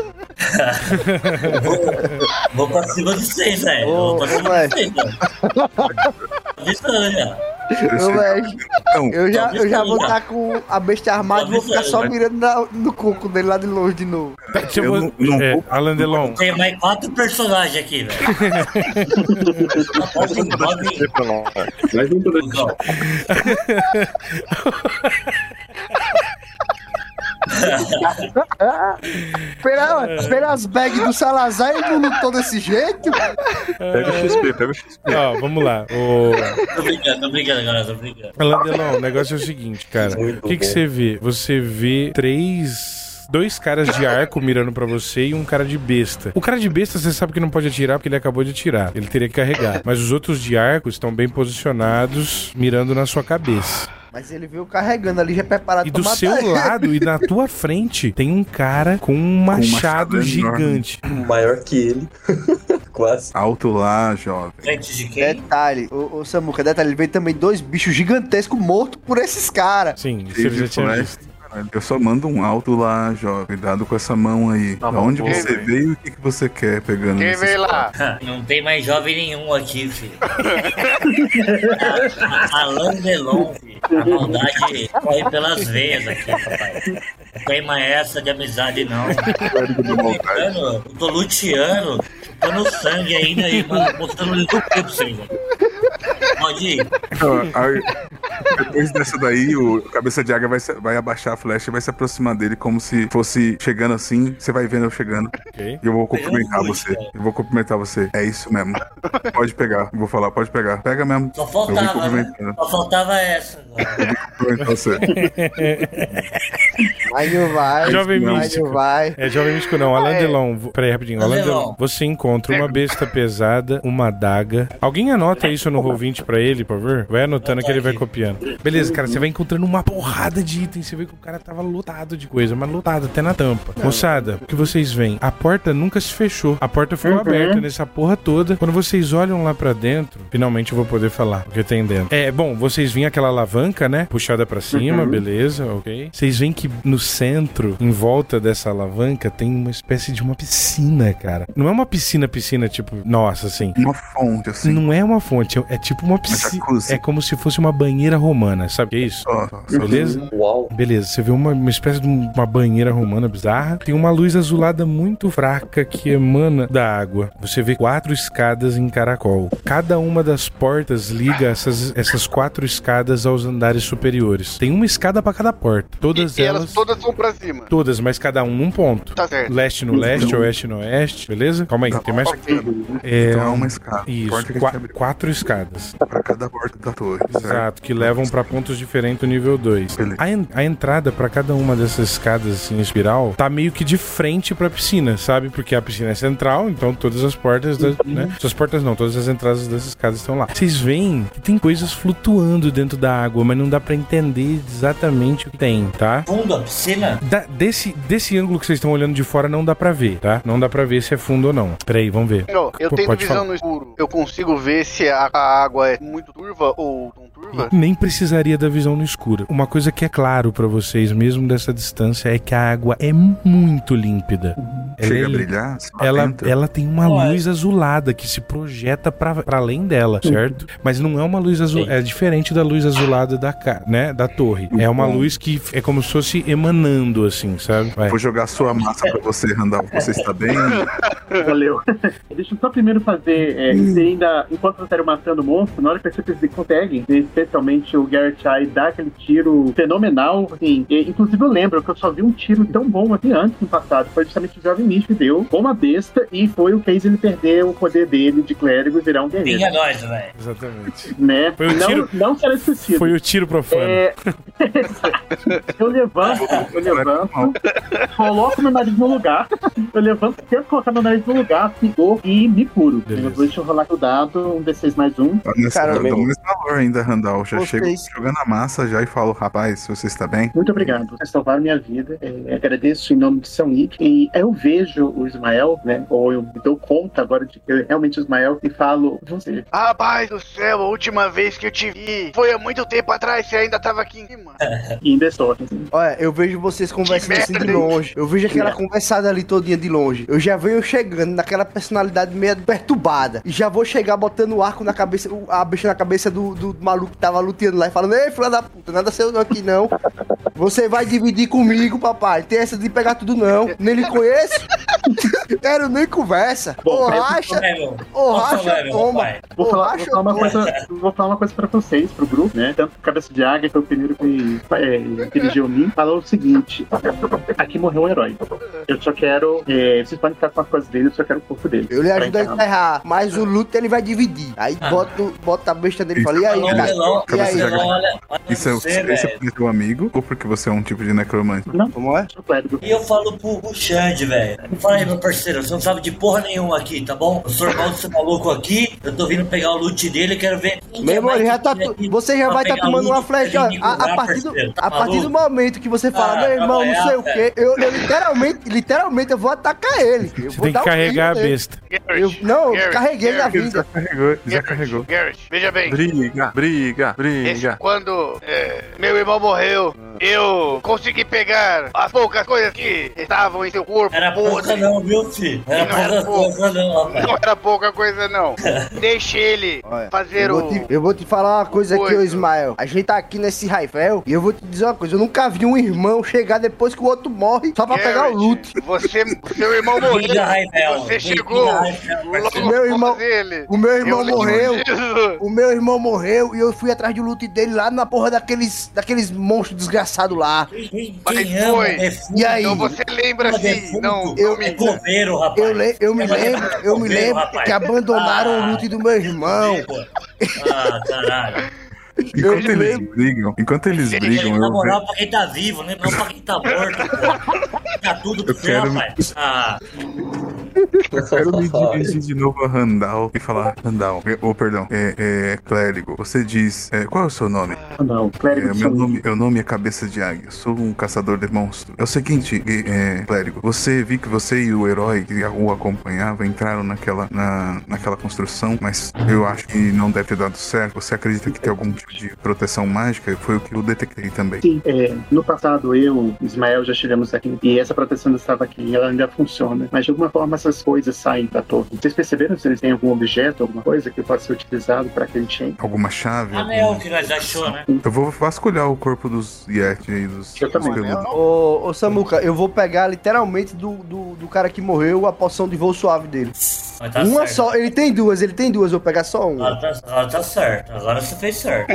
Vou pra cima de 6, velho. Vou pra cima de 6, velho. Avisando, já. Ô, velho. Então, Eu já vou estar com a besta armada e vou ficar só mirando no coco dele lá de longe de novo. Deixa eu não vou- Alan Delon. Tem mais 4 personagens aqui, velho. Mais um pra Cuzão. Espera as bags do Salazar e não lutou desse jeito. Pega o XP, pega o XP. Ó, vamos lá. Tô brincando, galera, tô brincando. Alan Delon, o negócio é o seguinte, cara. Muito O que bom. você vê? Você vê 2 caras de arco mirando pra você e um cara de besta. O cara de besta você sabe que não pode atirar porque ele acabou de atirar. Ele teria que carregar. Mas os outros de arco estão bem posicionados, mirando na sua cabeça. Mas ele veio carregando ali, já preparado E pra do matar seu ele. lado e na tua frente tem um cara com um machado machado gigante. Maior que ele. Quase. alto lá, jovem. Frente de quem? Detalhe, ô Samuca, detalhe, ele veio também 2 bichos gigantescos mortos por esses caras. Sim, Cheio você já de tinha flecha. visto. Eu só mando um alto lá, jovem. Cuidado com essa mão aí. Tá Da bom. onde você veio e o que você quer pegando Quem nesses- veio lá? Não tem mais jovem nenhum aqui, filho. Alain Delon, filho. A maldade corre pelas veias aqui, papai. Não tem mais essa de amizade, não. Eu tô luteando, chupando sangue ainda e mostrando o YouTube pra vocês. Pode ir. Aí, depois dessa daí, o cabeça de águia vai abaixar a flecha e vai se aproximar dele como se fosse chegando assim. Você vai vendo eu chegando. Ok. E eu vou cumprimentar Pegando você. muito, Eu vou cumprimentar você. É isso mesmo. Pode pegar. Eu vou falar, pode pegar. Pega mesmo. Só Eu vim faltava, né? cumprimentando. Só faltava essa. Cumprimentar você. Mas não vai. Jovem mas místico. não vai. É jovem místico não, Alain Delon. Peraí, rapidinho. Alain Alain Delon. Delon. Você encontra uma besta pesada, uma adaga. Alguém anota isso no Roll20 pra ele, por favor? Vai anotando que ele vai copiando. Beleza, cara, você vai encontrando uma porrada de itens. Você vê que o cara tava lotado de coisa, mas lotado até na tampa. Moçada, o que vocês veem? A porta nunca se fechou. A porta ficou aberta nessa porra toda. Quando vocês olham lá pra dentro, finalmente eu vou poder falar o que tem dentro. Bom, vocês veem aquela alavanca, né? Puxada pra cima, beleza, ok. Vocês veem que no centro, em volta dessa alavanca, tem uma espécie de uma piscina, cara. Não é uma piscina, tipo, nossa, assim. Uma fonte, assim. Não é uma fonte, é tipo uma piscina. jacuzzi. É como se fosse uma banheira romana, sabe o que é isso? Só. Beleza? Uau. Beleza, você vê uma espécie de uma banheira romana bizarra. Tem uma luz azulada muito fraca que emana da água. Você vê 4 escadas em caracol. Cada uma das portas liga essas 4 escadas aos andares superiores. Tem uma escada pra cada porta. Todas E elas... elas todas são pra cima. Todas, mas cada um num ponto. Tá certo. Leste no leste, oeste no oeste, beleza? Calma aí, tem mais... Então é uma escada. Isso, Porta que a gente abriu 4 escadas. pra cada porta da torre. certo? Exato, que levam pra pontos diferentes do nível 2. Beleza. A entrada pra cada uma dessas escadas assim, em espiral tá meio que de frente pra piscina, sabe? Porque a piscina é central, então todas as portas, né? As portas não, todas as entradas dessas escadas estão lá. Vocês veem que tem coisas flutuando dentro da água, mas não dá pra entender exatamente o que tem, tá? Fundo, a piscina. Desse ângulo que vocês estão olhando de fora não dá pra ver, tá? Não dá pra ver se é fundo ou não. Peraí, vamos ver. Não, eu Pô, tenho pode visão falar. no escuro. Eu consigo ver se a água é muito turva ou não turva? Nem precisaria da visão no escuro. Uma coisa que é claro pra vocês, mesmo dessa distância, é que a água é muito límpida. Chega é a brilhar? Só Ela, dentro. ela tem uma luz azulada que se projeta pra além dela, certo? Mas não é uma luz azul, é diferente da luz azulada da torre. É uma luz que é como se fosse emanando, assim, sabe? Vai. Vou jogar sua massa pra você, Randall. Você está bem? Valeu. Deixa eu só primeiro fazer. Você ainda, enquanto vocês estão matando o monstro, na hora que vocês conseguem, especialmente o Garrett Eye dá aquele tiro fenomenal. Assim, inclusive eu lembro que eu só vi um tiro tão bom assim antes no passado. Foi justamente o Jovem Místico que deu com uma besta e foi o que fez ele perder o poder dele de clérigo e virar um guerreiro. Pinga nós, velho. Exatamente. Né? Foi o tiro- Não será esquecido. Foi o tiro profano. Eu levanto, coloco meu nariz no lugar. Eu levanto, tento colocar meu nariz no lugar, ficou e me curo. Beleza. Deixa eu rolar com o dado, um D6 mais um. Cara, também dá não. mais valor ainda, Randall. Já Vocês- chego jogando a massa já e falo, rapaz, você está bem? Muito obrigado, vocês salvaram minha vida. Agradeço em nome de São Nick. E eu vejo o Ismael, né? Ou eu me dou conta agora de que realmente o Ismael e falo, você. Rapaz do céu, a última vez que eu te vi foi há muito tempo atrás, você ainda tava aqui em cima. E ainda estou. Assim. Olha, eu vejo vocês conversando assim de merda, hein? longe. Eu vejo aquela conversada ali todinha de longe. Eu já venho chegando naquela personalidade meio perturbada. E já vou chegar botando o arco na cabeça, a bicha na cabeça do maluco que tava luteando lá e falando: ei, filha da puta, nada seu aqui não. Você vai dividir comigo, papai. Tem essa de pegar tudo não. Nem lhe conheço. Quero nem conversa. Ou racha, ou racha, toma. Vou Ou falar racha, uma toma. coisa pra vocês, pro grupo, né? Tanto o Cabeça de Águia, que foi o primeiro que dirigiu a mim, falou o seguinte: aqui morreu um herói. Eu só quero. Vocês podem ficar com as coisas dele, eu só quero o corpo dele. Eu lhe ajudo a Pra enterrar, mas o luto ele vai dividir. Aí bota a besta dele e fala: e aí, Alô, cara? Delon, E aí, Delon, olha Isso é você, velho. porque teu amigo ou porque você é um tipo de necromante? Não, Como é? sou clérigo. E eu falo pro Xande, velho. Fala aí, meu parceiro, você não sabe de porra nenhuma aqui, tá bom? Eu sou irmão desse maluco aqui, eu tô vindo pegar o loot dele, eu quero ver. quem Meu irmão, é ele já mais tá. que aqui Você já pra vai estar pegar tomando loot uma flecha. pra Ó, vir me curar, a partir parceiro. Tá a partir do maluco? momento que você fala, Ah, meu irmão, não sei o trabalhar, quê, eu literalmente eu vou atacar ele. Eu Você vou tem que dar um carregar a tiro nele. besta. Não, eu Garrett, carreguei na Ele vida. descarregou. Garrett, veja bem. Briga. Quando meu irmão morreu, eu consegui pegar as poucas coisas que estavam em seu corpo. Era pouca não, viu, filho? Era pouca coisa não, rapaz. Não era pouca coisa, não. Deixe ele fazer eu vou te falar uma coisa aqui, ô Ismael. A gente tá aqui nesse Raivel e eu vou te dizer uma coisa. Eu nunca vi um irmão chegar depois que o outro morre só pra pegar o loot. Seu irmão morreu. Você chegou logo o meu irmão morreu. O meu irmão morreu e eu fui atrás do loot dele lá na porra daqueles monstros desgraçados lá. Quem ama defunto? E aí? Então você lembra assim? Não, é coveiro, rapaz. Eu me lembro que abandonaram o loot do meu irmão. Ah, caralho. Enquanto eles brigam, na moral, pra quem tá vivo, né? Não pra quem tá morto, pô. Tá tudo pro céu, rapaz. Eu quero me dirigir de novo a Randall e falar, Randall, perdão, clérigo, você diz, qual é o seu nome? Não, clérigo. Meu nome é Cabeça de Águia, sou um caçador de monstros. É o seguinte, clérigo, vi que você e o herói que o acompanhava entraram naquela construção, mas eu acho que não deve ter dado certo. Você acredita que tem algum tipo de proteção mágica? Foi o que eu detectei também. Sim, no passado eu e Ismael já chegamos aqui e essa proteção estava aqui e ela ainda funciona, mas de alguma forma essas coisas saem da torre. Vocês perceberam se eles têm algum objeto, alguma coisa que pode ser utilizado para aquele chain? Alguma chave? Anel que nós achou, né? Eu vou vasculhar o corpo dos Yeti aí, dos... Eu também. Ô Samuca, eu vou pegar literalmente do cara que morreu a poção de voo suave dele. Tá uma certo. só, ele tem duas, eu vou pegar só uma. Agora tá certo, agora você fez certo.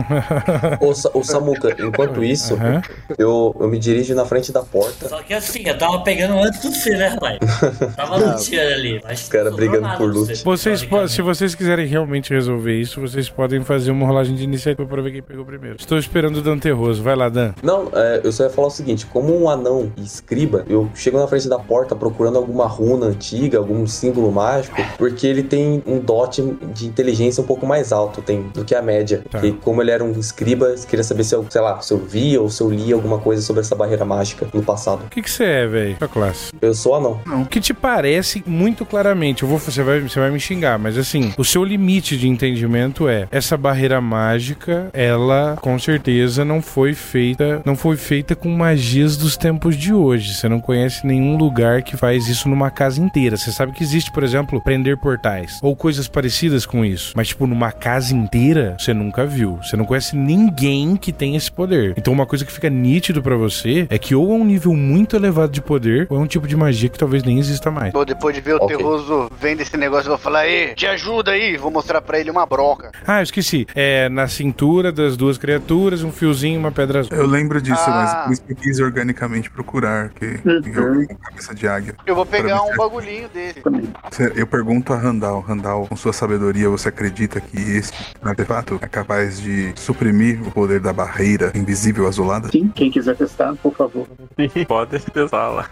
Ô Samuca, enquanto isso, eu me dirijo na frente da porta. Só que assim, eu tava pegando antes do você, né, rapaz? Tava luteando ali. Os caras brigando por loot. Se vocês quiserem realmente resolver isso, vocês podem fazer uma rolagem de iniciativa pra ver quem pegou primeiro. Estou esperando o Dan Terroso. Vai lá, Dan. Não, eu só ia falar o seguinte, como um anão e escriba, eu chego na frente da porta procurando alguma runa antiga, algum símbolo mágico, porque ele tem um dote de inteligência um pouco mais alto do que a média. Tá. E como ele era um escriba, queria saber se eu via ou se eu lia alguma coisa sobre essa barreira mágica no passado. O que você é, velho? Sua classe. Eu sou anão. O que te parece muito claramente, você vai me xingar, mas assim, o seu limite de entendimento essa barreira mágica, ela com certeza não foi feita com magias dos tempos de hoje. Você não conhece nenhum lugar que faz isso numa casa inteira. Você sabe que existe, por exemplo, prender portais ou coisas parecidas com isso, mas tipo, numa casa inteira, você nunca viu. Você não conhece ninguém que tem esse poder. Então uma coisa que fica nítido pra você é que ou é um nível muito elevado de poder, ou é um tipo de magia que talvez nem exista mais. Depois de ver o Terroso vendo esse negócio, eu vou falar, te ajuda aí, vou mostrar pra ele uma broca. Ah, eu esqueci. É na cintura das duas criaturas, um fiozinho e uma pedra azul. Eu lembro disso, mas por isso que eu quis organicamente procurar, que eu com Cabeça de Águia. Eu vou pegar um bagulhinho desse. Eu pergunto a Randall, com sua sabedoria, você acredita que esse artefato é capaz de suprimir o poder da barreira invisível azulada? Sim, quem quiser testar, por favor. Pode testar lá.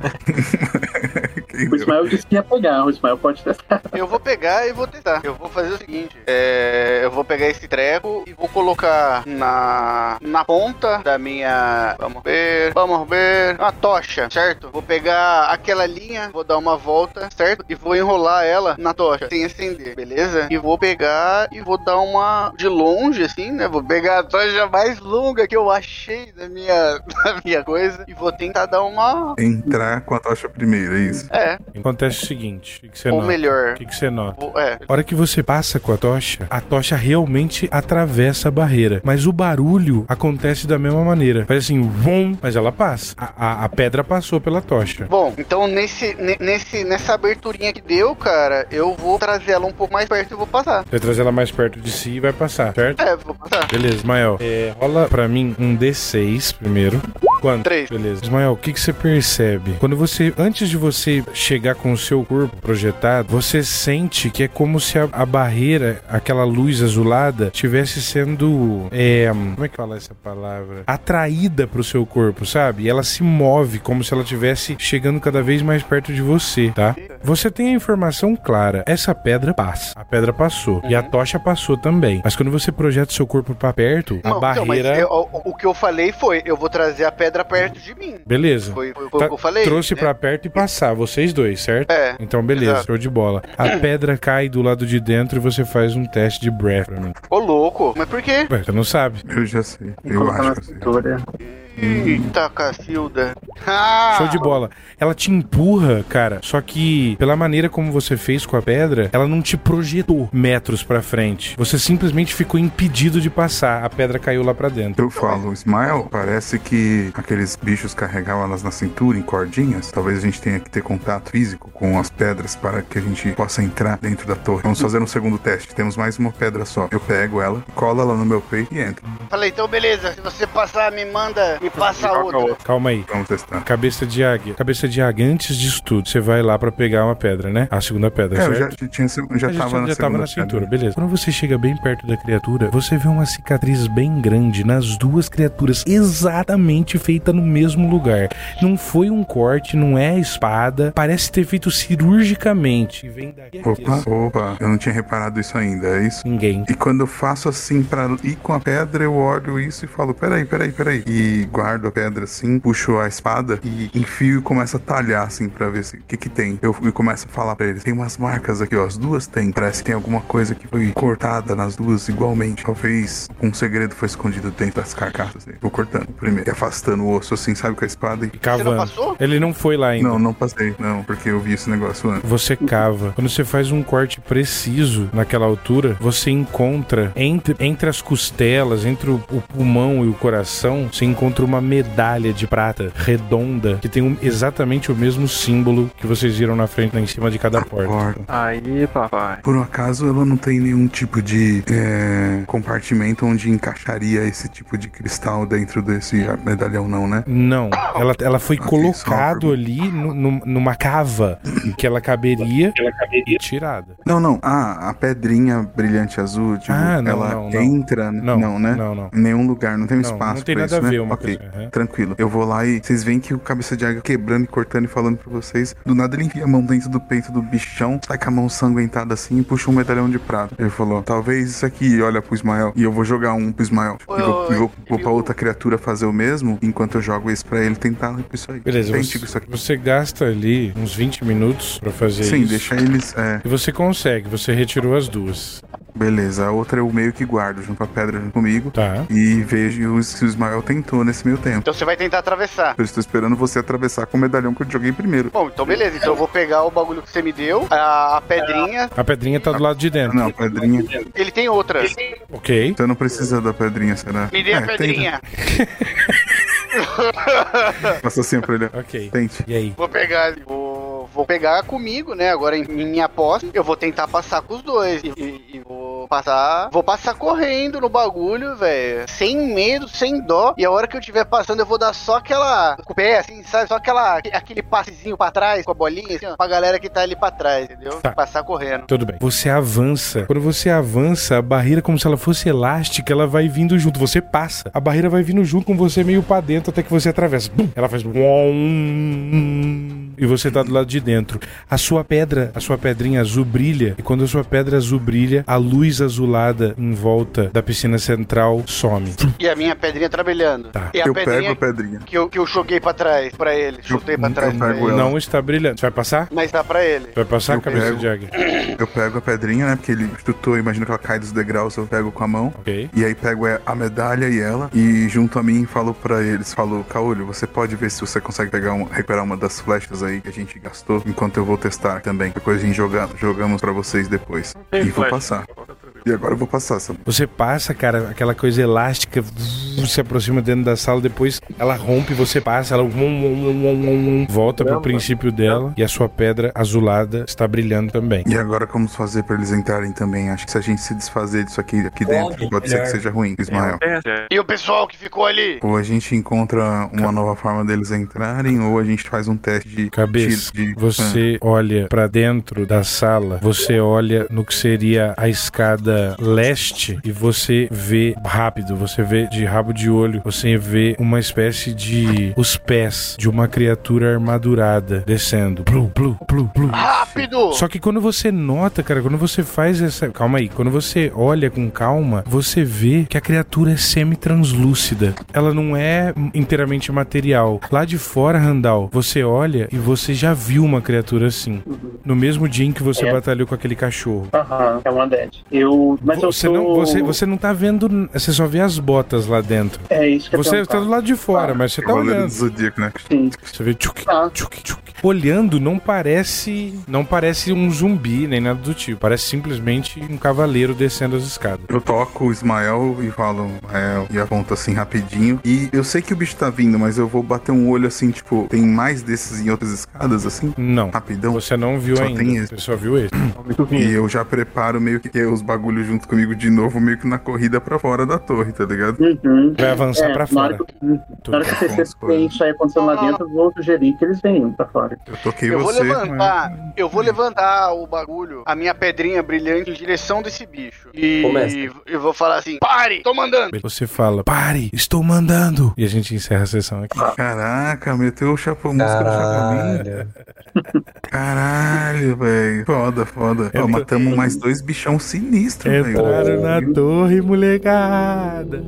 O Ismael disse que ia pegar, o Ismael pode testar. Eu vou pegar e vou testar. Eu vou fazer o seguinte, eu vou pegar esse treco e vou colocar na ponta da minha, vamos ver, uma tocha, certo? Vou pegar aquela linha, vou dar uma volta, certo? E vou enrolar ela na tocha, sem acender, beleza? E vou pegar e vou dar uma de longe, assim, né? Vou pegar a tocha mais longa que eu achei da minha coisa e vou tentar dar uma... Entrar com a tocha primeiro, é isso? Acontece o seguinte, o que você Ou nota? melhor... O que você nota? A hora que você passa com a tocha realmente atravessa a barreira, mas o barulho acontece da mesma maneira. Faz assim, vum, mas ela passa. A pedra passou pela tocha. Bom, então nessa aberturinha que deu, cara, eu vou trazer ela um pouco mais perto e vou passar. Você vai trazer ela mais perto de si e vai passar, certo? Vou passar. Beleza, Ismael. Rola pra mim um D6 primeiro. Quanto? 3. Beleza. Ismael, o que você percebe? Antes de você chegar com o seu corpo projetado, você sente que é como se a barreira, aquela luz azulada, estivesse sendo, como é que fala essa palavra? Atraída pro seu corpo, sabe? E ela se move como se ela estivesse chegando cada vez mais perto de você, tá? Você tem a informação clara. Essa pedra passa. A pedra passou. E a tocha passou também. Mas quando você projeta o seu corpo pra perto, a barreira... Então, o que eu falei foi, eu vou trazer a pedra perto de mim. Beleza. Foi o que eu falei. Trouxe pra perto e passar, vocês dois, certo? Então, beleza, exato. show de bola. A pedra cai do lado de dentro e você faz um teste de breath pra mim. Ô, louco. Mas por quê? Ué, você não sabe. Eu já sei. Vou Eu colocar acho na que eu sei. cintura. Eita, Cacilda. Show de bola. Ela te empurra, cara, só que pela maneira como você fez com a pedra, ela não te projetou metros pra frente. Você simplesmente ficou impedido de passar. A pedra caiu lá pra dentro. Eu falo, Ismael, parece que aqueles bichos carregavam elas na cintura em cordinhas. Talvez a gente tenha que ter contato físico com as pedras para que a gente possa entrar dentro da torre. Vamos fazer um segundo teste. Temos mais uma pedra só. Eu pego ela, colo ela no meu peito e entro. Falei, então beleza. Se você passar, me passa outra. Calma aí. Vamos testar. Cabeça de águia. Cabeça de águia, antes disso tudo, você vai lá pra pegar uma pedra, né? A segunda pedra, Eu certo? já tava na tava na segunda cintura, pedra. beleza. Quando você chega bem perto da criatura, você vê uma cicatriz bem grande nas duas criaturas, exatamente feita no mesmo lugar. Não foi um corte, não é a espada, parece ter feito cirurgicamente. Vem daqui aqui, assim. Opa, eu não tinha reparado isso ainda, é isso? Ninguém. E quando eu faço assim pra ir com a pedra, eu olho isso e falo, peraí. E guardo a pedra assim, puxo a espada e enfio e começo a talhar assim pra ver o que tem. Eu começo a falar pra eles, tem umas marcas aqui, ó, as duas tem. Parece que tem alguma coisa que foi cortada nas duas igualmente. Talvez um segredo foi escondido dentro das carcaças. Vou cortando primeiro e afastando o osso assim, sabe, com a espada. E cavando. Você não passou? Ele não foi lá ainda. Não passei, não, porque eu vi esse negócio antes. Você cava. Quando você faz um corte preciso naquela altura, você encontra entre as costelas, entre o pulmão e o coração, você encontra uma medalha de prata redonda que tem exatamente o mesmo símbolo que vocês viram na frente, lá em cima de cada porta. Aí, papai. Por um acaso, ela não tem nenhum tipo de compartimento onde encaixaria esse tipo de cristal dentro desse medalhão, não, né? Não, ela foi Ok, colocado só uma ali numa cava que ela caberia e tirada. Não. A pedrinha brilhante azul, tipo, não. entra... Não, né? Não. Em nenhum lugar, não tem um espaço não tem pra nada isso, a ver né? uma Ok, coisa. Uhum. tranquilo. Eu vou lá e vocês veem que o cabeça de águia quebrando e cortando e falando pra vocês. Do nada ele enfia a mão dentro do peito do bichão, sai com a mão sanguentada assim e puxa um medalhão de prata. Ele falou, talvez isso aqui, olha pro Ismael. E eu vou jogar um pro Ismael. E vou pra outra criatura fazer o mesmo, enquanto eu jogo esse pra ele tentar com isso aí. Beleza, Tente com isso aqui. você gasta ali uns 20 minutos pra fazer Sim, isso. deixa eles... E você consegue, você retirou as duas. Beleza, a outra eu meio que guardo junto a pedra junto comigo. Tá. E vejo se o Ismael tentou nesse meio tempo. Então você vai tentar atravessar. Eu estou esperando você atravessar com o medalhão que eu joguei primeiro. Bom, então beleza. Então eu vou pegar o bagulho que você me deu, a pedrinha. A pedrinha tá do lado de dentro. Não, pedrinha. Ele tem outra. Ok. Você não precisa da pedrinha, será? Me dê a pedrinha. Passa assim pra ele. Ok. Tente. E aí? Vou pegar, vou pegar comigo, né? Agora em minha posse, eu vou tentar passar com os dois. E vou passar correndo no bagulho, velho. Sem medo, sem dó. E a hora que eu estiver passando, eu vou dar só aquela... com o pé, assim, sabe? Só aquele passezinho pra trás, com a bolinha, assim, ó, pra galera que tá ali pra trás, entendeu? Tá. Passar correndo. Tudo bem. Você avança. Quando você avança, a barreira, como se ela fosse elástica, ela vai vindo junto. Você passa. A barreira vai vindo junto com você meio pra dentro até que você atravessa. Bum! Ela faz... E você tá do lado de dentro. A sua pedrinha azul brilha. E quando a sua pedra azul brilha, a luz azulada em volta da piscina central some. E a minha pedrinha tá brilhando. Tá. E a Eu pedrinha pego a pedrinha. que eu joguei pra trás, pra ele. Chutei pra trás pra pego ele. ela. Não está brilhando. Você vai passar? Mas tá pra ele. Vai passar, Eu cabeça pego. de águia? Eu pego a pedrinha, né? Porque ele chutou, imagino que ela cai dos degraus, eu pego com a mão. Ok. E aí pego a medalha e ela. E junto a mim falo pra eles, falo, Caolho, você pode ver se você consegue recuperar uma das flechas aí que a gente gastou, enquanto eu vou testar também. Depois a gente jogamos pra vocês depois. E vou passar. E agora eu vou passar, Samu. Você passa, cara, aquela coisa elástica se aproxima dentro da sala, depois ela rompe, você passa, ela volta pro princípio dela e a sua pedra azulada está brilhando também. E agora como fazer pra eles entrarem também? Acho que se a gente se desfazer disso aqui dentro, pode ser que seja ruim, Ismael. E o pessoal que ficou ali? Ou a gente encontra uma nova forma deles entrarem, ou a gente faz um teste de... Cabeça, você olha pra dentro da sala, você olha no que seria a escada leste e você vê rápido, você vê de rabo de olho, você vê uma espécie de os pés de uma criatura armadurada descendo. Plu, plu, plu, plu. Rápido! Só que quando você nota, cara, quando você faz essa... Calma aí. Quando você olha com calma, você vê que a criatura é semi-translúcida. Ela não é inteiramente material. Lá de fora, Randall, você olha e você já viu uma criatura assim. No mesmo dia em que você batalhou com aquele cachorro. Aham, é um undead. Eu Mas você não tá vendo, você só vê as botas lá dentro. É isso que eu Você tá do lado de fora, mas você tá Cavaleiro olhando. do Zodíaco, né? Sim. Você vê tchuk. Olhando, não parece um zumbi nem nada do tipo. Parece simplesmente um cavaleiro descendo as escadas. Eu toco o Ismael e falo, e aponto assim rapidinho. E eu sei que o bicho tá vindo, mas eu vou bater um olho assim, tipo, tem mais desses em outras escadas, assim? Não. Rapidão. Você não viu Só ainda. tem esse. Você só viu esse. E eu já preparo meio que os bagulhos junto comigo de novo, meio que na corrida pra fora da torre, tá ligado? Vai avançar pra fora. Na hora que você tem isso aí acontecendo lá dentro, eu vou sugerir que eles venham pra fora. Eu toquei Eu você. eu vou levantar o bagulho, a minha pedrinha brilhante em direção desse bicho. E Começa. eu vou falar assim: pare, tô mandando. Você fala, pare, estou mandando. E a gente encerra a sessão aqui. Caraca, meteu o chapéu, música do Chapolin. Caralho, velho. Foda. Ó, matamos mais 2 bichão sinistros, velho. Entraram na torre, molecada.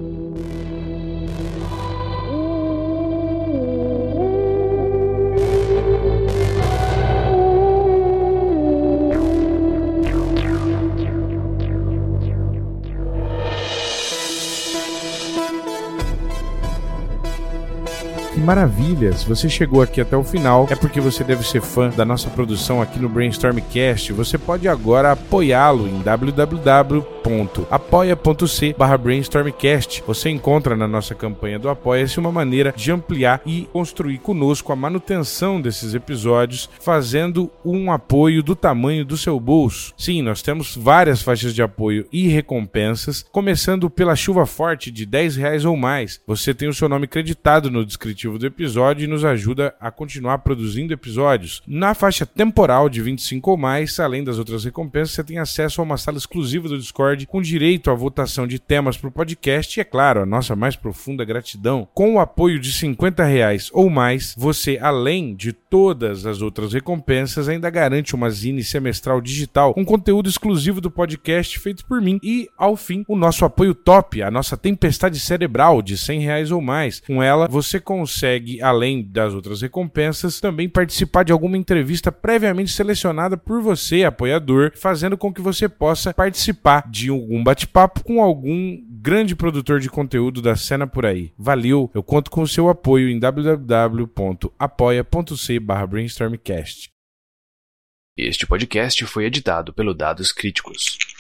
Que maravilha! Se você chegou aqui até o final, é porque você deve ser fã da nossa produção aqui no Brainstormcast. Você pode agora apoiá-lo em www.apoia.c/brainstormcast. Você encontra na nossa campanha do Apoia-se uma maneira de ampliar e construir conosco a manutenção desses episódios, fazendo um apoio do tamanho do seu bolso. Sim, nós temos várias faixas de apoio e recompensas, começando pela chuva forte de R$10 ou mais. Você tem o seu nome creditado no descritivo do episódio e nos ajuda a continuar produzindo episódios. Na faixa temporal de 25 ou mais, além das outras recompensas, você tem acesso a uma sala exclusiva do Discord com direito à votação de temas para o podcast e, é claro, a nossa mais profunda gratidão. Com o apoio de R$50 ou mais, você, além de todas as outras recompensas, ainda garante uma zine semestral digital com conteúdo exclusivo do podcast feito por mim e, ao fim, o nosso apoio top, a nossa tempestade cerebral de R$100 ou mais. Com ela, você consegue, além das outras recompensas, também participar de alguma entrevista previamente selecionada por você, apoiador, fazendo com que você possa participar de algum bate-papo com algum grande produtor de conteúdo da cena por aí. Valeu, eu conto com o seu apoio em www.apoia.c/brainstormcast. Este podcast foi editado pelo Dados Críticos.